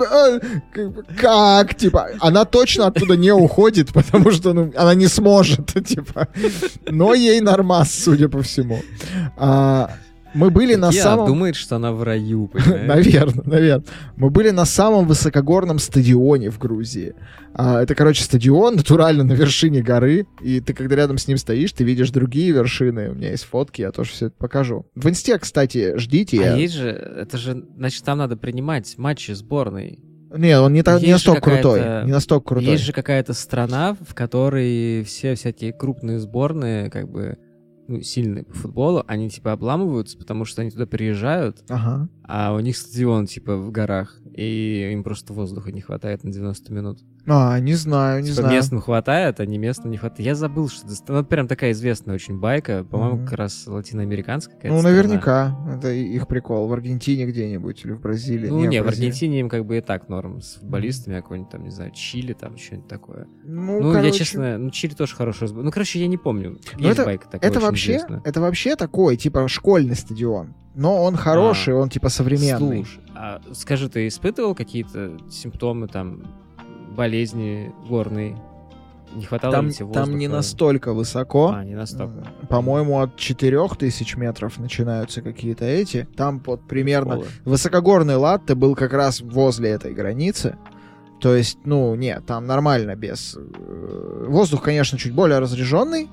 как? Типа, она точно оттуда не уходит, потому что, она не сможет, типа. Но ей нормас, судя по всему. Мы были на самом... думает, что она в раю, понимаешь? Наверное. Мы были на самом высокогорном стадионе в Грузии. Это, короче, стадион натурально на вершине горы, и ты, когда рядом с ним стоишь, ты видишь другие вершины. У меня есть фотки, я тоже все это покажу. В инсте, кстати, ждите. Есть же, это же, значит, там надо принимать матчи сборной. Нет, он не настолько крутой. Не настолько крутой. Есть же какая-то страна, в которой все всякие крупные сборные, как бы, сильные по футболу, они, типа, обламываются, потому что они туда приезжают, а у них стадион, типа, в горах, и им просто воздуха не хватает на 90 минут. Не знаю. Местным хватает, а не местным не хватает. Я забыл, что это прям такая известная очень байка, по-моему, как раз латиноамериканская какая-то страна. Наверняка. Это их прикол. В Аргентине где-нибудь или в Бразилии. В Аргентине им как бы и так норм. С футболистами, какой-нибудь там, не знаю, Чили, там что-нибудь такое. Я, честно, Чили тоже хороший. Короче, я не помню. Есть байка такая очень известная. Это вообще такой, типа, школьный стадион. Но он хороший, он, типа, современный. Слушай, скажи, ты испытывал какие-то симптомы, там, болезни горные? Не хватало ли тебе воздуха? Там не настолько высоко. Не настолько. По-моему, от 4000 метров начинаются какие-то эти. Там вот примерно... Высокогорный Латте был как раз возле этой границы. То есть, нет, там нормально без... Воздух, конечно, чуть более разряженный.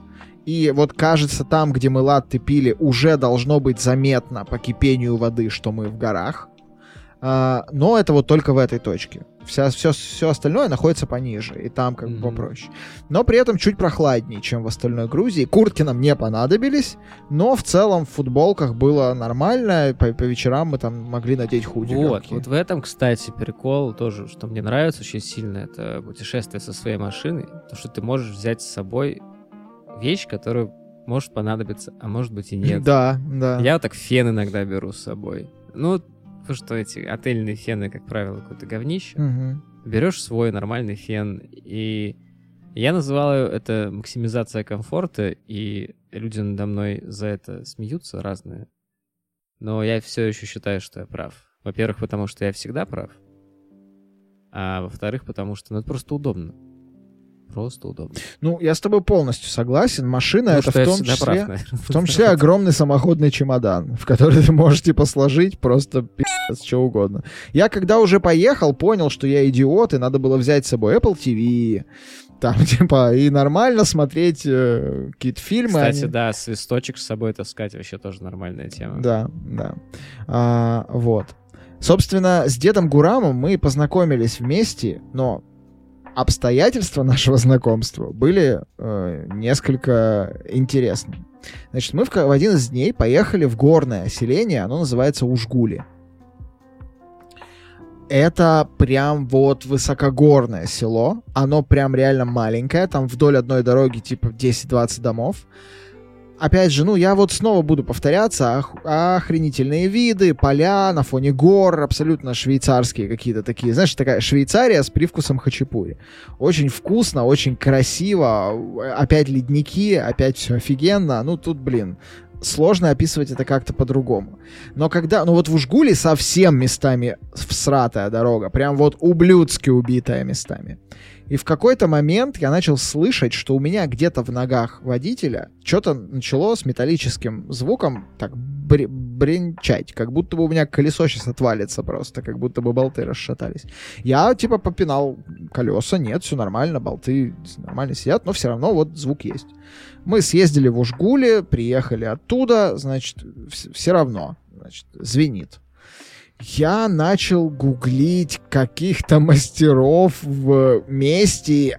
И вот кажется, там, где мы латте пили, уже должно быть заметно по кипению воды, что мы в горах. Но это вот только в этой точке. Все остальное находится пониже, и там как бы попроще. Но при этом чуть прохладнее, чем в остальной Грузии. Куртки нам не понадобились, но в целом в футболках было нормально. По вечерам мы там могли надеть худи. Вот в этом, кстати, прикол тоже, что мне нравится очень сильно, это путешествие со своей машиной. То, что ты можешь взять с собой вещь, которая может понадобиться, а может быть и нет. Да. Я вот так фен иногда беру с собой. Ну, потому что эти отельные фены, как правило, какое-то говнище. Берешь свой нормальный фен, и я называю это максимизация комфорта, и люди надо мной за это смеются разные. Но я все еще считаю, что я прав. Во-первых, потому что я всегда прав. А во-вторых, потому что это просто удобно. Просто удобно. Ну, я с тобой полностью согласен. Машина — это в том числе прав, огромный самоходный чемодан, в который ты можешь, типа, сложить просто пи***ц, что угодно. Я, когда уже поехал, понял, что я идиот, и надо было взять с собой Apple TV, там, типа, и нормально смотреть какие-то фильмы. Кстати, да, свисточек с собой таскать вообще тоже нормальная тема. Да. Вот. Собственно, с дедом Гурамом мы познакомились вместе, но обстоятельства нашего знакомства были несколько интересны. Значит, мы в один из дней поехали в горное селение, оно называется Ужгули. Это прям вот высокогорное село, оно прям реально маленькое, там вдоль одной дороги типа 10-20 домов. Опять же, я вот снова буду повторяться, охренительные виды, поля на фоне гор, абсолютно швейцарские какие-то такие. Знаешь, такая Швейцария с привкусом хачапури. Очень вкусно, очень красиво, опять ледники, опять все офигенно. Тут, сложно описывать это как-то по-другому. Но когда... вот в Ужгуле совсем местами всратая дорога, прям вот ублюдски убитая местами. И в какой-то момент я начал слышать, что у меня где-то в ногах водителя что-то начало с металлическим звуком так бренчать, как будто бы у меня колесо сейчас отвалится просто, как будто бы болты расшатались. Я типа попинал колеса, нет, все нормально, болты нормально сидят, но все равно вот звук есть. Мы съездили в Ужгуле, приехали оттуда, значит, все равно, значит, звенит. Я начал гуглить каких-то мастеров в месте,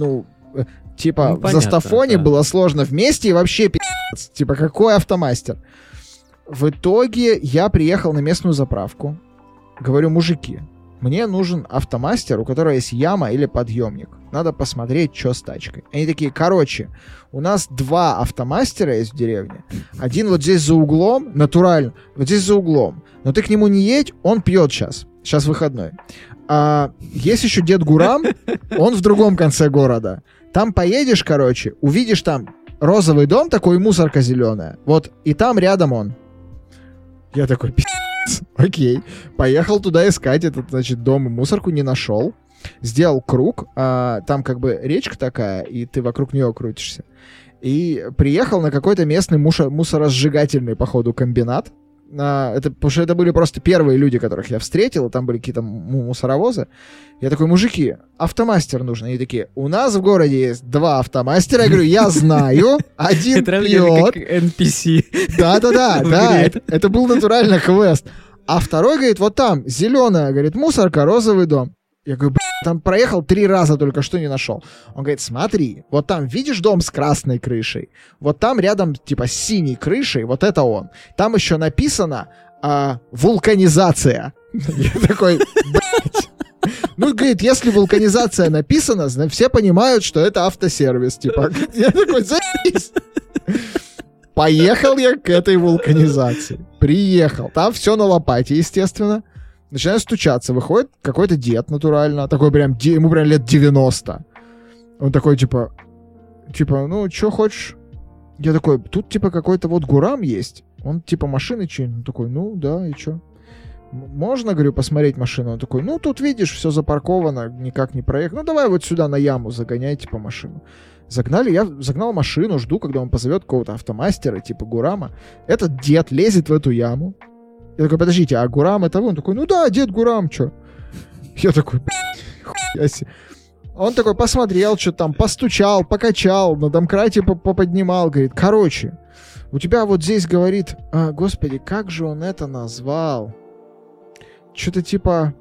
в Застафоне было сложно вместе и вообще пи***ц. Типа, какой автомастер? В итоге я приехал на местную заправку. Говорю, мужики, мне нужен автомастер, у которого есть яма или подъемник. Надо посмотреть, что с тачкой. Они такие, у нас 2 автомастера есть в деревне. Один вот здесь за углом, натурально, вот здесь за углом. Но ты к нему не едь, он пьет сейчас. Сейчас выходной. Есть еще дед Гурам, он в другом конце города. Там поедешь, увидишь там розовый дом такой, мусорка зеленая. Вот, и там рядом он. Я такой, окей. Поехал туда искать этот, значит, дом и мусорку, не нашел. Сделал круг, там как бы речка такая, и ты вокруг нее крутишься. И приехал на какой-то местный мусоросжигательный, походу, комбинат. Потому что это были просто первые люди, которых я встретил, и там были какие-то мусоровозы. Я такой, мужики, автомастер нужен. Они такие, у нас в городе есть 2 автомастера. Я говорю, я знаю, один пьет. Как NPC. Да, это был натурально квест. А второй говорит, вот там, зеленая, говорит, мусорка, розовый дом. Я говорю, там проехал 3 раза, только что не нашел. Он говорит, смотри, вот там видишь дом с красной крышей? Вот там рядом, типа, с синей крышей, вот это он. Там еще написано вулканизация. Я такой, блядь. Говорит, если вулканизация написана, все понимают, что это автосервис. Типа, я такой, заебись. Поехал я к этой вулканизации. Приехал. Там все на лопате, естественно. Начинаю стучаться. Выходит какой-то дед натурально. Такой прям, ему прям лет 90. Он такой, типа, что хочешь? Я такой, тут, типа, какой-то вот Гурам есть. Он, типа, машины чинит. Он такой, да, и что? Можно, говорю, посмотреть машину? Он такой, тут, видишь, все запарковано, никак не проехать. Давай вот сюда на яму загоняй, типа, машину. Загнали, я загнал машину, жду, когда он позовет какого-то автомастера, типа Гурама. Этот дед лезет в эту яму. Я такой, подождите, а Гурам это вы? Он такой, да, дед Гурам, чё? Я такой, хуя себе. Он такой посмотрел, что там, постучал, покачал, на домкрате поподнимал, говорит, короче, у тебя вот здесь, говорит, господи, как же он это назвал? Что-то типа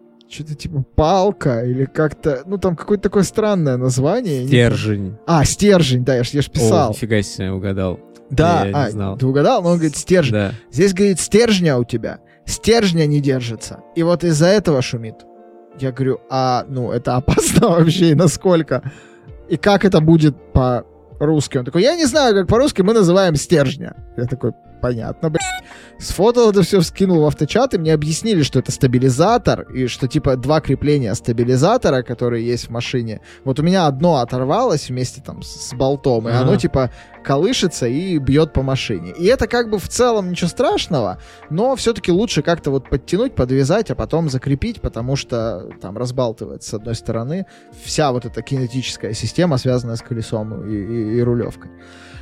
палка или как-то, ну там какое-то такое странное название. Стержень. Стержень, да, я ж писал. О, нифига себе, угадал. Да, я не знал. Ты угадал? Но он говорит, стержень. Да. Здесь, говорит, стержня у тебя. Стержня не держится. И вот из-за этого шумит. Я говорю, это опасно вообще и насколько? И как это будет по-русски? Он такой, я не знаю, как по-русски, мы называем стержня. Я такой, понятно, блядь. Сфотал это все, скинул в авточат, и мне объяснили, что это стабилизатор, и что, типа, 2 крепления стабилизатора, которые есть в машине. Вот у меня одно оторвалось вместе там с болтом, и оно, типа, колышется и бьет по машине. И это как бы в целом ничего страшного, но все-таки лучше как-то вот подтянуть, подвязать, а потом закрепить, потому что там разбалтывается с одной стороны вся вот эта кинетическая система, связанная с колесом и рулевкой.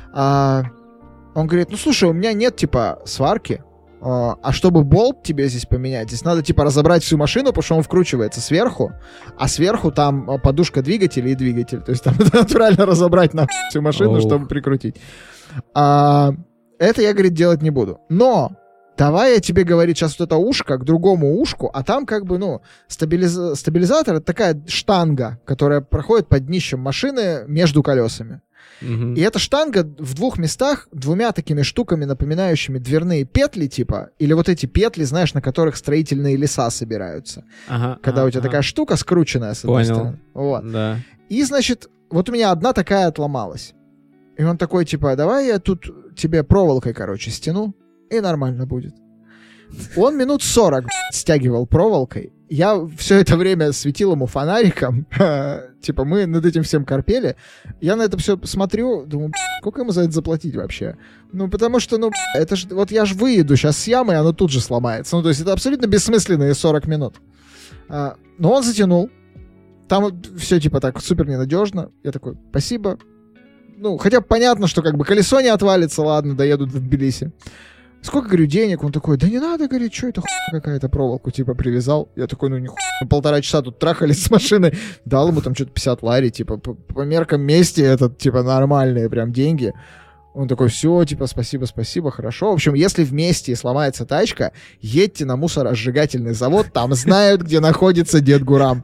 Он говорит, ну слушай, у меня нет типа сварки, а чтобы болт тебе здесь поменять, здесь надо типа разобрать всю машину, потому что он вкручивается сверху, а сверху там подушка двигателя и двигатель. То есть там натурально разобрать на всю машину, чтобы прикрутить. Это я, говорит, делать не буду. Но давай я тебе, говорит, сейчас вот это ушко к другому ушку, а там как бы, стабилизатор — это такая штанга, которая проходит под днищем машины между колесами. И эта штанга в 2 местах 2 такими штуками, напоминающими дверные петли, типа, или вот эти петли, знаешь, на которых строительные леса собираются. Когда у тебя такая штука скрученная с одной стороны. Вот. Да. И, значит, вот у меня одна такая отломалась. И он такой, типа, давай я тут тебе проволокой, короче, стяну, и нормально будет. Он минут 40 стягивал проволокой. Я все это время светил ему фонариком. Типа, мы над этим всем корпели. Я на это все смотрю, думаю, сколько ему за это заплатить вообще? Потому что, это ж... Вот я ж выеду сейчас с ямы, и оно тут же сломается. То есть это абсолютно бессмысленные 40 минут. Но он затянул. Там все, типа, так супер ненадежно. Я такой, спасибо. Хотя понятно, что как бы колесо не отвалится, ладно, доеду до Тбилиси. Сколько, говорю, денег? Он такой, да не надо, говорит, что это какая-то проволоку, типа, привязал. Я такой, нихуя, 1,5 часа тут трахались с машиной. Дал ему там что-то 50 лари, типа, по меркам мести это, типа, нормальные прям деньги. Он такой, все, типа, спасибо, хорошо. В общем, если вместе сломается тачка, едьте на мусоросжигательный завод, там знают, где находится дед Гурам.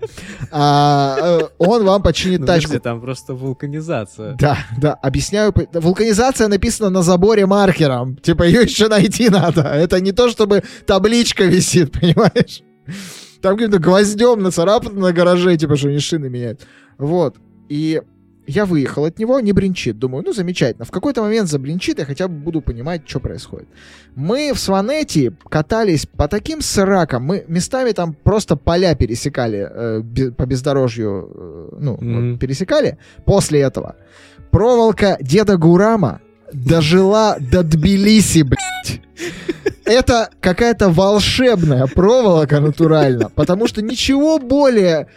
Он вам починит тачку. Там просто вулканизация. Да, объясняю. Вулканизация написана на заборе маркером. Типа, ее еще найти надо. Это не то, чтобы табличка висит, понимаешь? Там каким-то гвоздем нацарапано на гараже, типа, что они шины меняют. Вот. И я выехал от него, не бренчит. Думаю, замечательно. В какой-то момент забренчит, я хотя бы буду понимать, что происходит. Мы в Сванетии катались по таким сракам. Мы местами там просто поля пересекали по бездорожью. Пересекали. После этого проволока деда Гурама дожила до Тбилиси, блядь. Это какая-то волшебная проволока натурально. Потому что ничего более...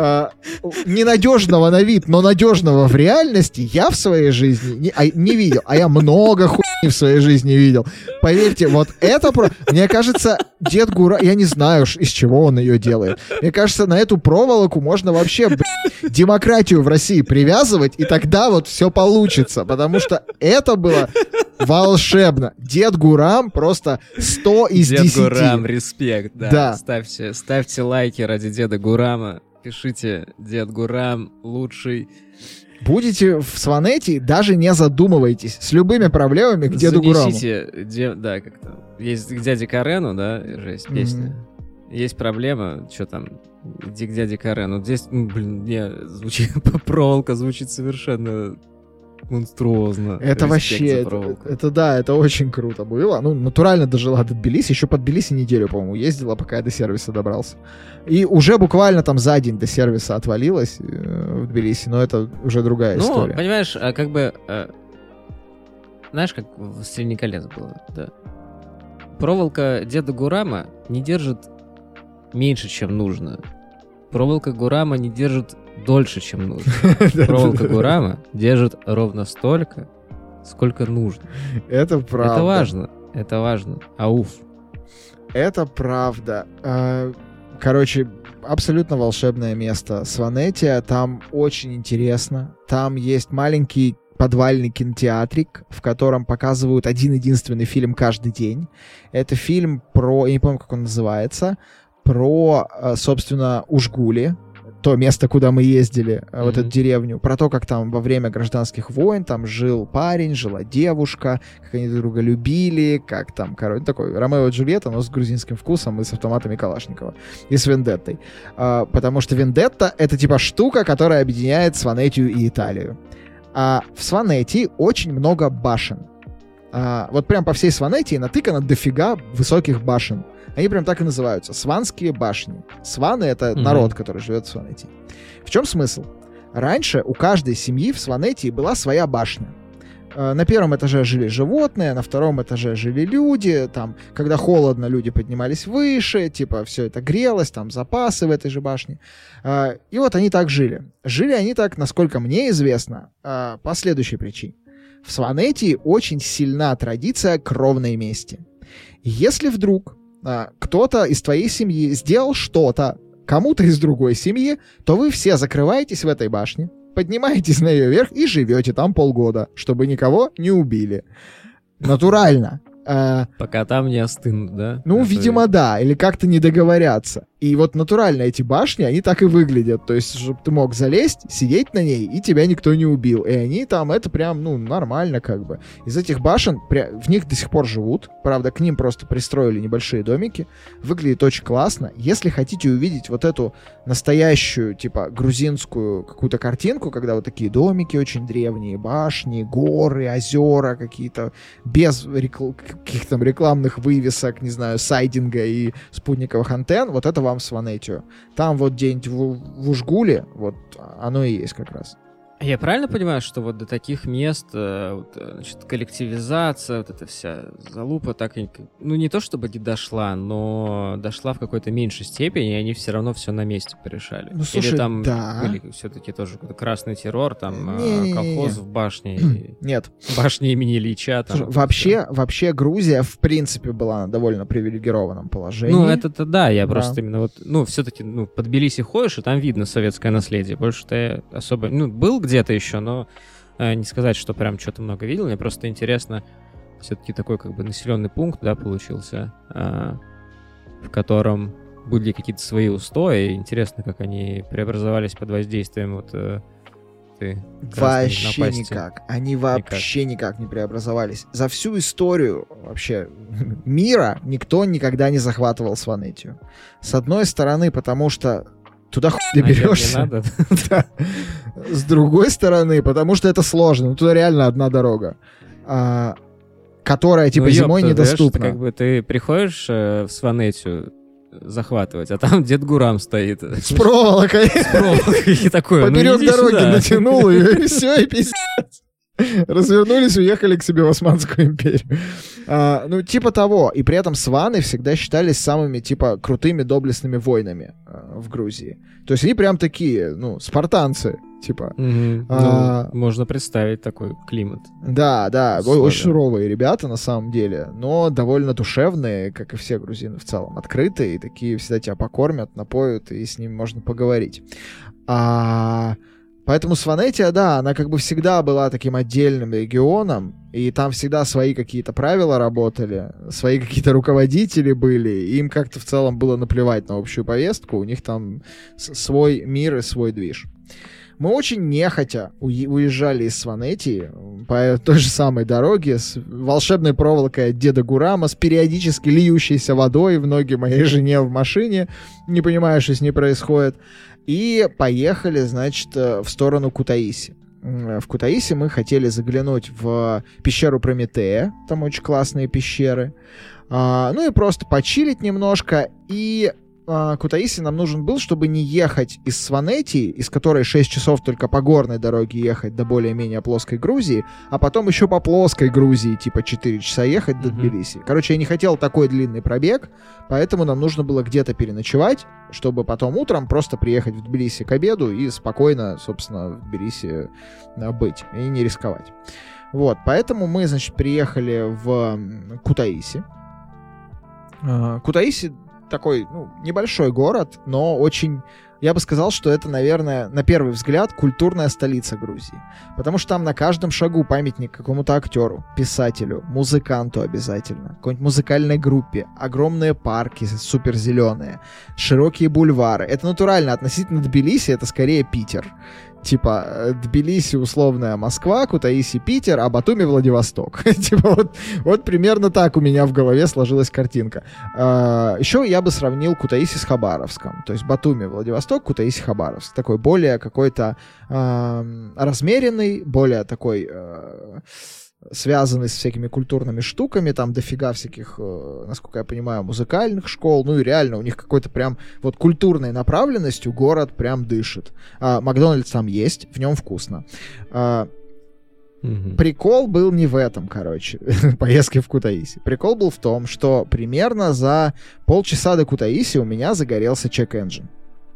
ненадежного на вид, но надежного в реальности я в своей жизни не видел. А я много хуйни в своей жизни видел. Поверьте, вот это... Мне кажется, дед Гурам... Я не знаю, из чего он ее делает. Мне кажется, на эту проволоку можно вообще демократию в России привязывать, и тогда вот все получится. Потому что это было волшебно. Дед Гурам просто 100 из 10. Дед Гурам, респект. Да. Ставьте лайки ради деда Гурама. Пишите, дед Гурам лучший. Будете в Сванете, даже не задумывайтесь. С любыми проблемами к деду Гураму. Да, как-то. Есть к дяде Карену, да, же есть песня. Есть проблема, что там, иди к дяде Карену. Здесь, проволока звучит совершенно монструозно. Это вообще, это очень круто было. Натурально дожила до Тбилиси. Еще под Тбилиси неделю, по-моему, ездила, пока я до сервиса добрался. И уже буквально там за день до сервиса отвалилась в Тбилиси, но это уже другая история. Понимаешь, знаешь, как в «Властелине колец» было, да. Проволока деда Гурама не держит меньше, чем нужно. Проволока Гурама не держит дольше, чем нужно. Проволока Гурама держит ровно столько, сколько нужно. Это правда. Это важно. Ауф. Это правда. Короче, абсолютно волшебное место Сванетия. Там очень интересно. Там есть маленький подвальный кинотеатрик, в котором показывают один-единственный фильм каждый день. Это фильм про, я не помню, как он называется, про, собственно, Ужгули, то место, куда мы ездили, вот эту деревню, про то, как там во время гражданских войн там жил парень, жила девушка, как они друг друга любили, как там, короче, такой Ромео и Джульетта, но с грузинским вкусом и с автоматами Калашникова, и с Вендеттой. Потому что Вендетта — это типа штука, которая объединяет Сванетию и Италию. А в Сванетии очень много башен. Вот прям по всей Сванетии натыкано дофига высоких башен. Они прям так и называются. Сванские башни. Сваны — это народ, который живет в Сванетии. В чем смысл? Раньше у каждой семьи в Сванетии была своя башня. На первом этаже жили животные, на втором этаже жили люди. Там, когда холодно, люди поднимались выше, типа все это грелось, там запасы в этой же башне. И вот они так жили. Жили они так, насколько мне известно, по следующей причине. В Сванетии очень сильна традиция кровной мести. Если вдруг кто-то из твоей семьи сделал что-то кому-то из другой семьи, то вы все закрываетесь в этой башне, поднимаетесь на ее верх и живете там полгода, чтобы никого не убили. Натурально. Пока там не остынут, да? Ну, видимо, да. Или как-то не договорятся. И вот натурально эти башни, они так и выглядят. То есть, чтобы ты мог залезть, сидеть на ней, и тебя никто не убил. И они там, это прям, ну, нормально как бы. Из этих башен, в них до сих пор живут. Правда, к ним просто пристроили небольшие домики. Выглядит очень классно. Если хотите увидеть вот эту настоящую, типа, грузинскую какую-то картинку, когда вот такие домики очень древние, башни, горы, озера какие-то, без каких-то там рекламных вывесок, не знаю, сайдинга и спутниковых антенн, вот это вам в Сванетию. Там вот где-нибудь в Ужгуле, вот оно и есть как раз. Я правильно понимаю, что вот до таких мест, значит, коллективизация, вот эта вся залупа так, ну не то чтобы не дошла, но дошла в какой-то меньшей степени, и они все равно все на месте порешали. Ну, слушай, или там да. были все-таки тоже какой-то красный террор, там Не-не-не-не. колхоз в башне. Нет. Башня имени Ильича. Там, слушай, вообще Грузия в принципе была на довольно привилегированном положении. Ну это-то да, я Да. просто именно вот, ну все-таки, ну под Тбилиси ходишь, и там видно советское наследие. Больше-то я особо, ну был где-то еще, но не сказать, что прям что-то много видел. Мне просто интересно, все-таки такой как бы населенный пункт, да, получился, в котором были какие-то свои устои. Интересно, как они преобразовались под воздействием вот Вообще напасти. никак. Они вообще никак не преобразовались. За всю историю вообще мира никто никогда не захватывал Сванетию. С одной стороны, потому что туда хуй доберешься. Да. С другой стороны, потому что это сложно. Ну, туда реально одна дорога, которая типа зимой недоступна. Как бы ты приходишь в Сванетию захватывать, а там дед Гурам стоит. С проволокой. И такой, поперек дороги натянул, и все, и пиздец. Развернулись, уехали к себе в Османскую империю. Ну, типа того. И при этом сваны всегда считались самыми, типа, крутыми, доблестными воинами в Грузии. То есть они прям такие, ну, спартанцы, типа. Можно представить такой климат. Да, очень суровые ребята, на самом деле, но довольно душевные, как и все грузины в целом, открытые, и такие всегда тебя покормят, напоют, и с ними можно поговорить. Поэтому Сванетия, да, она как бы всегда была таким отдельным регионом, и там всегда свои какие-то правила работали, свои какие-то руководители были, и им как-то в целом было наплевать на общую повестку, у них там свой мир и свой движ. Мы очень нехотя уезжали из Сванетии по той же самой дороге с волшебной проволокой от деда Гурама, с периодически льющейся водой в ноги моей жене в машине, не понимая, что с ней происходит. И поехали, значит, в сторону Кутаиси. В Кутаиси мы хотели заглянуть в пещеру Прометея, там очень классные пещеры, ну и просто почилить немножко. И Кутаиси нам нужен был, чтобы не ехать из Сванетии, из которой 6 часов только по горной дороге ехать до более-менее плоской Грузии, а потом еще по плоской Грузии, типа 4 часа ехать до Тбилиси. Короче, я не хотел такой длинный пробег, поэтому нам нужно было где-то переночевать, чтобы потом утром просто приехать в Тбилиси к обеду и спокойно, собственно, в Тбилиси быть и не рисковать. Вот, поэтому мы, значит, приехали в Кутаиси. Кутаиси такой, ну, небольшой город, но очень... Я бы сказал, что это, наверное, на первый взгляд, культурная столица Грузии. Потому что там на каждом шагу памятник какому-то актеру, писателю, музыканту обязательно, какой-нибудь музыкальной группе, огромные парки суперзеленые, широкие бульвары. Это натурально, относительно Тбилиси, это скорее Питер. Типа, Тбилиси условная Москва, Кутаиси Питер, а Батуми Владивосток. Типа, вот примерно так у меня в голове сложилась картинка. Еще я бы сравнил Кутаиси с Хабаровском. То есть Батуми Владивосток, Кутаиси Хабаровск. Такой более какой-то размеренный, более такой... связанный с всякими культурными штуками, там дофига всяких, насколько я понимаю, музыкальных школ, ну и реально у них какой-то прям вот культурной направленностью город прям дышит. Макдональдс там есть, в нем вкусно. Прикол был не в этом, короче, поездке в Кутаиси. Прикол был в том, что примерно за полчаса до Кутаиси у меня загорелся check-engine.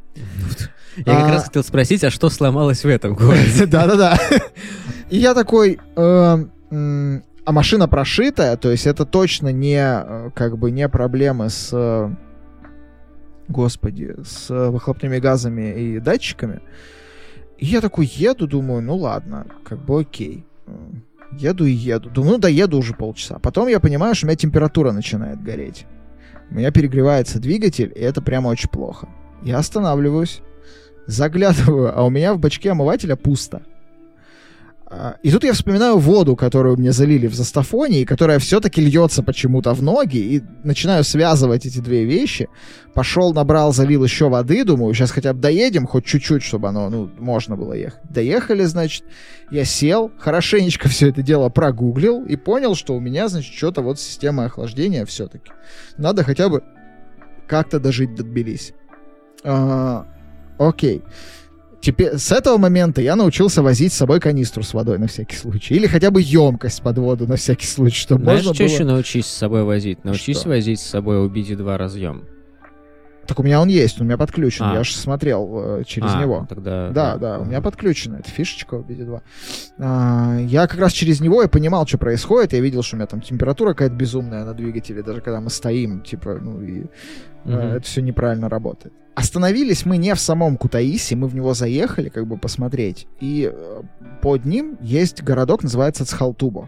Я как раз хотел спросить, а что сломалось в этом городе? Да-да-да. И я такой... А машина прошитая, то есть это точно не, как бы, не проблемы с, господи, с выхлопными газами и датчиками. И я такой еду, думаю, ну ладно, как бы окей. Еду и еду. Думаю, ну доеду уже полчаса. Потом я понимаю, что у меня температура начинает гореть. У меня перегревается двигатель, и это прямо очень плохо. Я останавливаюсь, заглядываю, а у меня в бачке омывателя пусто. И тут я вспоминаю воду, которую мне залили в Застафоне, и которая все-таки льется почему-то в ноги, и начинаю связывать эти две вещи. Пошел, набрал, залил еще воды, думаю, сейчас хотя бы доедем, хоть чуть-чуть, чтобы оно, ну, можно было ехать. Доехали, значит, я сел, хорошенечко все это дело прогуглил и понял, что у меня, значит, что-то вот с системой охлаждения все-таки. Надо хотя бы как-то дожить до Тбилиси. Окей. Теперь, с этого момента я научился возить с собой канистру с водой на всякий случай. Или хотя бы емкость под воду на всякий случай, чтобы знаешь, можно что было... еще научись с собой возить? Научись Что? возить с собой UBD2 разъем. Так у меня он есть, он у меня подключен. Я же смотрел через него. Тогда... Да, у меня подключено. Это фишечка у BD2. Я как раз через него и понимал, что происходит. Я видел, что у меня там температура какая-то безумная на двигателе, даже когда мы стоим, типа, ну и это все неправильно работает. Остановились мы не в самом Кутаиси, мы в него заехали, как бы посмотреть. И под ним есть городок, называется Цхалтубо.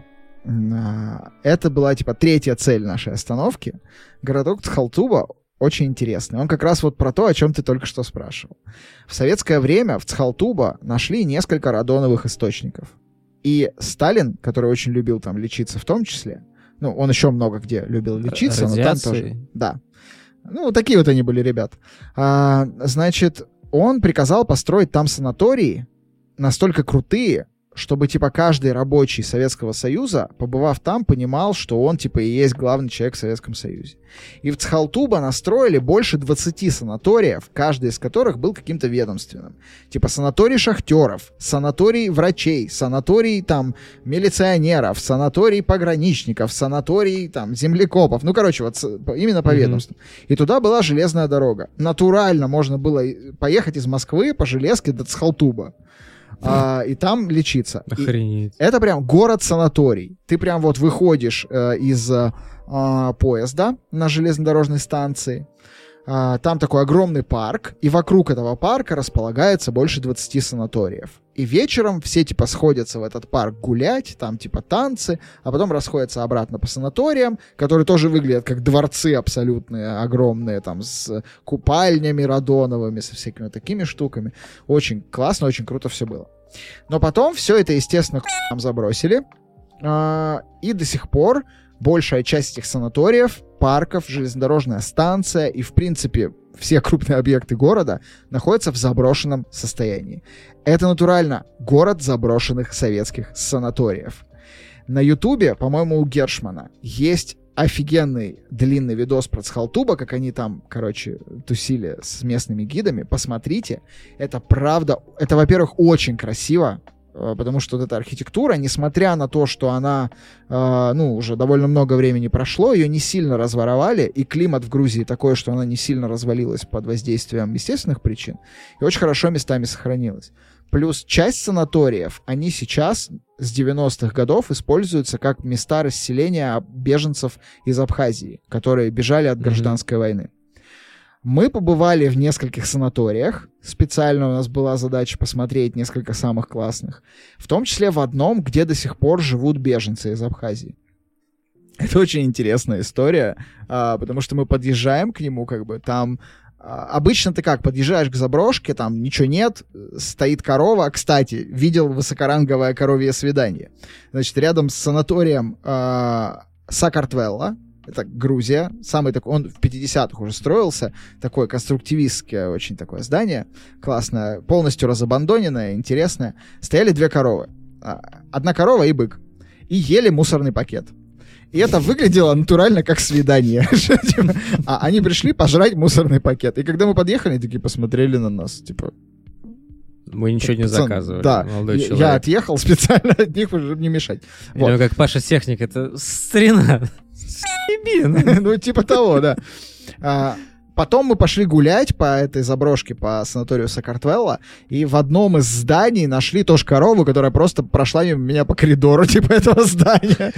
Это была, типа, третья цель нашей остановки. Городок Цхалтубо очень интересный. Он как раз вот про то, о чем ты только что спрашивал. В советское время в Цхалтубо нашли несколько радоновых источников. И Сталин, который очень любил там лечиться в том числе, ну, он еще много где любил лечиться, но там тоже... Да. Ну, такие вот они были, ребят. Значит, он приказал построить там санатории настолько крутые, чтобы, типа, каждый рабочий Советского Союза, побывав там, понимал, что он, типа, и есть главный человек в Советском Союзе. И в Цхалтубо настроили больше 20 санаториев, каждый из которых был каким-то ведомственным. Типа, санаторий шахтеров, санаторий врачей, санаторий, там, милиционеров, санаторий пограничников, санаторий, там, землекопов. Ну, короче, вот именно по ведомствам. И туда была железная дорога. Натурально можно было поехать из Москвы по железке до Цхалтуба. И там лечиться. Охренеть. И это прям город-санаторий. Ты прям вот выходишь из поезда на железнодорожной станции. Там такой огромный парк, и вокруг этого парка располагается больше 20 санаториев. И вечером все типа сходятся в этот парк гулять, там типа танцы, а потом расходятся обратно по санаториям, которые тоже выглядят как дворцы абсолютные, огромные, там с купальнями радоновыми, со всякими такими штуками. Очень классно, очень круто все было. Но потом все это, естественно, нам забросили. И до сих пор большая часть этих санаториев, парков, железнодорожная станция и, в принципе, все крупные объекты города находятся в заброшенном состоянии. Это натурально город заброшенных советских санаториев. На Ютубе, по-моему, у Гершмана есть офигенный длинный видос про Цхалтубо, как они там, короче, тусили с местными гидами. Посмотрите. Это правда... Это, во-первых, очень красиво, потому что вот эта архитектура, несмотря на то, что она, уже довольно много времени прошло, ее не сильно разворовали, и климат в Грузии такой, что она не сильно развалилась под воздействием естественных причин, и очень хорошо местами сохранилась. Плюс часть санаториев, они сейчас с 90-х годов используются как места расселения беженцев из Абхазии, которые бежали от гражданской войны. Мы побывали в нескольких санаториях. Специально у нас была задача посмотреть несколько самых классных. В том числе в одном, где до сих пор живут беженцы из Абхазии. Это очень интересная история, потому что мы подъезжаем к нему, как бы там... Обычно ты как, подъезжаешь к заброшке, там ничего нет, стоит корова. Кстати, видел высокоранговое коровье свидание. Значит, рядом с санаторием Сакартвелла, это Грузия, самый такой, он в 50-х уже строился, такое конструктивистское очень такое здание, классное, полностью разабандоненное, интересное. Стояли 2 коровы. Одна корова и бык. И ели мусорный пакет. И это выглядело натурально как свидание. А они пришли пожрать мусорный пакет. И когда мы подъехали, они такие посмотрели на нас, типа... Мы ничего не заказывали, да, молодой человек. Я отъехал специально от них, уже не мешать. Вот. Или как Паша Техник, это старина. Ну, типа того, да. Потом мы пошли гулять по этой заброшке, по санаторию Сакартвелла, и в одном из зданий нашли тоже корову, которая просто прошла мимо меня по коридору, типа, этого здания.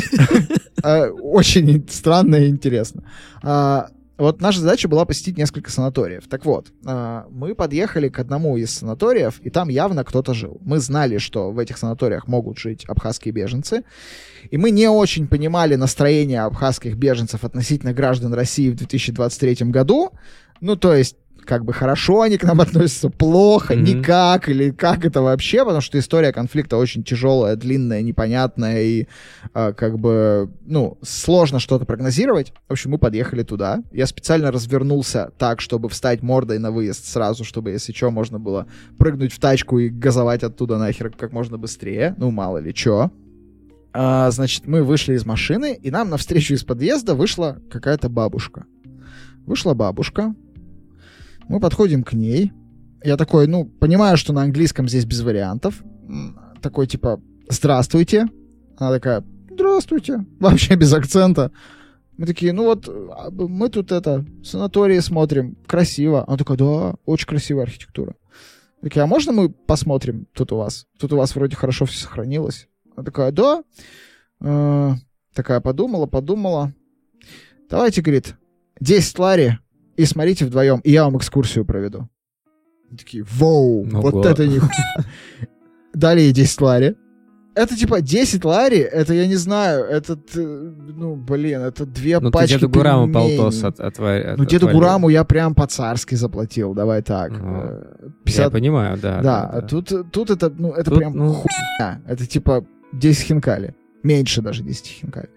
Очень странно и интересно. Вот наша задача была посетить несколько санаториев. Так вот, мы подъехали к одному из санаториев, и там явно кто-то жил. Мы знали, что в этих санаториях могут жить абхазские беженцы, и мы не очень понимали настроение абхазских беженцев относительно граждан России в 2023 году. Ну, то есть, как бы хорошо они к нам относятся, плохо, никак, или как это вообще, потому что история конфликта очень тяжелая, длинная, непонятная, и как бы, ну, сложно что-то прогнозировать. В общем, мы подъехали туда. Я специально развернулся так, чтобы встать мордой на выезд сразу, чтобы, если что, можно было прыгнуть в тачку и газовать оттуда нахер как можно быстрее. Ну, мало ли что. Значит, мы вышли из машины, и нам навстречу из подъезда вышла какая-то бабушка. Вышла бабушка. Мы подходим к ней. Я такой, ну, понимаю, что на английском здесь без вариантов. Такой, типа, здравствуйте. Она такая, здравствуйте. Вообще без акцента. Мы такие, ну вот, мы тут санатории смотрим. Красиво. Она такая, да, очень красивая архитектура. Такие, а можно мы посмотрим тут у вас? Тут у вас вроде хорошо все сохранилось. Она такая, да. Такая подумала. Давайте, говорит, 10 лари. И смотрите вдвоем, и я вам экскурсию проведу. И такие, воу, вот это нихуя. Дали ей 10 лари. Это типа 10 лари, это я не знаю, это, ну, блин, это 2 пачки деду Гураму полтос Ну, деду Гураму я прям по-царски заплатил, давай так. 50... Я понимаю, да. Да, тут это, ну, это тут, прям хуйня. Это типа 10 хинкали. Меньше даже 10 хинкали.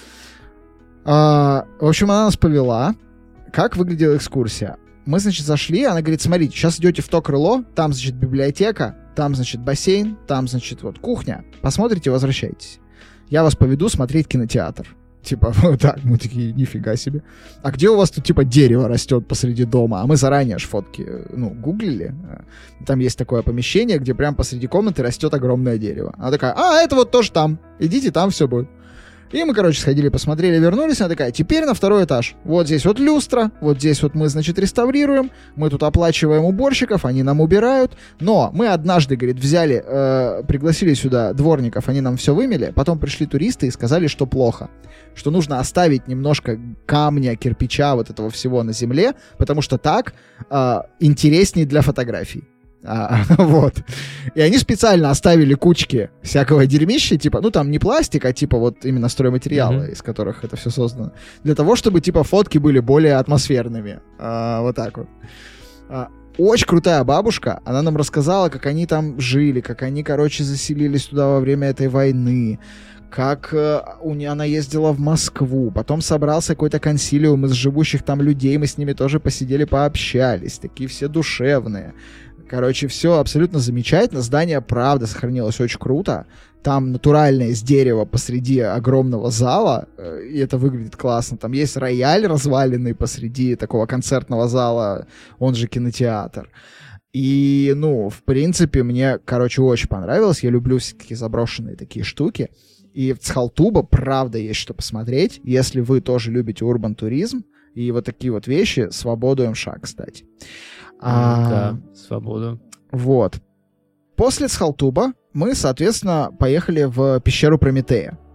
В общем, она нас повела. Как выглядела экскурсия? Мы, значит, зашли, она говорит, смотрите, сейчас идете в то крыло, там, значит, библиотека, там, значит, бассейн, там, значит, вот кухня. Посмотрите, возвращайтесь. Я вас поведу смотреть кинотеатр. Типа, вот так, мы такие, нифига себе. А где у вас тут, типа, дерево растет посреди дома? А мы заранее аж фотки, ну, гуглили. Там есть такое помещение, где прям посреди комнаты растет огромное дерево. Она такая, это вот тоже там. Идите, там все будет. И мы, короче, сходили, посмотрели, вернулись, она такая, теперь на 2-й этаж. Вот здесь вот люстра, вот здесь вот мы, значит, реставрируем, мы тут оплачиваем уборщиков, они нам убирают, но мы однажды, говорит, взяли, пригласили сюда дворников, они нам все вымели, потом пришли туристы и сказали, что плохо, что нужно оставить немножко камня, кирпича, вот этого всего на земле, потому что так интереснее для фотографий. Вот. И они специально оставили кучки всякого дерьмища, типа, ну там не пластик, а типа вот именно стройматериалы, из которых это все создано. Для того, чтобы типа фотки были более атмосферными. Вот так вот. Очень крутая бабушка. Она нам рассказала, как они там жили, как они, короче, заселились туда во время этой войны. Как она ездила в Москву, потом собрался какой-то консилиум из живущих там людей, мы с ними тоже посидели, пообщались, такие все душевные. Короче, все абсолютно замечательно, здание, правда, сохранилось очень круто, там натурально из дерева посреди огромного зала, и это выглядит классно, там есть рояль разваленный посреди такого концертного зала, он же кинотеатр. И, ну, в принципе, мне, короче, очень понравилось, я люблю все-таки заброшенные такие штуки. И в Цхалтуба, правда, есть что посмотреть. Если вы тоже любите урбан-туризм и вот такие вот вещи, свободу МШ, кстати. Да, свободу. Вот. После Цхалтуба мы, соответственно, поехали в пещеру Прометея.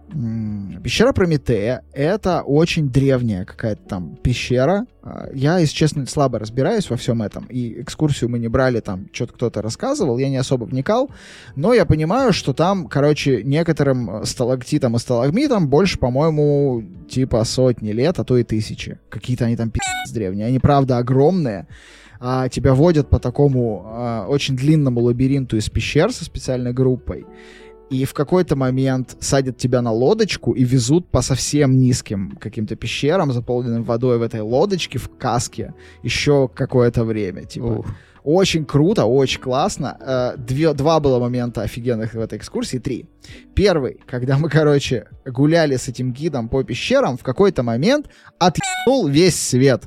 Пещера Прометея — это очень древняя какая-то там пещера. Я, если честно, слабо разбираюсь во всем этом, и экскурсию мы не брали, там что-то кто-то рассказывал, я не особо вникал, но я понимаю, что там, короче, некоторым сталактитам и сталагмитам больше, по-моему, типа 100 лет, а то и 1000. Какие-то они там пиздец древние. Они, правда, огромные. Тебя водят по такому очень длинному лабиринту из пещер со специальной группой. И в какой-то момент садят тебя на лодочку и везут по совсем низким каким-то пещерам, заполненным водой в этой лодочке, в каске, еще какое-то время. Типа. Очень круто, очень классно. Два было момента офигенных в этой экскурсии, 3. Первый, когда мы, короче, гуляли с этим гидом по пещерам, в какой-то момент отъебнул весь свет.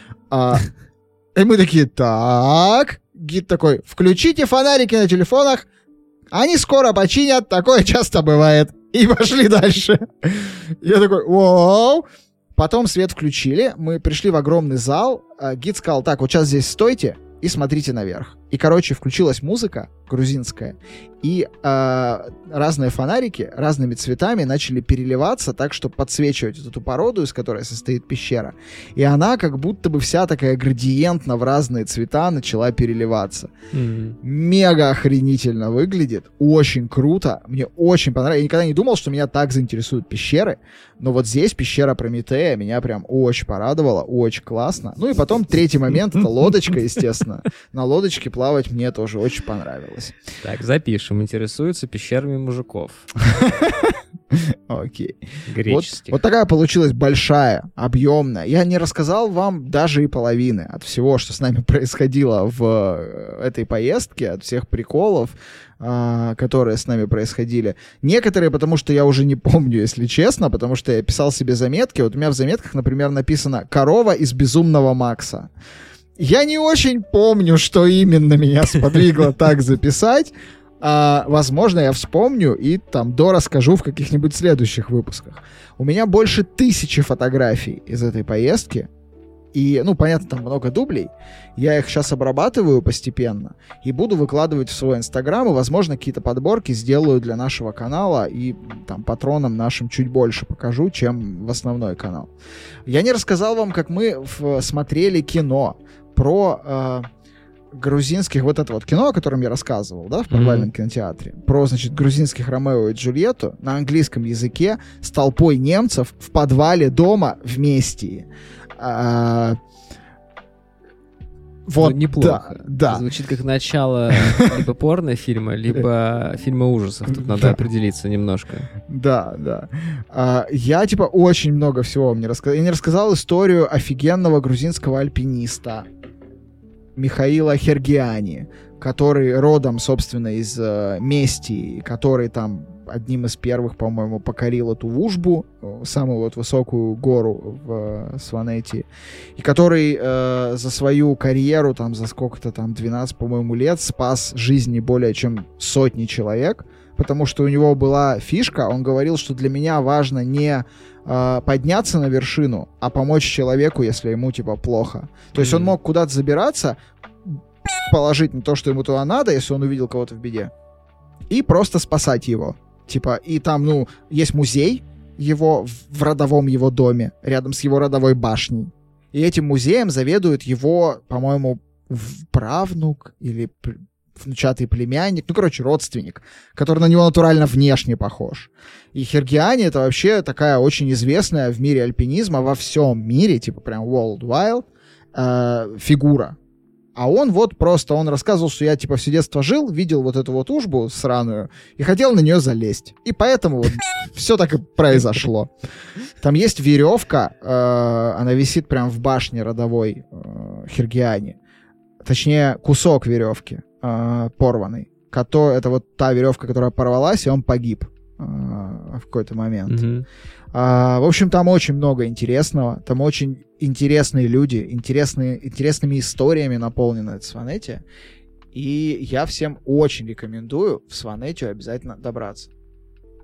И мы такие, так... Гид такой, включите фонарики на телефонах, они скоро починят, такое часто бывает. И пошли дальше. Я такой, вау. Потом свет включили, мы пришли в огромный зал, гид сказал, так, вот сейчас здесь стойте и смотрите наверх. И, короче, включилась музыка грузинская, и разные фонарики разными цветами начали переливаться так, чтобы подсвечивать эту породу, из которой состоит пещера. И она как будто бы вся такая градиентно в разные цвета начала переливаться. Мега охренительно выглядит, очень круто, мне очень понравилось. Я никогда не думал, что меня так заинтересуют пещеры, но вот здесь пещера Прометея меня прям очень порадовала, очень классно. Ну и потом третий момент, это лодочка, естественно. На лодочке плавать мне тоже очень понравилось. Так, запишем. Интересуются пещерами мужиков. Окей. Греческих. Вот такая получилась большая, объемная. Я не рассказал вам даже и половины от всего, что с нами происходило в этой поездке, от всех приколов, которые с нами происходили. Некоторые, потому что я уже не помню, если честно, потому что я писал себе заметки. Вот у меня в заметках, например, написано «Корова из Безумного Макса». Я не очень помню, что именно меня сподвигло так записать. Возможно, я вспомню и там дорасскажу в каких-нибудь следующих выпусках. У меня больше 1000 фотографий из этой поездки. И, ну, понятно, там много дублей. Я их сейчас обрабатываю постепенно и буду выкладывать в свой Инстаграм, и, возможно, какие-то подборки сделаю для нашего канала, и там патронам нашим чуть больше покажу, чем в основной канал. Я не рассказал вам, как мы смотрели кино про грузинских, вот это вот кино, о котором я рассказывал, да, в подвальном кинотеатре, про, значит, грузинских Ромео и Джульетту на английском языке с толпой немцев в подвале дома вместе. Вот, ну, неплохо. Да. Звучит как начало либо порнофильма, либо фильма ужасов. Тут надо определиться немножко. Да. Я, типа, очень много всего вам не рассказал. Я не рассказал историю офигенного грузинского альпиниста Михаила Хергиани, который родом, собственно, из Местии, который там одним из первых, по-моему, покорил эту Вужбу, самую вот высокую гору в Сванетии, и который за свою карьеру, там, за сколько-то там, 12, по-моему, лет спас жизни более чем 100 человек, потому что у него была фишка, он говорил, что для меня важно не подняться на вершину, а помочь человеку, если ему, типа, плохо. То есть он мог куда-то забираться, положить на то, что ему туда надо, если он увидел кого-то в беде, и просто спасать его. Типа, и там, ну, есть музей его в родовом его доме, рядом с его родовой башней. И этим музеем заведует его, по-моему, правнук или внучатый племянник, ну, короче, родственник, который на него натурально внешне похож. И Хергиани — это вообще такая очень известная в мире альпинизма, во всем мире, типа прям worldwide, фигура. А он вот просто, он рассказывал, что я типа все детство жил, видел вот эту вот ужбу сраную и хотел на нее залезть. И поэтому вот все так и произошло. Там есть веревка, она висит прям в башне родовой Хергиани. Точнее, кусок веревки порванный. Это вот та веревка, которая порвалась, и он погиб в какой-то момент. В общем, там очень много интересного. Там очень интересные люди, интересными историями наполнена эта Сванетия. И я всем очень рекомендую в Сванетию обязательно добраться.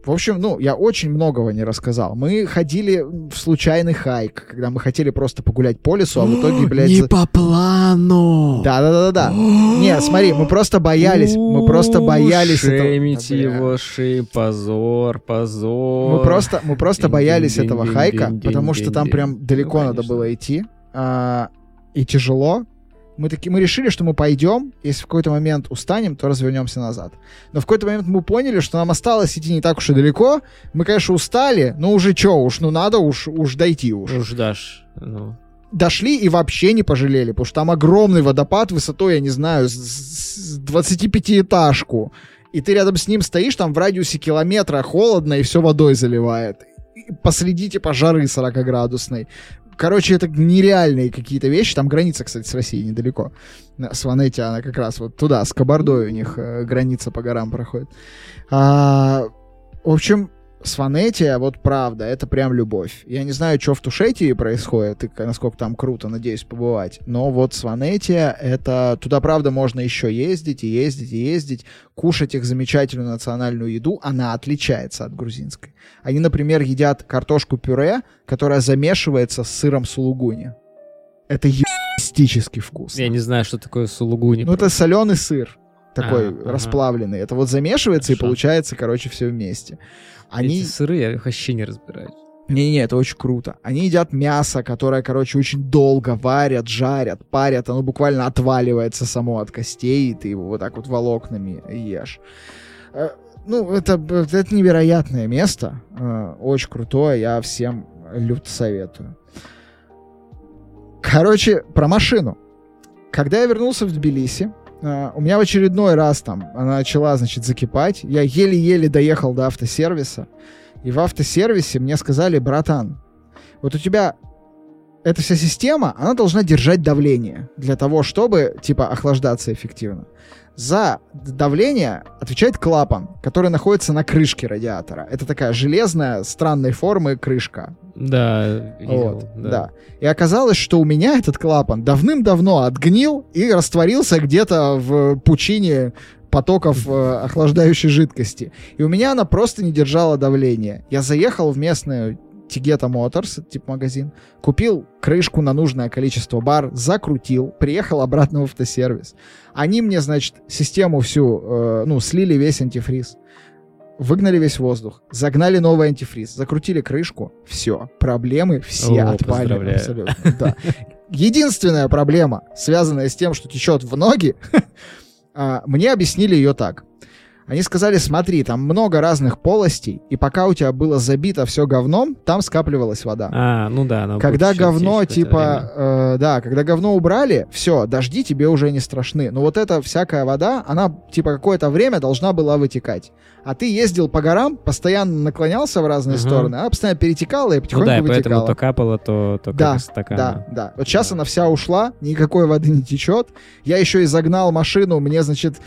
В общем, ну, я очень многого не рассказал. Мы ходили в случайный хайк, когда мы хотели просто погулять по лесу, а в итоге, блядь... Не по плану! Да. Не, смотри, мы просто боялись этого. Шеймите его, позор. Мы просто боялись этого хайка, потому что там прям далеко надо было идти, и тяжело. Мы решили, что мы пойдем, если в какой-то момент устанем, то развернемся назад. Но в какой-то момент мы поняли, что нам осталось идти не так уж и далеко. Мы, конечно, устали, но уже надо уж дойти уж. Уж дашь, ну... Дошли и вообще не пожалели, потому что там огромный водопад высотой, я не знаю, с 25-этажку. И ты рядом с ним стоишь, там в радиусе километра холодно, и все водой заливает. И посреди, типа, жары 40-градусной. Короче, это нереальные какие-то вещи. Там граница, кстати, с Россией недалеко. Сванетти, она как раз вот туда, с Кабардой у них граница по горам проходит. В общем, Сванетти, вот правда, это прям любовь. Я не знаю, что в Тушетии происходит, и насколько там круто, надеюсь, побывать. Но вот Сванетти, это... Туда, правда, можно еще ездить, кушать их замечательную национальную еду. Она отличается от грузинской. Они, например, едят картошку-пюре, которая замешивается с сыром сулугуни. Это ебастически вкусно. Я не знаю, что такое сулугуни. Ну, это соленый сыр. Такой расплавленный. Это вот замешивается, и получается, короче, все вместе. Эти сыры я вообще не разбираюсь. Не-не, это очень круто. Они едят мясо, которое, короче, очень долго варят, жарят, парят. Оно буквально отваливается само от костей, и ты его вот так вот волокнами ешь. Ну, это невероятное место. Очень крутое. Я всем люто советую. Короче, про машину. Когда я вернулся в Тбилиси, у меня в очередной раз там она начала, значит, закипать. Я еле-еле доехал до автосервиса. И в автосервисе мне сказали: братан, вот у тебя эта вся система, она должна держать давление для того, чтобы, типа, охлаждаться эффективно. За давление отвечает клапан, который находится на крышке радиатора. Это такая железная, странной формы крышка. Да, вот, да. И оказалось, что у меня этот клапан давным-давно отгнил и растворился где-то в пучине потоков охлаждающей жидкости. И у меня она просто не держала давления. Я заехал в местную Тигета Моторс, типа магазин, купил крышку на нужное количество бар, закрутил, приехал обратно в автосервис. Они мне, значит, систему всю, слили весь антифриз, выгнали весь воздух, загнали новый антифриз, закрутили крышку, все, проблемы все отпали абсолютно. Да. Единственная проблема, связанная с тем, что течет в ноги, мне объяснили ее так. Они сказали: смотри, там много разных полостей, и пока у тебя было забито все говном, там скапливалась вода. Ну да. Когда говно, типа, когда говно убрали, все, дожди тебе уже не страшны. Но вот эта всякая вода, она, типа, какое-то время должна была вытекать. А ты ездил по горам, постоянно наклонялся в разные стороны, она постоянно перетекала и потихоньку вытекала. Поэтому то капало, то как из стакана. Да. Вот сейчас она вся ушла, никакой воды не течет. Я еще и загнал машину, мне, значит,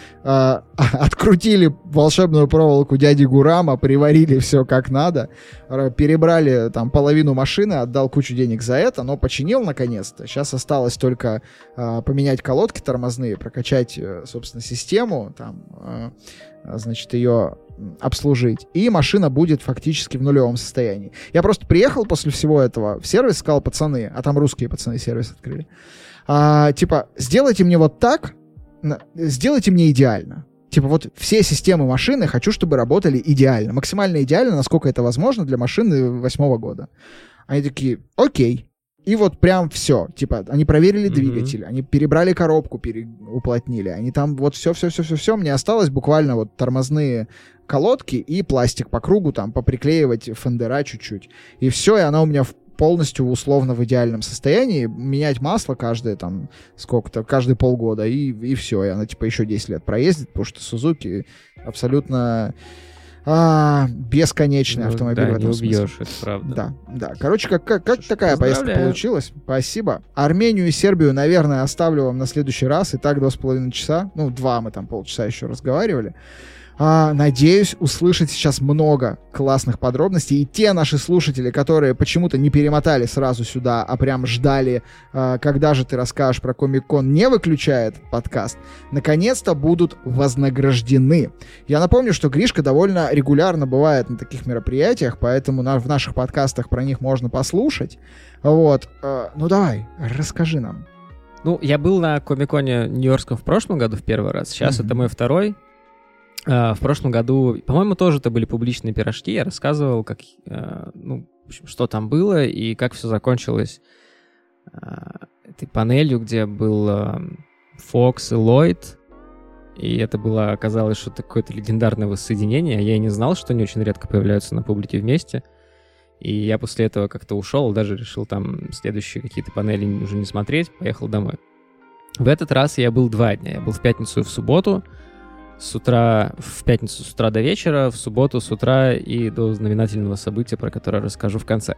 открутили волшебную проволоку дяди Гурама, приварили все как надо, перебрали там половину машины, отдал кучу денег за это, но починил наконец-то. Сейчас осталось только поменять колодки тормозные, прокачать, собственно, систему, там, значит, ее обслужить, и машина будет фактически в нулевом состоянии. Я просто приехал после всего этого в сервис, сказал: пацаны, а там русские пацаны сервис открыли, типа, сделайте мне вот так, сделайте мне идеально. Типа, вот все системы машины хочу, чтобы работали идеально, максимально идеально, насколько это возможно для машины 8-го года. Они такие: окей. И вот прям все. Типа, они проверили двигатель, они перебрали коробку, уплотнили. Они там вот все. Мне осталось буквально вот тормозные колодки и пластик по кругу там поприклеивать, фендера чуть-чуть. И все, и она у меня полностью условно в идеальном состоянии. Менять масло каждые там сколько-то, каждые полгода, и все. И она типа еще 10 лет проездит, потому что Сузуки абсолютно... бесконечный автомобиль в этом смысле. Убьешь, это правда. Да. Короче, как такая поездка получилась. Спасибо. Армению и Сербию, наверное, оставлю вам на следующий раз. И так 2,5 часа. 2 мы там полчаса еще разговаривали. Надеюсь услышать сейчас много классных подробностей. И те наши слушатели, которые почему-то не перемотали сразу сюда, а прям ждали, когда же ты расскажешь про Комик-кон, не выключая этот подкаст, наконец-то будут вознаграждены. Я напомню, что Гришка довольно регулярно бывает на таких мероприятиях, поэтому в наших подкастах про них можно послушать. Вот. Ну давай, расскажи нам. Ну, я был на Комик-коне Нью-Йоркском в прошлом году в первый раз. Сейчас это мой второй. В прошлом году, по-моему, тоже это были публичные пирожки. Я рассказывал, как, в общем, что там было и как все закончилось этой панелью, где был Фокс и Ллойд. И это было, оказалось, что это какое-то легендарное воссоединение. Я и не знал, что они очень редко появляются на публике вместе. И я после этого как-то ушел, даже решил там следующие какие-то панели уже не смотреть, поехал домой. В этот раз я был 2 дня. Я был в пятницу и в субботу. В пятницу с утра до вечера, в субботу с утра и до знаменательного события, про которое расскажу в конце.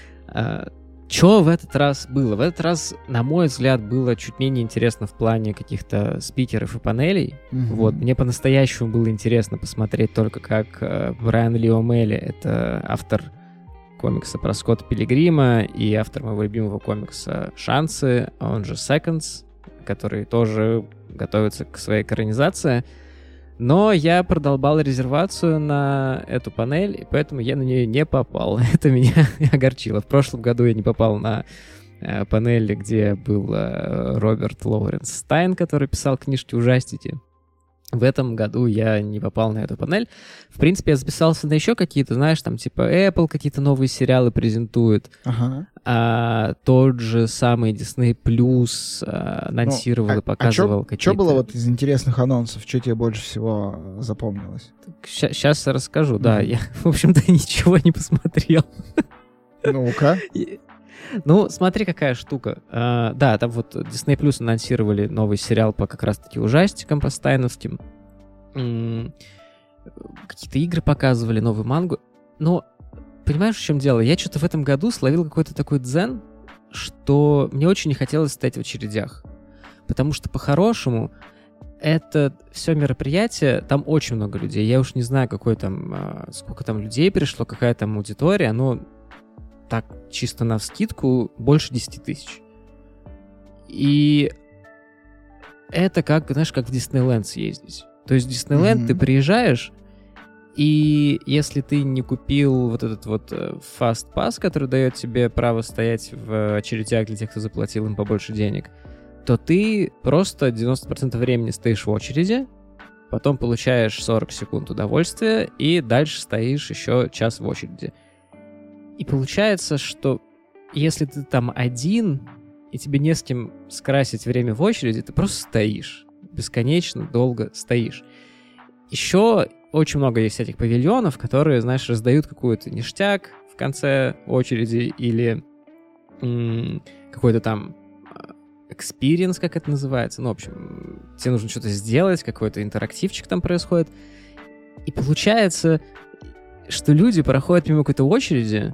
Что в этот раз было? В этот раз, на мой взгляд, было чуть менее интересно в плане каких-то спикеров и панелей. Вот, мне по-настоящему было интересно посмотреть только, как Брайан Ли О'Мэлли, это автор комикса про Скотта Пилигрима и автор моего любимого комикса «Шансы», он же «Seconds», который тоже готовится к своей экранизации. Но я продолбал резервацию на эту панель, и поэтому я на нее не попал. Это меня огорчило. В прошлом году я не попал на панель, где был Роберт Лоуренс Стайн, который писал книжки-ужастики. В этом году я не попал на эту панель. В принципе, я записался на еще какие-то, знаешь, там типа Apple какие-то новые сериалы презентует. Тот же самый Disney Plus анонсировал и показывал какие-то... Что было вот из интересных анонсов? Что тебе больше всего запомнилось? Сейчас расскажу, да. Я, в общем-то, ничего не посмотрел. Ну-ка. Ну, смотри, какая штука. Да, там вот Disney Plus анонсировали новый сериал по как раз-таки ужастикам, по стайновским. Какие-то игры показывали, новую мангу. Но, понимаешь, в чем дело? Я что-то в этом году словил какой-то такой дзен, что мне очень не хотелось стоять в очередях. Потому что, по-хорошему, это все мероприятие, там очень много людей. Я уж не знаю, сколько там людей пришло, какая там аудитория, но так, чисто навскидку, больше 10 тысяч. И это как, знаешь, как в Диснейленд съездить. То есть в Диснейленд ты приезжаешь, и если ты не купил вот этот вот Fast Pass, который дает тебе право стоять в очередях для тех, кто заплатил им побольше денег, то ты просто 90% времени стоишь в очереди, потом получаешь 40 секунд удовольствия, и дальше стоишь еще час в очереди. И получается, что если ты там один, и тебе не с кем скрасить время в очереди, ты просто стоишь. Бесконечно долго стоишь. Еще очень много есть этих павильонов, которые, знаешь, раздают какой-то ништяк в конце очереди или какой-то там experience, как это называется. Ну, в общем, тебе нужно что-то сделать, какой-то интерактивчик там происходит. И получается, что люди проходят мимо какой-то очереди,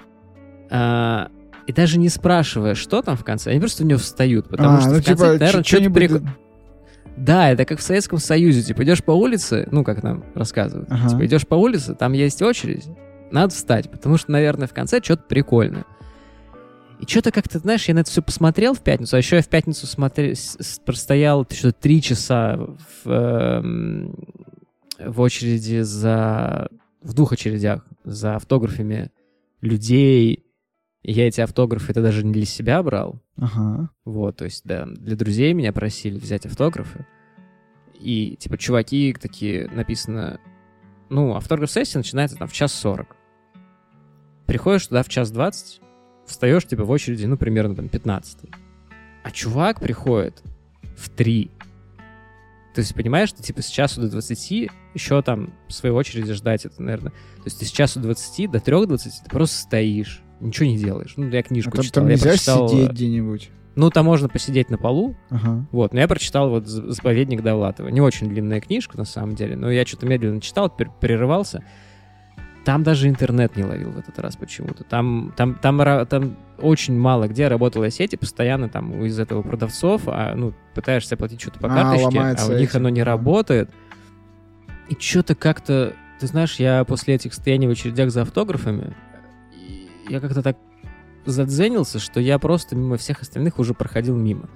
и даже не спрашивая, что там в конце, они просто в нее встают, потому что в конце, наверное, что-нибудь... Да, это как в Советском Союзе. Типа, идешь по улице, ну, как нам рассказывают, типа, идешь по улице, там есть очередь, надо встать, потому что, наверное, в конце что-то прикольное. И что-то как-то, знаешь, я на это все посмотрел в пятницу, а еще я в пятницу простоял что-то 3 часа в очереди в 2 очередях за автографами людей. И я эти автографы, это даже не для себя брал. Вот, то есть, да, для друзей меня просили взять автографы. И, типа, чуваки такие, написано... Ну, автограф-сессия начинается там в 1:40. Приходишь туда в 1:20, встаешь, типа, в очереди, ну, примерно там 15. А чувак приходит в 3. То есть, понимаешь, ты, типа, с 1:20 еще там в своей очереди ждать это, наверное. То есть ты с 1:20 до 3:20 ты просто стоишь. Ничего не делаешь. Ну, я книжку читал. Там нельзя прочитал... сидеть где-нибудь? Ну, там можно посидеть на полу. Вот, но я прочитал вот «Заповедник Довлатова». Не очень длинная книжка, на самом деле, но я что-то медленно читал, прерывался. Там даже интернет не ловил в этот раз почему-то. Там очень мало где работала сеть, и постоянно там из этого продавцов, пытаешься платить что-то по карточке, а у них оно не работает. И что-то как-то... Ты знаешь, я после этих стояний в очередях за автографами, я как-то так задзенился, что я просто мимо всех остальных уже проходил мимо.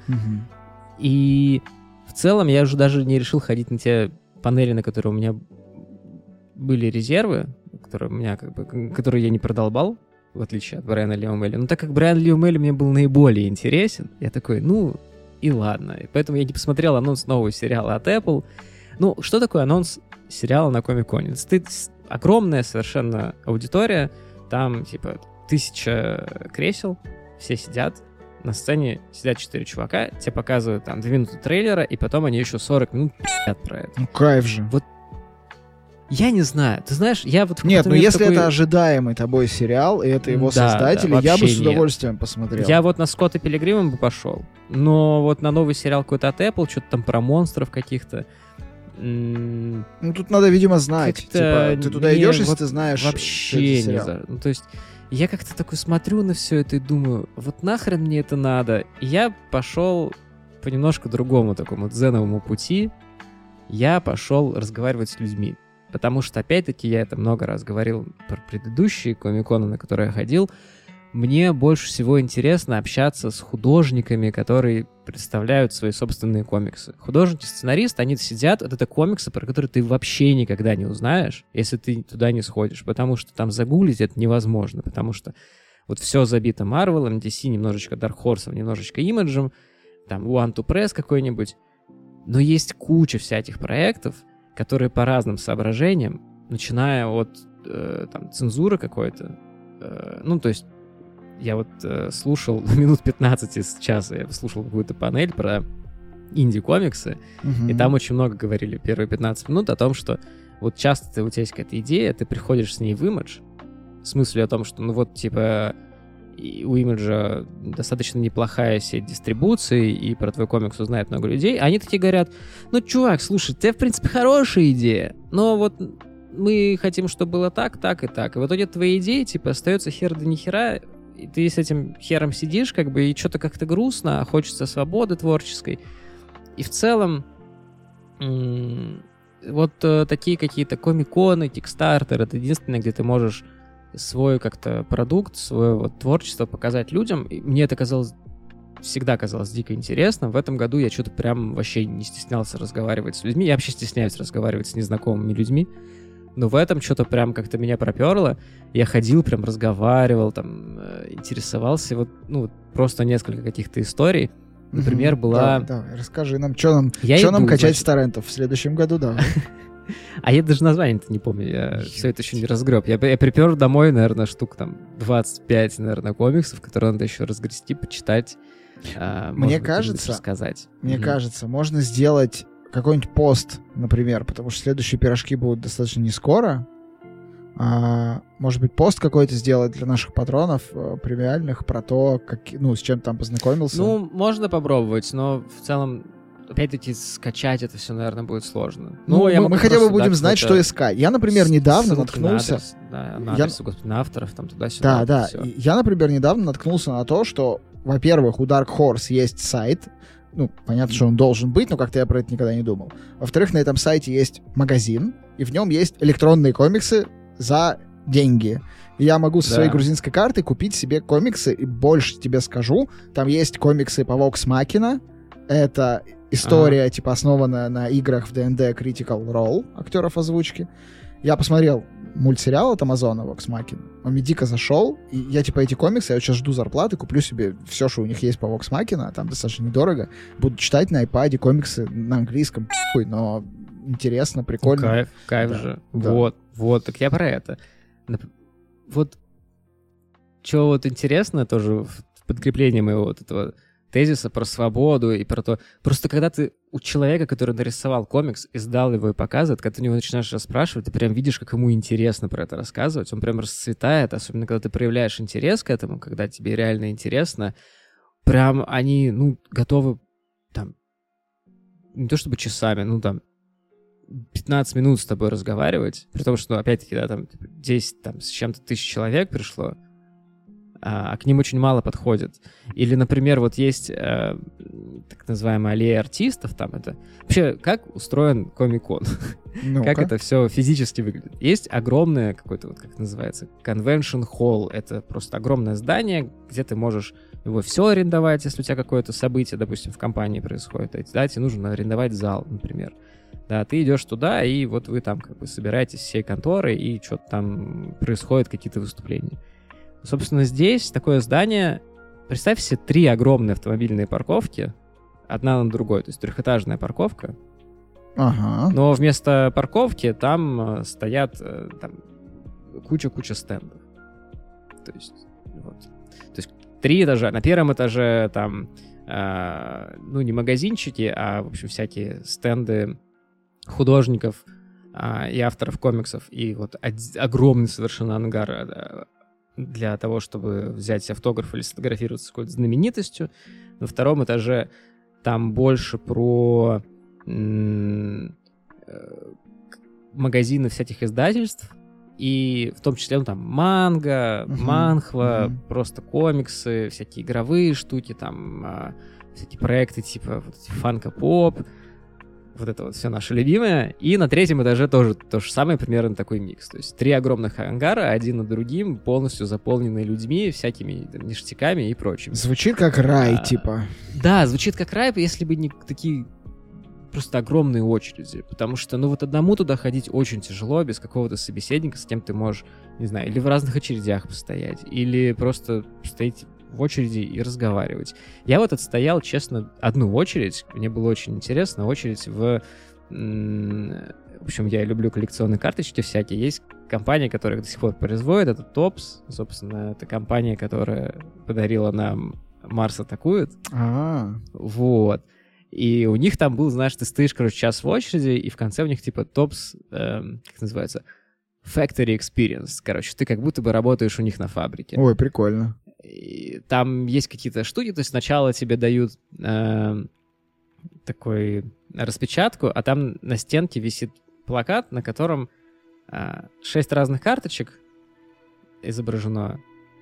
И в целом я уже даже не решил ходить на те панели, на которые у меня были резервы, которые я не продолбал, в отличие от Брайана Ли Омэля. Но так как Брайан Ли Омэль мне был наиболее интересен, я такой, ну и ладно. И поэтому я не посмотрел анонс нового сериала от Apple. Ну, что такое анонс сериала на Комик-Коне? Огромная совершенно аудитория, там, типа, 1000 кресел, все сидят, на сцене сидят 4 чувака, тебе показывают там 2 минуты трейлера, и потом они еще 40 минут пи***ят про это. Ну, кайф же. Вот я не знаю. Ты знаешь, я вот... Нет, ну если это ожидаемый тобой сериал, и это его создатели, я бы с удовольствием посмотрел. Я вот на Скотта Пилигрима бы пошел, но вот на новый сериал какой-то от Apple, что-то там про монстров каких-то... Ну, тут надо, видимо, знать. Типа, ты туда идешь, если ты знаешь... Вообще не знаю. Ну, то есть, я как-то такой смотрю на все это и думаю, вот нахрен мне это надо? И я пошел по немножко другому такому дзеновому пути. Я пошел разговаривать с людьми. Потому что, опять-таки, я это много раз говорил про предыдущие комик-коны, на которые я ходил. Мне больше всего интересно общаться с художниками, которые представляют свои собственные комиксы. Художники-сценаристы, они сидят, это комиксы, про которые ты вообще никогда не узнаешь, если ты туда не сходишь, потому что там загуглить это невозможно, потому что вот все забито Марвелом, DC немножечко Dark Horse, немножечко Image, там One to Press какой-нибудь, но есть куча всяких проектов, которые по разным соображениям, начиная от там, цензуры какой-то, ну, то есть я вот слушал минут 15 из часа, я слушал какую-то панель про инди-комиксы, и там очень много говорили первые 15 минут о том, что вот часто у тебя есть какая-то идея, ты приходишь с ней в Image, в смысле о том, что, ну вот, типа, у Image достаточно неплохая сеть дистрибуции, и про твой комикс узнает много людей, а они такие говорят, ну, чувак, слушай, у тебя, в принципе, хорошая идея, но вот мы хотим, чтобы было так, так и так. И в итоге твои идеи, типа, остается хер да ни хера, и ты с этим хером сидишь, как бы, и что-то как-то грустно, а хочется свободы творческой. И в целом, вот такие какие-то комик-коны, кикстартер, это единственное, где ты можешь свой как-то продукт, свое вот творчество показать людям. И мне это всегда казалось дико интересно. В этом году я что-то прям вообще не стеснялся разговаривать с людьми. Я вообще стесняюсь разговаривать с незнакомыми людьми. Но в этом что-то прям как-то меня проперло. Я ходил, прям разговаривал, там, интересовался. Вот, ну, просто несколько каких-то историй. Например, была... Давай, расскажи нам, что нам качать с торрентов в следующем году, да. А я даже название-то не помню, я все это еще не разгреб. Я припер домой, наверное, штук там 25, наверное, комиксов, которые надо еще разгрести, почитать. Мне кажется, можно сделать какой-нибудь пост, например, потому что следующие пирожки будут достаточно не скоро. Может быть, пост какой-то сделать для наших патронов премиальных про то, с чем там познакомился. Ну, можно попробовать, но в целом, опять-таки, скачать это все, наверное, будет сложно. Мы хотя бы будем знать, что искать. Я, например, недавно наткнулся... На авторов, там, туда-сюда. Да. Я, например, недавно наткнулся на то, что, во-первых, у Dark Horse есть сайт. Ну, понятно, что он должен быть, но как-то я про это никогда не думал. Во-вторых, на этом сайте есть магазин, и в нем есть электронные комиксы за деньги. И я могу со своей грузинской карты купить себе комиксы, и больше тебе скажу, там есть комиксы по Vox Machina. Это история, типа, основанная на играх в D&D Critical Role, актеров озвучки. Я посмотрел мультсериал от Амазона Vox Machina. Он мне дико зашел, и я, типа, эти комиксы, я сейчас жду зарплаты, куплю себе все, что у них есть по Vox Machina, там достаточно недорого. Буду читать на iPad комиксы на английском, но интересно, прикольно. Кайф же. Да. Вот, так я про это. Вот, что вот интересно тоже в подкреплении моего вот этого тезиса про свободу и про то... Просто когда ты у человека, который нарисовал комикс, издал его и показывает, когда ты у него начинаешь расспрашивать, ты прям видишь, как ему интересно про это рассказывать, он прям расцветает, особенно когда ты проявляешь интерес к этому, когда тебе реально интересно, прям они, готовы там, не то чтобы часами, там, 15 минут с тобой разговаривать, при том, что, опять-таки, да, там, 10 там, с чем-то тысяч человек пришло, а к ним очень мало подходит. Или, например, вот есть так называемая аллея артистов, там это... Вообще, как устроен Комик-кон? Как это все физически выглядит? Есть огромное какое-то, вот как это называется, convention hall. Это просто огромное здание, где ты можешь его все арендовать, если у тебя какое-то событие, допустим, в компании происходит. Да, тебе нужно арендовать зал, например. Да, ты идешь туда, и вот вы там как бы собираетесь всей конторой, и что-то там происходят, какие-то выступления. Собственно, здесь такое здание... Представь себе 3 огромные автомобильные парковки, одна на другой, то есть 3-этажная парковка. Ага. Но вместо парковки там стоят там, куча стендов. То есть, вот. То есть 3 этажа. На первом этаже там, ну, не магазинчики, а, в общем, всякие стенды художников и авторов комиксов. И вот огромный совершенно ангар для того, чтобы взять автограф или сфотографироваться с какой-то знаменитостью. На втором этаже там больше про магазины всяких издательств, и в том числе, ну, там, манга, манхва, просто комиксы, всякие игровые штуки, там, всякие проекты типа вот, фанка-поп, вот это вот все наше любимое. И на третьем этаже тоже то же самое, примерно такой микс. То есть 3 огромных ангара, один над другим, полностью заполненные людьми, всякими ништяками и прочим. Звучит как рай, типа. Да, звучит как рай, если бы не такие просто огромные очереди. Потому что, ну, вот одному туда ходить очень тяжело, без какого-то собеседника, с кем ты можешь, не знаю, или в разных очередях постоять, или просто стоять в очереди и разговаривать. Я вот отстоял, честно, одну очередь. Мне было очень интересно. Очередь в общем, я люблю коллекционные карточки всякие. Есть компания, которая их до сих пор производит. Это Topps. Собственно, это компания, которая подарила нам «Марс атакует». Вот. И у них там был, знаешь, ты стоишь, короче, час в очереди, и в конце у них типа Topps, как называется, Factory Experience. Короче, ты как будто бы работаешь у них на фабрике. Ой, прикольно. И там есть какие-то штуки, то есть сначала тебе дают такой распечатку, а там на стенке висит плакат, на котором 6 разных карточек изображено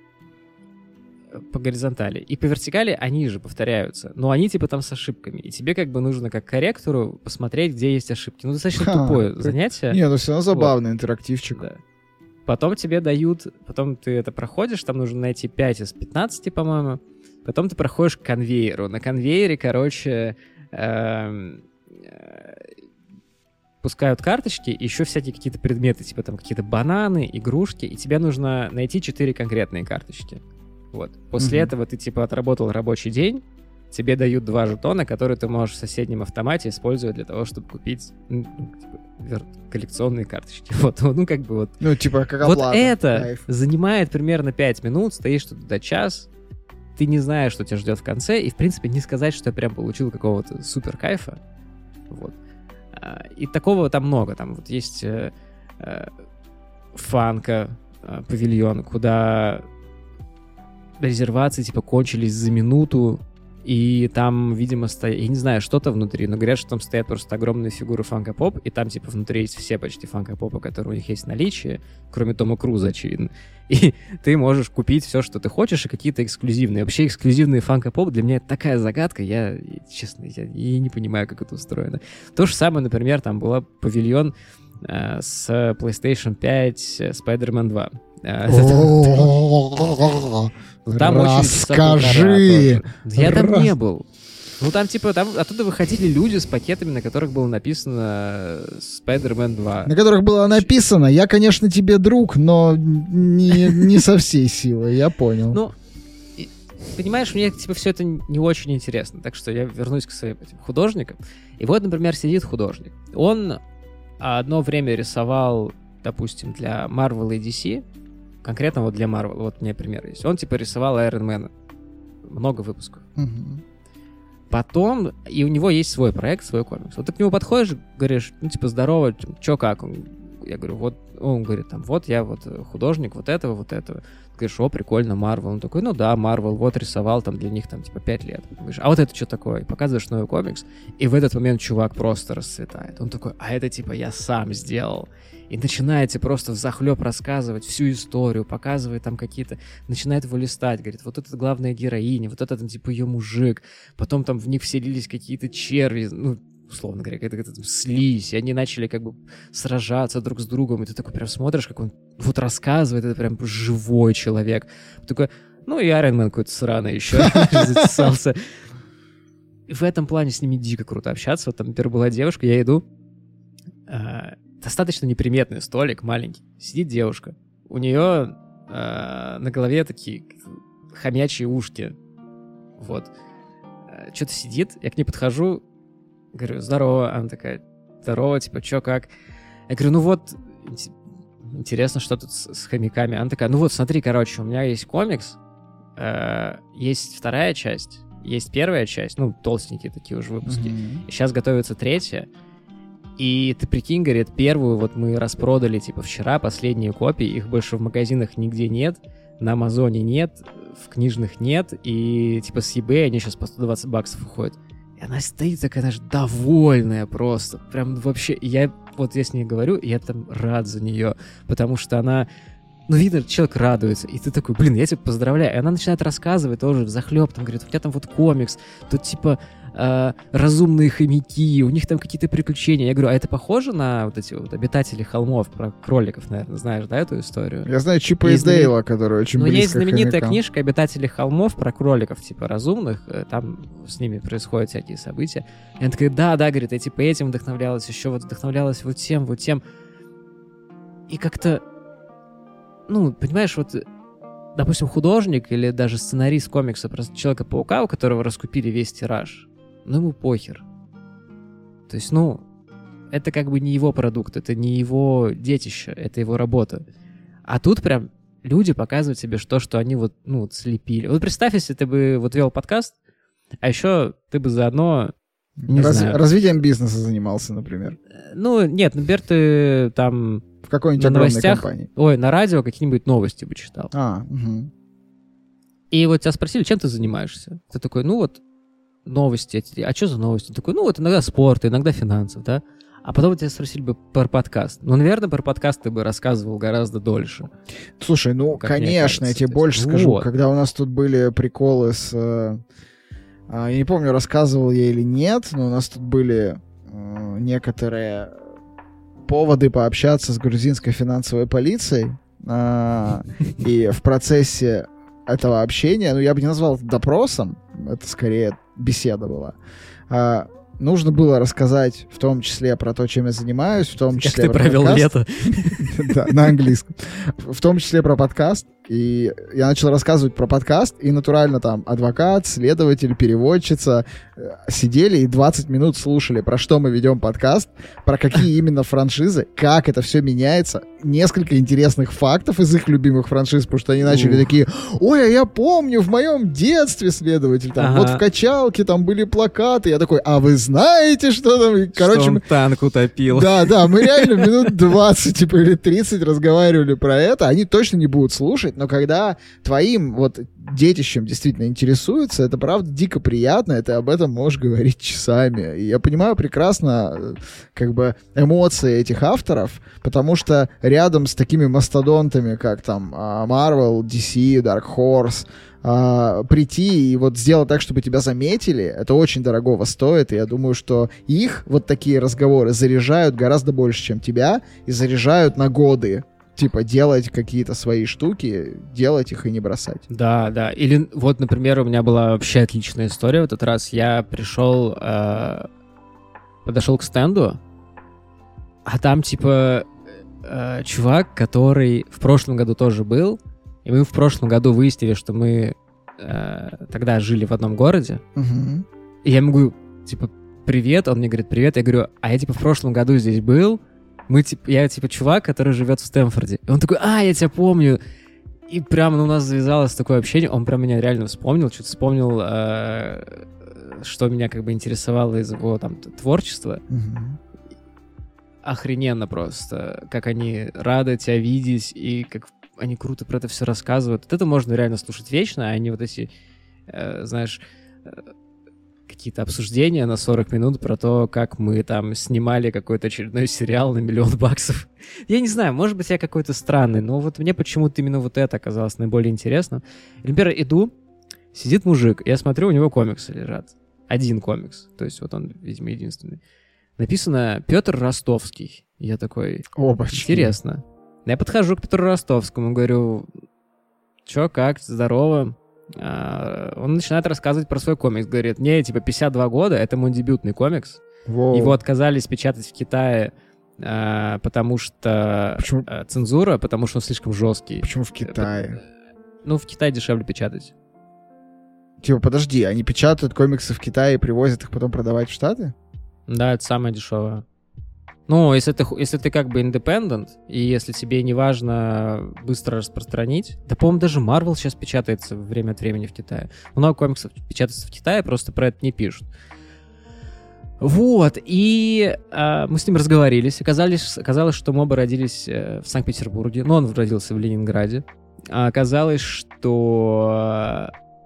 по горизонтали. И по вертикали они же повторяются. Но они типа там с ошибками. И тебе как бы нужно как корректору посмотреть, где есть ошибки. Ну, достаточно тупое занятие. Не, ну все равно забавный интерактивчик. Да. Потом тебе дают, потом ты это проходишь, там нужно найти 5 из 15, по-моему. Потом ты проходишь к конвейеру. На конвейере, короче, пускают карточки, еще всякие какие-то предметы, типа там какие-то бананы, игрушки, и тебе нужно найти 4 конкретные карточки. Вот. После этого ты, типа, отработал рабочий день, тебе дают 2 жетона, которые ты можешь в соседнем автомате использовать для того, чтобы купить, ну, типа, коллекционные карточки. Вот, ну, как бы вот. Ну, типа, как вот оплата. это Кайф. занимает примерно 5 минут, стоишь тут до час, ты не знаешь, что тебя ждет в конце, и, в принципе, не сказать, что я прям получил какого-то супер кайфа. Вот. И такого там много. Там вот есть фанка, павильон, куда резервации, типа, кончились за минуту, и там, видимо, стоят... Я не знаю, что-то внутри, но говорят, что там стоят просто огромные фигуры фанка-поп, и там, типа, внутри есть все почти фанка-попы, которые у них есть в наличии, кроме Тома Круза, очевидно. И ты можешь купить все, что ты хочешь, и какие-то эксклюзивные. Вообще, эксклюзивные фанка-поп для меня это такая загадка, я, честно, я не понимаю, как это устроено. То же самое, например, там была павильон с PlayStation 5 Spider-Man 2. Там расскажи! Я там не был. Ну, там, типа, там оттуда выходили люди с пакетами, на которых было написано Spider-Man 2. На которых было написано: я, конечно, тебе друг, но не со всей силы, я понял. Ну, понимаешь, мне, типа, все это не очень интересно, так что я вернусь к своим этим художникам. И вот, например, сидит художник. Он одно время рисовал, допустим, для Marvel и DC, конкретно вот для Marvel, вот у меня пример есть. Он, типа, рисовал Iron Man. Много выпусков. Потом, и у него есть свой проект, свой комикс. Вот ты к нему подходишь, говоришь, ну, типа, здорово, чё как? Он Я говорю, вот, он говорит, там, вот я вот художник вот этого, вот этого. Ты говоришь, о, прикольно, Marvel. Он такой, ну да, Marvel, вот рисовал там для них там типа 5 лет. Ты говоришь, а вот это что такое? И показываешь новый комикс, и в этот момент чувак просто расцветает. Он такой, а это типа я сам сделал. И начинаете просто взахлеб рассказывать всю историю, показывает там какие-то... Начинает его листать, говорит, вот это главная героиня, вот это там типа ее мужик. Потом там в них вселились какие-то черви, ну, условно говоря, какая-то там слизь, и они начали как бы сражаться друг с другом, и ты такой прям смотришь, как он вот рассказывает, это прям живой человек. Такой, ну и Iron Man какой-то сраный еще затесался. И в этом плане с ними дико круто общаться. Вот там, например, была девушка, я иду, достаточно неприметный столик, маленький, сидит девушка, у нее на голове такие хомячьи ушки, вот. Что-то сидит, я к ней подхожу, говорю, здорово. Она такая, здорово, типа, чё, как? Я говорю, ну вот, интересно, что тут с хомяками. Она такая, ну вот, смотри, короче, у меня есть комикс, есть вторая часть, есть первая часть, ну, толстенькие такие уже выпуски, и сейчас готовится третья. И ты прикинь, говорит, первую вот мы распродали, типа, вчера, последние копии, их больше в магазинах нигде нет, на Амазоне нет, в книжных нет, и, типа, с eBay они сейчас по $120 уходят. И она стоит такая, знаешь, довольная просто. Прям вообще, я с ней говорю, и я там рад за нее, потому что она, ну, видно, человек радуется, и ты такой, блин, я тебя поздравляю. И она начинает рассказывать тоже взахлеб, там, говорит, у тебя там вот комикс, тут, типа, разумные хомяки, у них там какие-то приключения. Я говорю, а это похоже на вот эти вот обитатели холмов, про кроликов, наверное, знаешь, да, эту историю? Я знаю Чипа и Дейла, который очень близко к есть знаменитая хомякам. книжка «Обитатели холмов» про кроликов, типа, разумных, там с ними происходят всякие события. И она такая, да, говорит, я типа этим вдохновлялась, еще вот вдохновлялась вот тем. И как-то, ну, понимаешь, вот, допустим, художник или даже сценарист комикса про Человека-паука, у которого раскупили весь тираж, ну, ему похер. То есть, ну, это как бы не его продукт, это не его детище, это его работа. А тут прям люди показывают тебе то, что они вот, ну, вот слепили. Вот представь, если ты бы вот вел подкаст, а еще ты бы заодно, не знаю... Развитием бизнеса занимался, например. Ну, нет, например, ты там... В какой-нибудь на огромной новостях, компании. Ой, на радио какие-нибудь новости бы читал. Угу. И вот тебя спросили, чем ты занимаешься? Ты такой, ну вот, новости. А что за новости? Ты такой, ну вот иногда спорт, иногда финансов, да? А потом тебя спросили бы про подкаст. Ну, наверное, про подкаст ты бы рассказывал гораздо дольше. Слушай, ну, конечно, я тебе больше скажу. Когда у нас тут были приколы с... Я не помню, рассказывал я или нет, но у нас тут были некоторые поводы пообщаться с грузинской финансовой полицией. И в процессе этого общения, ну, я бы не назвал это допросом, это скорее беседа была. Нужно было рассказать в том числе про то, чем я занимаюсь, в том числе как ты провел лето. Да, на английском. В том числе про подкаст. И я начал рассказывать про подкаст, и натурально там адвокат, следователь, переводчица сидели и 20 минут слушали, про что мы ведем подкаст, про какие именно франшизы, как это все меняется. Несколько интересных фактов из их любимых франшиз, потому что они начали такие: ой, а я помню, в моем детстве, следователь, там, вот в качалке там были плакаты. Я такой, а вы знаете, что там? И, короче, что он танк утопил. Да, мы реально минут 20 типа, или 30 разговаривали про это. Они точно не будут слушать, но когда твоим вот детищем действительно интересуются, это правда дико приятно, и ты об этом можешь говорить часами. И я понимаю прекрасно как бы эмоции этих авторов, потому что рядом с такими мастодонтами, как там Marvel, DC, Dark Horse, прийти и вот сделать так, чтобы тебя заметили, это очень дорогого стоит, и я думаю, что их вот такие разговоры заряжают гораздо больше, чем тебя, и заряжают на годы. Типа делать какие-то свои штуки, делать их и не бросать. Да. Или вот, например, у меня была вообще отличная история в этот раз. Я пришел, подошел к стенду, а там типа чувак, который в прошлом году тоже был, и мы в прошлом году выяснили, что мы тогда жили в одном городе. Угу. И я ему говорю, типа, привет, он мне говорит, привет. Я говорю, а я типа в прошлом году здесь был, я, типа, чувак, который живет в Стэнфорде. И он такой, я тебя помню. И прям у нас завязалось такое общение. Он прям меня реально вспомнил, что-то вспомнил, что меня как бы интересовало из его там творчества. Угу. охрененно просто, как они рады тебя видеть, и как они круто про это все рассказывают. Вот это можно реально слушать вечно, а не вот эти, знаешь, какие-то обсуждения на 40 минут про то, как мы там снимали какой-то очередной сериал на $1 000 000. Я не знаю, может быть, я какой-то странный, но вот мне почему-то именно вот это оказалось наиболее интересным. Например, иду, сидит мужик, я смотрю, у него комиксы лежат. Один комикс, то есть вот он, видимо, единственный. Написано «Петр Ростовский». Я такой, интересно. Я подхожу к Петру Ростовскому, говорю, чё, как, здорово? Он начинает рассказывать про свой комикс. Говорит, мне типа 52 года, это мой дебютный комикс. Воу. Его отказались печатать в Китае, потому что цензура, потому что он слишком жесткий. Почему в Китае? Ну, в Китае дешевле печатать. Типа, подожди, они печатают комиксы в Китае и привозят их потом продавать в Штаты? Да, это самое дешевое. Ну, если ты как бы independent, и если тебе не важно быстро распространить... Да, по-моему, даже Marvel сейчас печатается время от времени в Китае. Много комиксов печатается в Китае, просто про это не пишут. Вот, и мы с ним разговорились. Оказалось, что мы оба родились в Санкт-Петербурге. Ну, он родился в Ленинграде. А оказалось, что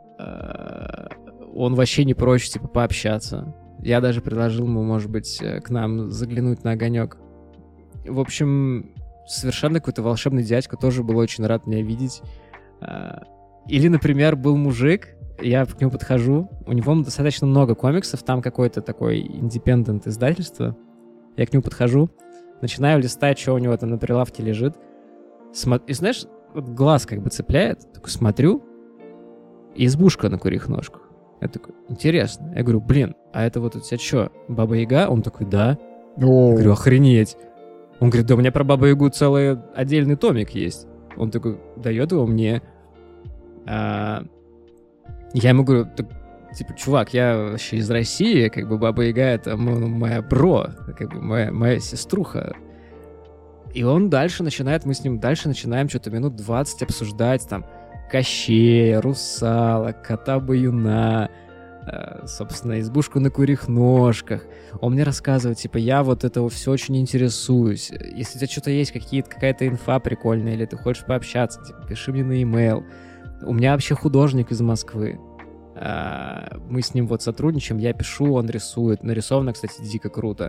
он вообще не прочь, типа, пообщаться. Я даже предложил ему, может быть, к нам заглянуть на огонек. В общем, совершенно какой-то волшебный дядька, тоже был очень рад меня видеть. Или, например, был мужик, я к нему подхожу, у него достаточно много комиксов, там какой-то такой индепендент издательство. Я к нему подхожу, начинаю листать, что у него там на прилавке лежит. И знаешь, вот глаз как бы цепляет, такой смотрю, избушка на курьих ножках. Я такой, интересно. Я говорю, блин, а это вот у тебя что, Баба-Яга? Он такой, да. Я говорю, охренеть. Он говорит, да у меня про Бабу-Ягу целый отдельный томик есть. Он такой, дает его мне. Я ему говорю, типа, чувак, я вообще из России, как бы Баба-Яга — это моя бро, как бы моя сеструха. И он дальше начинает, мы с ним дальше начинаем что-то минут 20 обсуждать, там, Кощея, Русалок, Кота-Баюна, собственно, избушку на курьих ножках. Он мне рассказывает, типа, я вот этого все очень интересуюсь. Если у тебя что-то есть, какая-то инфа прикольная, или ты хочешь пообщаться, типа, пиши мне на e-mail. У меня вообще художник из Москвы. Мы с ним вот сотрудничаем, я пишу, он рисует. Нарисовано, кстати, дико круто.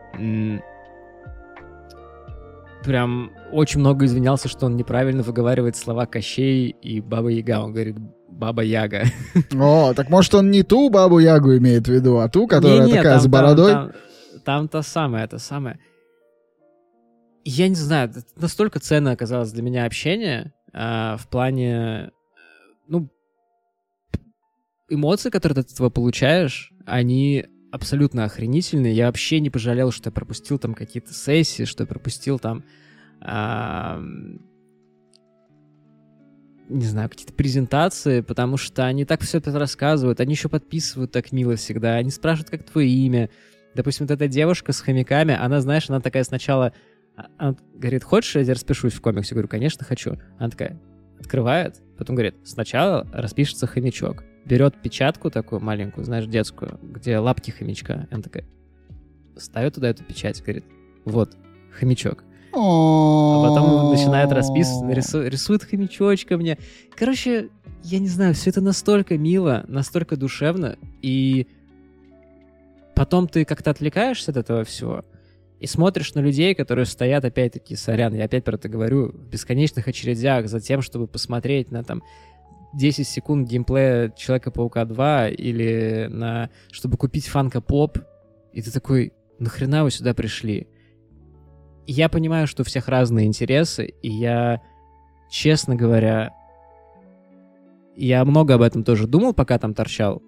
Прям очень много извинялся, что он неправильно выговаривает слова Кощей и Баба-Яга. Он говорит Баба-Яга. О, так может он не ту Бабу-Ягу имеет в виду, а ту, которая такая там, с бородой? Там то самое. Я не знаю, настолько ценно оказалось для меня общение в плане... Ну, эмоции, которые ты от этого получаешь, они абсолютно охренительные. Я вообще не пожалел, что я пропустил там какие-то сессии, что я пропустил там, не знаю, какие-то презентации, потому что они так все это рассказывают, они еще подписывают так мило всегда, они спрашивают, как твое имя. Допустим, вот эта девушка с хомяками, она, знаешь, она такая сначала, она говорит, хочешь, я тебе распишусь в комиксе? Я говорю, конечно, хочу. Она такая открывает, потом говорит, сначала распишется хомячок. Берет печатку такую маленькую, знаешь, детскую, где лапки хомячка. Она такая ставит туда эту печать, говорит, вот, хомячок. А потом начинает расписывать, рисует хомячочка мне. Короче, я не знаю, все это настолько мило, настолько душевно, и потом ты как-то отвлекаешься от этого всего и смотришь на людей, которые стоят, опять-таки, сорян, я опять про это говорю, в бесконечных очередях за тем, чтобы посмотреть на там 10 секунд геймплея Человека-паука 2 или чтобы купить фанка-поп, и ты такой, нахрена вы сюда пришли? И я понимаю, что у всех разные интересы, и я, честно говоря, я много об этом тоже думал, пока там торчал,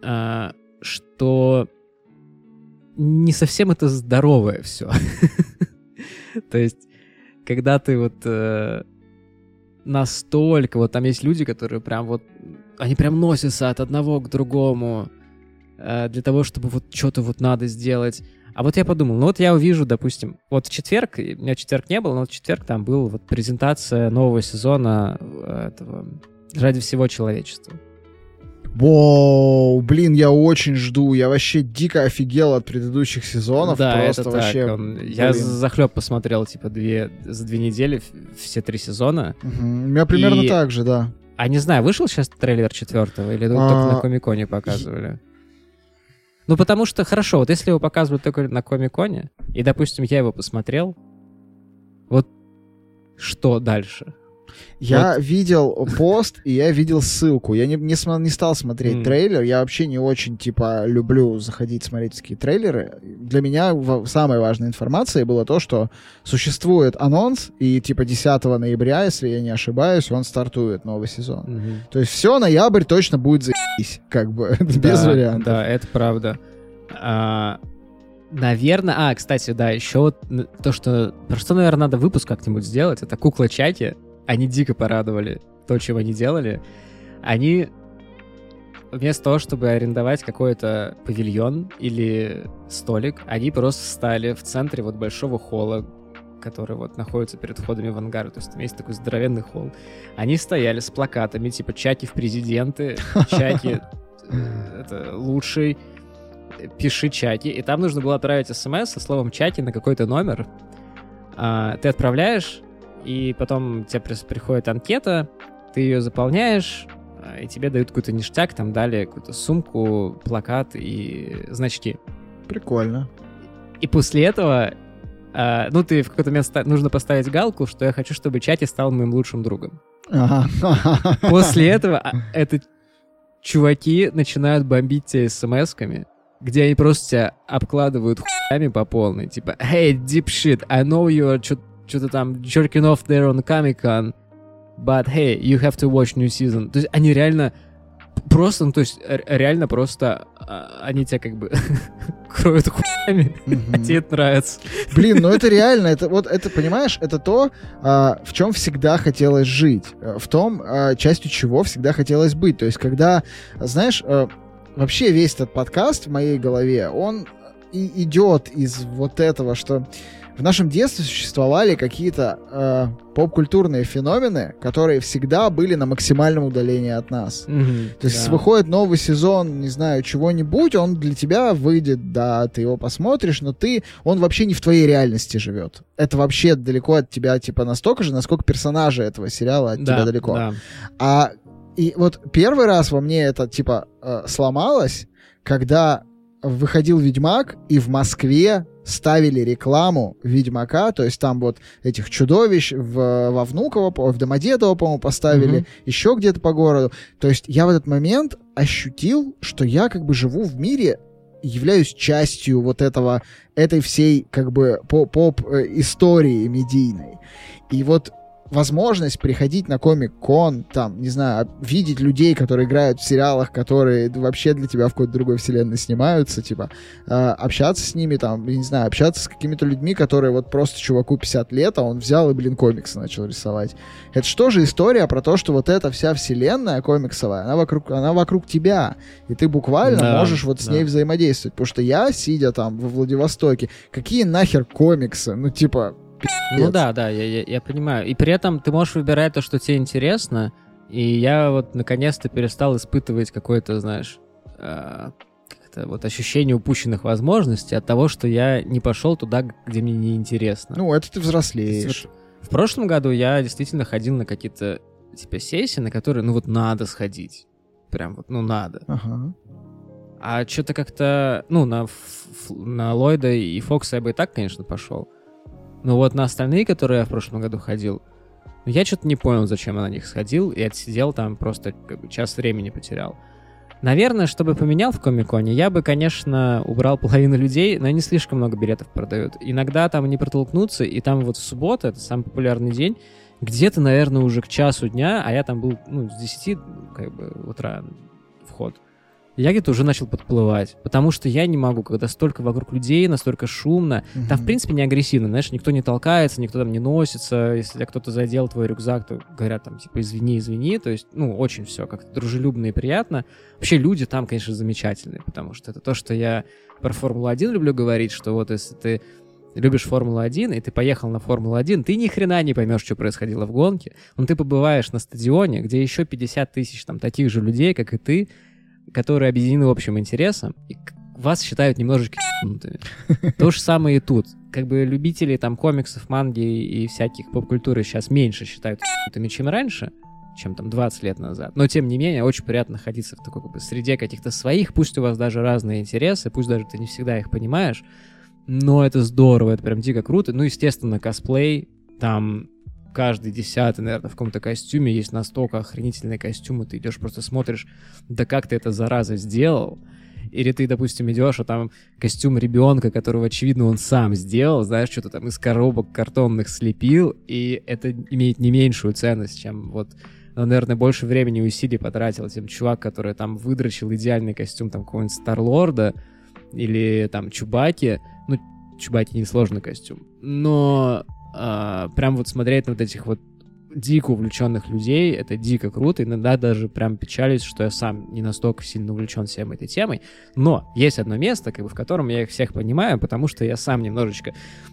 что не совсем это здоровое все. То есть, когда ты вот настолько... Вот там есть люди, которые прям вот... Они прям носятся от одного к другому для того, чтобы вот что-то вот надо сделать. А вот я подумал, ну вот я увижу, допустим, вот в четверг, у меня четверг не было, но в четверг там была вот презентация нового сезона этого «Ради всего человечества». Воу, блин, я очень жду. Я вообще дико офигел от предыдущих сезонов. Да, просто это вообще, так. Я захлеб посмотрел, типа, за 2 недели все 3 сезона. У меня примерно так же, да. А не знаю, вышел сейчас трейлер 4-го или только на Комик-Коне показывали? Ну, потому что, хорошо, вот если его показывают только на Комик-Коне, и, допустим, я его посмотрел, вот что дальше? Я видел пост, и я видел ссылку. Я не стал смотреть трейлер. Я вообще не очень, типа, люблю заходить смотреть такие трейлеры. Для меня самой важной информацией было то, что существует анонс, и, типа, 10 ноября, если я не ошибаюсь, он стартует новый сезон. То есть все, ноябрь точно будет заебись, как бы, без вариантов. Да, это правда. Наверное... кстати, да, еще вот то, что... Про что, наверное, надо выпуск как-нибудь сделать, это кукла-чаки. Они дико порадовали то, чего они делали. Они вместо того, чтобы арендовать какой-то павильон или столик, они просто встали в центре вот большого холла, который вот находится перед входами в ангар. То есть там есть такой здоровенный холл. Они стояли с плакатами, типа «Чаки в президенты», «Чаки это лучший», «Пиши Чаки». И там нужно было отправить смс со словом «Чаки» на какой-то номер. Ты отправляешь, и потом тебе приходит анкета, ты ее заполняешь, и тебе дают какой-то ништяк, там дали какую-то сумку, плакат и значки. Прикольно. И после этого, ты в какой-то момент нужно поставить галку, что я хочу, чтобы Чаки стал моим лучшим другом. После этого чуваки начинают бомбить тебя смс-ками, где они просто тебя обкладывают хуями по полной. Типа, hey, deep shit, I know you're что-то там jerking off there on Comic-Con, but hey, you have to watch new season. То есть они реально просто, они тебя как бы кроют хуями, а тебе это нравится. Блин, это реально, это понимаешь, это то, в чем всегда хотелось жить, в том, частью чего всегда хотелось быть. То есть когда, знаешь, вообще весь этот подкаст в моей голове, он и идет из вот этого, что в нашем детстве существовали какие-то поп-культурные феномены, которые всегда были на максимальном удалении от нас. То есть выходит новый сезон, не знаю, чего-нибудь, он для тебя выйдет, да, ты его посмотришь, но он вообще не в твоей реальности живет. Это вообще далеко от тебя, типа, настолько же, насколько персонажи этого сериала от тебя далеко. Да. И вот первый раз во мне это, типа, сломалось, когда выходил «Ведьмак», и в Москве ставили рекламу «Ведьмака», то есть там вот этих чудовищ во Внуково, в Домодедово, по-моему, поставили, еще где-то по городу. То есть я в этот момент ощутил, что я как бы живу в мире, являюсь частью вот этой всей как бы поп-истории медийной. И вот возможность приходить на Комик-Кон, там, не знаю, видеть людей, которые играют в сериалах, которые вообще для тебя в какой-то другой вселенной снимаются, типа, общаться с ними, там, не знаю, общаться с какими-то людьми, которые вот просто чуваку 50 лет, а он взял и, комиксы начал рисовать. Это что же история про то, что вот эта вся вселенная комиксовая, она вокруг тебя, и ты буквально можешь вот с ней взаимодействовать, потому что я, сидя там во Владивостоке, какие нахер комиксы, Ну да, я понимаю. И при этом ты можешь выбирать то, что тебе интересно. И я вот наконец-то перестал испытывать какое-то, знаешь, как-то вот ощущение упущенных возможностей от того, что я не пошел туда, где мне неинтересно. Ну, это ты взрослеешь. Вот в прошлом году я действительно ходил на какие-то типа сессии, на которые, надо сходить. Прям вот, надо. Ага. А что-то как-то, на Ллойда и Фокса я бы и так, конечно, пошел. Но вот на остальные, которые я в прошлом году ходил, я что-то не понял, зачем я на них сходил, и отсидел там просто час времени потерял. Наверное, чтобы поменял в Комик-Коне, я бы, конечно, убрал половину людей, но они слишком много билетов продают. Иногда там не протолкнуться, и там вот в субботу, это самый популярный день, где-то, наверное, уже к часу дня, а я там был, с 10 утра вход. Я где-то уже начал подплывать, потому что я не могу, когда столько вокруг людей, настолько шумно. Там, в принципе, не агрессивно, знаешь, никто не толкается, никто там не носится. Если кто-то задел твой рюкзак, то говорят там, типа, извини. То есть, очень все как-то дружелюбно и приятно. Вообще люди там, конечно, замечательные, потому что это то, что я про Формулу-1 люблю говорить, что вот если ты любишь Формулу-1, и ты поехал на Формулу-1, ты ни хрена не поймешь, что происходило в гонке. Ты побываешь на стадионе, где еще 50 тысяч там таких же людей, как и ты, которые объединены общим интересом, и вас считают немножечко ебанутыми. То же самое и тут. Как бы любители там комиксов, манги и всяких поп-культуры сейчас меньше считают ебанутыми, чем раньше, чем там 20 лет назад. Но, тем не менее, очень приятно находиться в такой как бы среде каких-то своих, пусть у вас даже разные интересы, пусть даже ты не всегда их понимаешь, но это здорово, это прям дико круто. Ну, естественно, косплей, там каждый 10-й, наверное, в каком-то костюме есть настолько охренительные костюмы, ты идешь просто смотришь, да как ты это, зараза, сделал. Или ты, допустим, идешь, а там костюм ребенка, которого, очевидно, он сам сделал, знаешь, что-то там из коробок картонных слепил, и это имеет не меньшую ценность, чем вот, ну, наверное, больше времени и усилий потратил тем чувак, который там выдрочил идеальный костюм там какого-нибудь Старлорда или там Чубаки. Ну, Чубаки несложный костюм, но прям вот смотреть на вот этих вот дико увлеченных людей, это дико круто. Иногда даже прям печалюсь, что я сам не настолько сильно увлечен всем этой темой. Но есть одно место, как бы, в котором я их всех понимаю, потому что я сам немножечко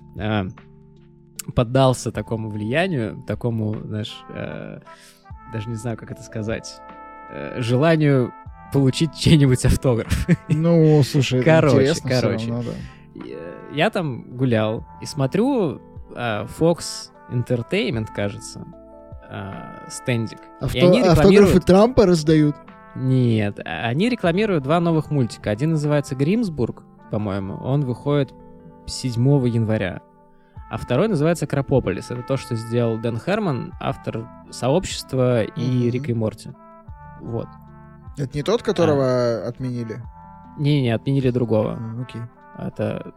поддался такому влиянию, такому, знаешь, даже не знаю, как это сказать, желанию получить чей-нибудь автограф. Ну, слушай, интересно все равно, да. Я там гулял и смотрю Fox Entertainment, кажется, стендик. Автографы Трампа раздают? Нет, они рекламируют 2 новых мультика. Один называется «Гримсбург», по-моему. Он выходит 7 января. А второй называется «Акропополис». Это то, что сделал Дэн Херман, автор «Сообщества» и «Рик и Морти». Вот. Это не тот, которого отменили? Не-не, отменили другого. Окей. Это...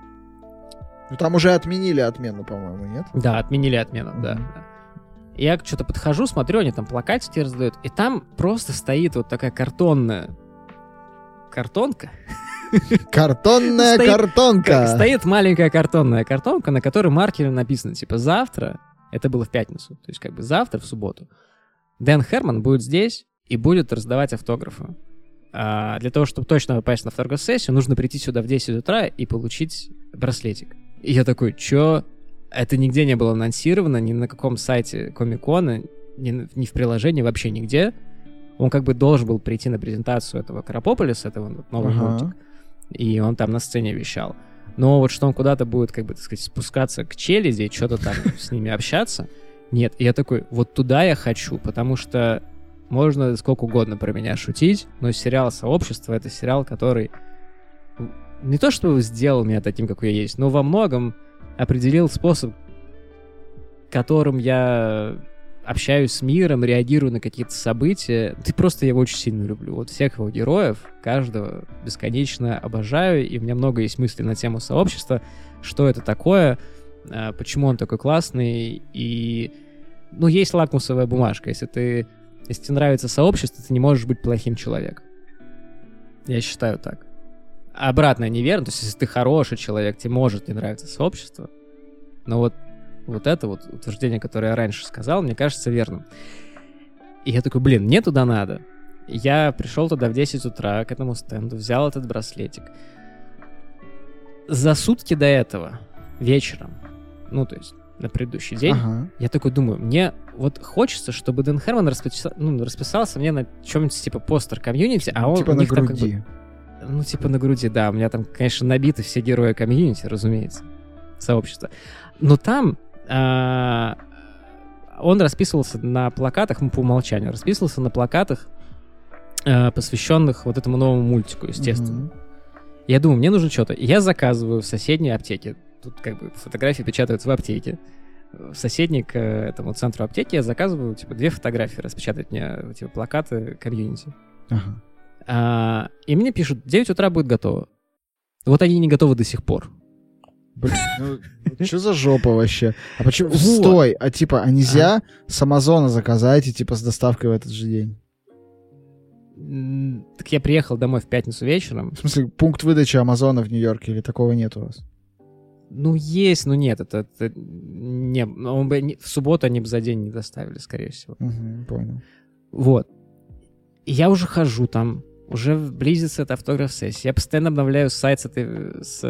Ну, там уже отменили отмену, по-моему, нет? Да, отменили отмену, да. Я что-то подхожу, смотрю, они там плакатики раздают, и там просто стоит вот такая картонная картонка. Картонная картонка! Стоит маленькая картонная картонка, на которой маркером написано, типа, завтра, это было в пятницу, то есть как бы завтра, в субботу, Дэн Херман будет здесь и будет раздавать автографы. А для того, чтобы точно попасть на автограф-сессию, нужно прийти сюда в 10 утра и получить браслетик. И я такой, чё? Это нигде не было анонсировано, ни на каком сайте Комик-Кона, ни в приложении, вообще нигде. Он как бы должен был прийти на презентацию этого Акропополиса, этого нового мультика, и он там на сцене вещал. Но вот что он куда-то будет, как бы, так сказать, спускаться к челяди и что-то там с ними общаться, нет. И я такой, вот туда я хочу, потому что можно сколько угодно про меня шутить, но сериал «Сообщество» — это сериал, который не то чтобы сделал меня таким, какой я есть, но во многом определил способ, которым я общаюсь с миром, реагирую на какие-то события. Просто я его очень сильно люблю. Вот всех его героев, каждого бесконечно обожаю, и у меня много есть мыслей на тему «Сообщества», что это такое, почему он такой классный, и... Ну, есть лакмусовая бумажка. Если тебе нравится «Сообщество», ты не можешь быть плохим человеком. Я считаю так. Обратно неверно. То есть, если ты хороший человек, тебе может не нравиться «Сообщество». Но вот это вот утверждение, которое я раньше сказал, мне кажется верным. И я такой, блин, мне туда надо. Я пришел туда в 10 утра к этому стенду, взял этот браслетик. За сутки до этого, вечером, ну, то есть на предыдущий день, я такой думаю, мне вот хочется, чтобы Дэн Херман расписался мне на чем-нибудь типа постер-комьюнити, а он типа на груди. Там, как бы, ну, типа на груди, да. У меня там, конечно, набиты все герои комьюнити, разумеется, «Сообщество». Но там он расписывался на плакатах, по умолчанию, расписывался на плакатах, посвященных вот этому новому мультику, естественно. Я думаю, мне нужно что-то. Я заказываю в соседней аптеке. Тут как бы фотографии печатаются в аптеке. В соседней к этому центру аптеки я заказываю, типа, 2 фотографии распечатать мне, типа, плакаты комьюнити. И мне пишут, 9 утра будет готово. Вот они не готовы до сих пор. Блин, ну что за жопа вообще? А почему? Стой, а типа, а нельзя с Амазона заказать и типа с доставкой в этот же день? Так я приехал домой в пятницу вечером. В смысле, пункт выдачи Амазона в Нью-Йорке или такого нет у вас? Ну, есть, но нет. Это не, в субботу они бы за день не доставили, скорее всего. Понял. Вот. И я уже хожу там. Уже близится эта автограф-сессия. Я постоянно обновляю сайт с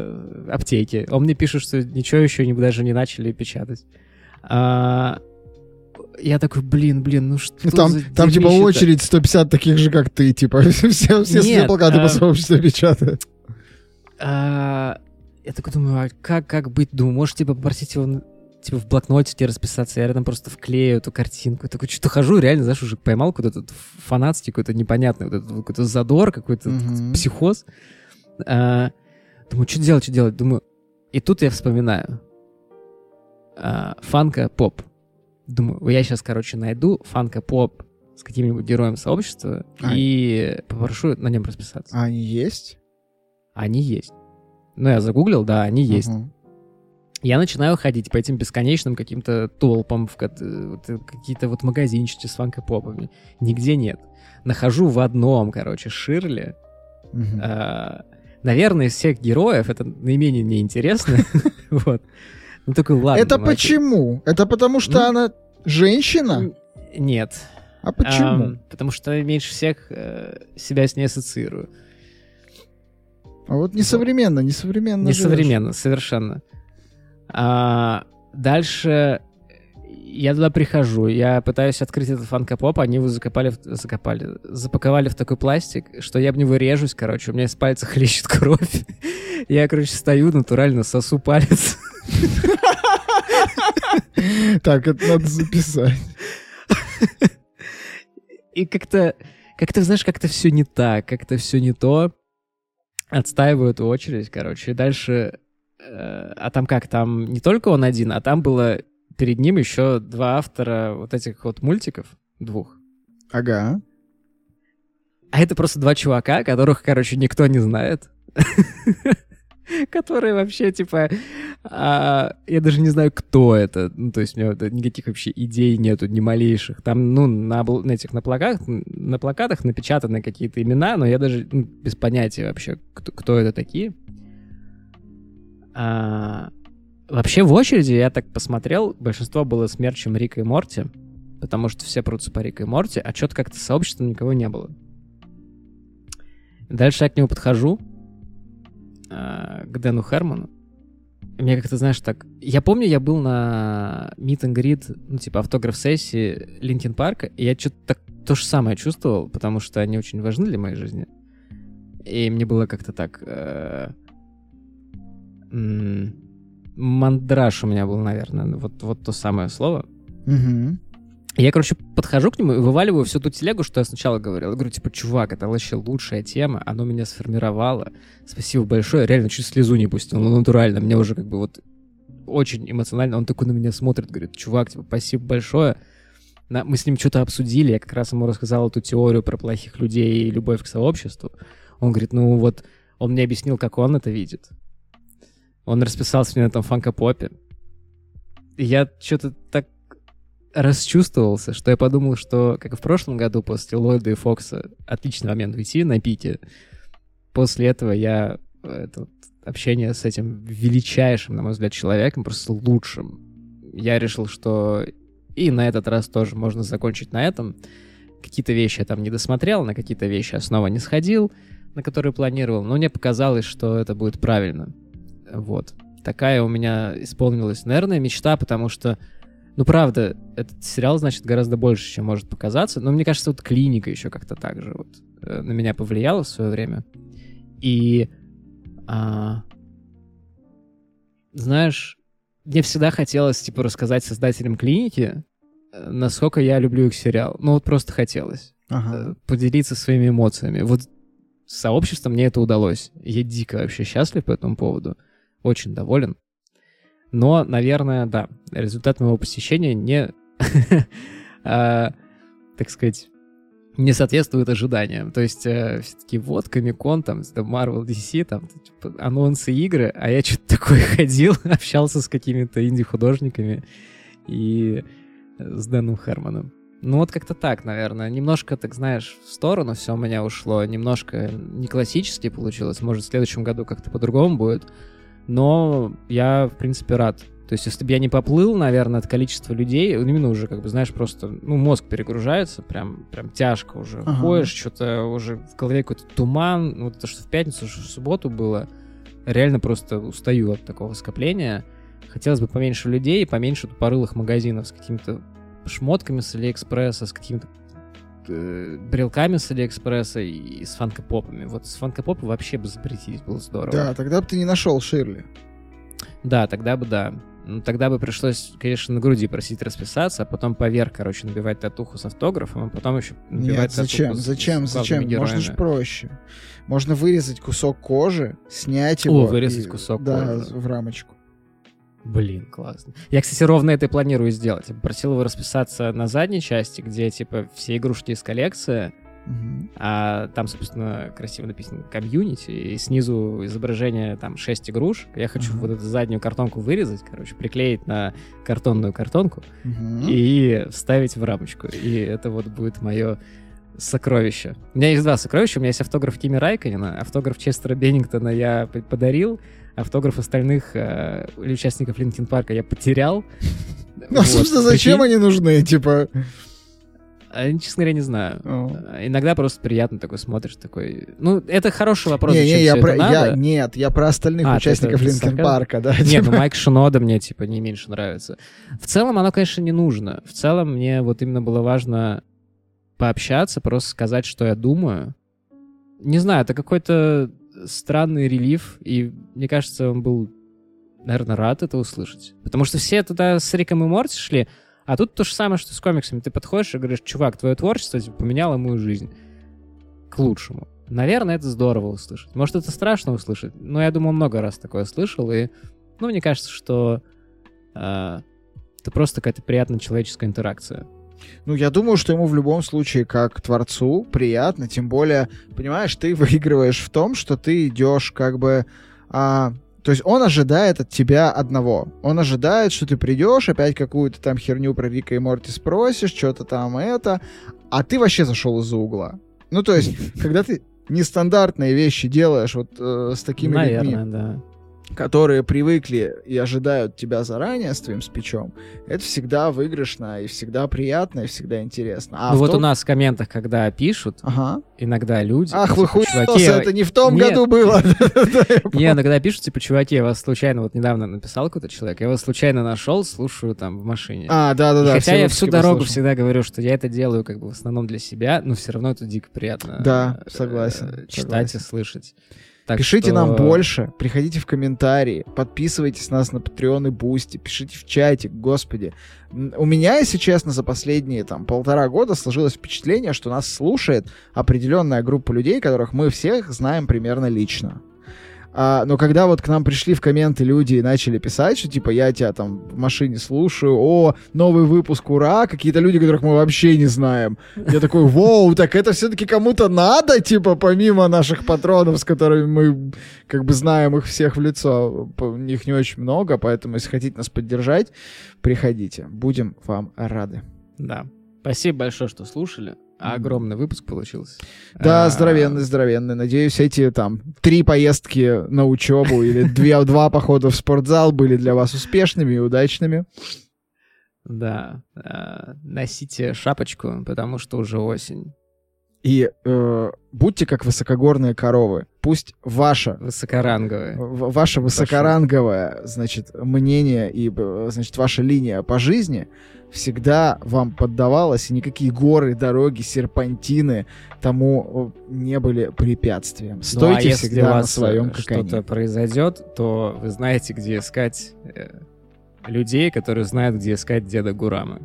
аптеки. Он мне пишет, что ничего еще даже не начали печатать. я такой, блин, ну что Там за типа дерьмище-то? очередь 150 таких же, как ты, типа, все плакаты по сообществу печатают. Я такой думаю, а как быть? Думаю, может, типа, попросить его типа в блокноте тебе расписаться, я рядом просто вклею эту картинку. Я такой что-то хожу, реально, знаешь, уже поймал какой-то этот фанатский, какой-то непонятный, вот этот какой-то задор, какой-то психоз. Думаю, что делать? Думаю, и тут я вспоминаю. Фанка-поп. Думаю, я сейчас, найду фанка-поп с каким-нибудь героем сообщества и попрошу на нем расписаться. А они есть? Они есть. Ну, я загуглил, да, они есть. Я начинаю ходить по этим бесконечным каким-то толпам в какие-то вот магазинчики с фанко-попами. Нигде нет. Нахожу в одном, Ширле. Наверное, из всех героев это наименее неинтересно. Вот. Ну, такой, ладно. Это почему? Это потому, что она женщина? Нет. А почему? Потому что меньше всех себя с ней ассоциирую. А вот несовременно. Несовременно, совершенно. Дальше я туда прихожу, я пытаюсь открыть этот фанко-поп, они его запаковали в такой пластик, что я об него режусь, у меня из пальца хлещет кровь. Я, стою, натурально сосу палец. Так, это надо записать. И как-то, знаешь, как-то все не так, как-то все не то. Отстаиваю эту очередь, и дальше... А там там не только он один, а там было перед ним еще два автора вот этих вот мультиков, двух. Ага. А это просто два чувака, которых, никто не знает. Которые вообще, я даже не знаю, кто это. Ну, то есть у меня никаких вообще идей нету, ни малейших. Там, на плакатах напечатаны какие-то имена, но я даже без понятия вообще, кто это такие. Вообще в очереди я так посмотрел, большинство было с мерчем Рика и Морти, потому что все прутся по Рика и Морти, а что-то как-то сообщества никого не было. Дальше я к нему подхожу, к Дэну Хэрману. И мне как-то, знаешь, так... Я помню, я был на meet and greet, автограф-сессии Линкин Парка, и я что-то так то же самое чувствовал, потому что они очень важны для моей жизни. И мне было как-то так... мандраж у меня был, наверное, вот то самое слово. Я, подхожу к нему и вываливаю всю ту телегу, что я сначала говорил. Я говорю, чувак, это вообще лучшая тема, оно меня сформировало. Спасибо большое. Реально чуть слезу не пустил, натурально. Мне уже очень эмоционально. Он такой на меня смотрит, говорит, чувак, спасибо большое. Мы с ним что-то обсудили, я как раз ему рассказал эту теорию про плохих людей и любовь к сообществу. Он говорит, он мне объяснил, как он это видит. Он расписался мне на этом фанко-попе. И я что-то так расчувствовался, что я подумал, что, как и в прошлом году, после Ллойда и Фокса, отличный момент уйти на пике. После этого общение с этим величайшим, на мой взгляд, человеком, просто лучшим. Я решил, что и на этот раз тоже можно закончить на этом. Какие-то вещи я там не досмотрел, на какие-то вещи я снова не сходил, на которые планировал, но мне показалось, что это будет правильно. Вот. Такая у меня исполнилась, наверное, мечта, потому что, правда, этот сериал, значит, гораздо больше, чем может показаться. Но мне кажется, «Клиника» еще как-то так же на меня повлияла в свое время. И, знаешь, мне всегда хотелось, рассказать создателям «Клиники», насколько я люблю их сериал. Просто хотелось. Поделиться своими эмоциями. С сообществом мне это удалось. Я дико вообще счастлив по этому поводу. Очень доволен. Но, наверное, да, результат моего посещения не, так сказать, не соответствует ожиданиям. То есть все-таки Комик-кон, Marvel, DC, анонсы игры, а я что-то такое ходил, общался с какими-то инди-художниками и с Дэном Хэрманом. Как-то так, наверное. Немножко, так знаешь, в сторону все у меня ушло, немножко не классически получилось. Может, в следующем году как-то по-другому будет. Но я, в принципе, рад. То есть, если бы я не поплыл, наверное, от количества людей, именно уже, знаешь, просто, мозг перегружается, прям тяжко уже. Ходишь, что-то уже в голове какой-то туман. Это что в пятницу, что в субботу было. Реально просто устаю от такого скопления. Хотелось бы поменьше людей, поменьше тупорылых магазинов с какими-то шмотками с Алиэкспресса, с какими-то брелками с Алиэкспресса и с фанкопопами. Вот с фанкопопа вообще бы запретить было здорово. Да, тогда бы ты не нашел Ширли. Да, тогда бы да. Ну, тогда бы пришлось, конечно, на груди просить расписаться, а потом поверх, короче, набивать татуху с автографом, а потом еще набивать Нет, зачем? Можно же проще. Можно вырезать кусок кожи, снять его. Вырезать кусок кожи. Да, в рамочку. Блин, классно. Я, кстати, ровно это и планирую сделать. Я попросил его расписаться на задней части, где, типа, все игрушки из коллекции, а там, собственно, красиво написано комьюнити, и снизу изображение там 6 игрушек. Я хочу вот эту заднюю картонку вырезать, короче, приклеить на картонную картонку и вставить в рамочку. И это вот будет мое сокровище. У меня есть 2 сокровища. У меня есть автограф Кими Райконена, автограф Честера Беннингтона я подарил, автограф остальных участников Линкин Парка я потерял. Ну, собственно, зачем они нужны, типа... Честно говоря, не знаю. Иногда просто приятно такой смотришь, такой... Ну, это хороший вопрос, Нет, я про остальных участников Линкин Парка, да. Нет, ну Майк Шинода мне, типа, не меньше нравится. В целом оно, конечно, не нужно. В целом мне вот именно было важно пообщаться, просто сказать, что я думаю. Не знаю, это какой-то странный релиф, и мне кажется, он был, наверное, рад это услышать. Потому что все туда с Риком и Морти шли, а тут то же самое, что с комиксами. Ты подходишь и говоришь, чувак, твое творчество типа, поменяло мою жизнь к лучшему. Наверное, это здорово услышать. Может, это страшно услышать, но я думаю, много раз такое слышал, и, ну, мне кажется, что это просто какая-то приятная человеческая интеракция. Ну, я думаю, что ему в любом случае, как творцу, приятно, тем более, понимаешь, ты выигрываешь в том, что ты идешь как бы... То есть он ожидает от тебя одного. Он ожидает, что ты придешь, опять какую-то там херню про Рика и Морти спросишь, что-то там это, а ты вообще зашел из-за угла. Ну, то есть, когда ты нестандартные вещи делаешь вот с такими людьми, да, которые привыкли и ожидают тебя заранее с твоим спичом, это всегда выигрышно, и всегда приятно, и всегда интересно. Ну вот у нас в комментах, когда пишут, иногда люди... Ах, вы хуёсы, это не в том году было. Не, иногда пишут, типа, чуваки, я вас случайно, вот недавно написал какой-то человек, я вас случайно нашел, слушаю там в машине. Да. Хотя я всю дорогу всегда говорю, что я это делаю как бы в основном для себя, но все равно это дико приятно. Да, согласен. Читать и слышать. Пишите нам больше, приходите в комментарии, подписывайтесь на нас на Patreon и Boosty, пишите в чатик, господи. У меня, если честно, за последние там 1,5 года сложилось впечатление, что нас слушает определенная группа людей, которых мы всех знаем примерно лично. Но когда вот к нам пришли в комменты люди и начали писать, что типа я тебя там в машине слушаю, новый выпуск, ура, какие-то люди, которых мы вообще не знаем. Я такой, воу, так это все-таки кому-то надо, типа, помимо наших патронов, с которыми мы как бы знаем их всех в лицо. Их не очень много, поэтому если хотите нас поддержать, приходите. Будем вам рады. Да. Спасибо большое, что слушали. Огромный выпуск получился. Да, здоровенный. Надеюсь, эти там 3 поездки на учебу или 2 похода в спортзал были для вас успешными и удачными. Да. Носите шапочку, потому что уже осень. И будьте как высокогорные коровы. Пусть ваше высокоранговое, значит, мнение и, значит, ваша линия по жизни всегда вам поддавалась, и никакие горы, дороги, серпантины тому не были препятствием. Стойте всегда на своем коне. Если что-то произойдет, то вы знаете, где искать людей, которые знают, где искать деда Гурама.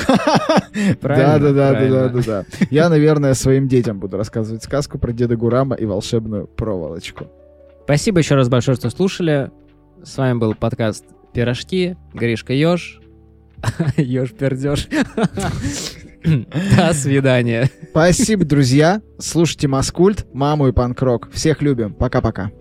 Да. Я, наверное, своим детям буду рассказывать сказку про деда Гурама и волшебную проволочку. Спасибо еще раз большое, что слушали. С вами был подкаст «Пирожки», Гришка Ёж. Ёж-пердёж. До свидания. Спасибо, друзья. Слушайте Маскульт, Маму и Панк-рок. Всех любим. Пока-пока.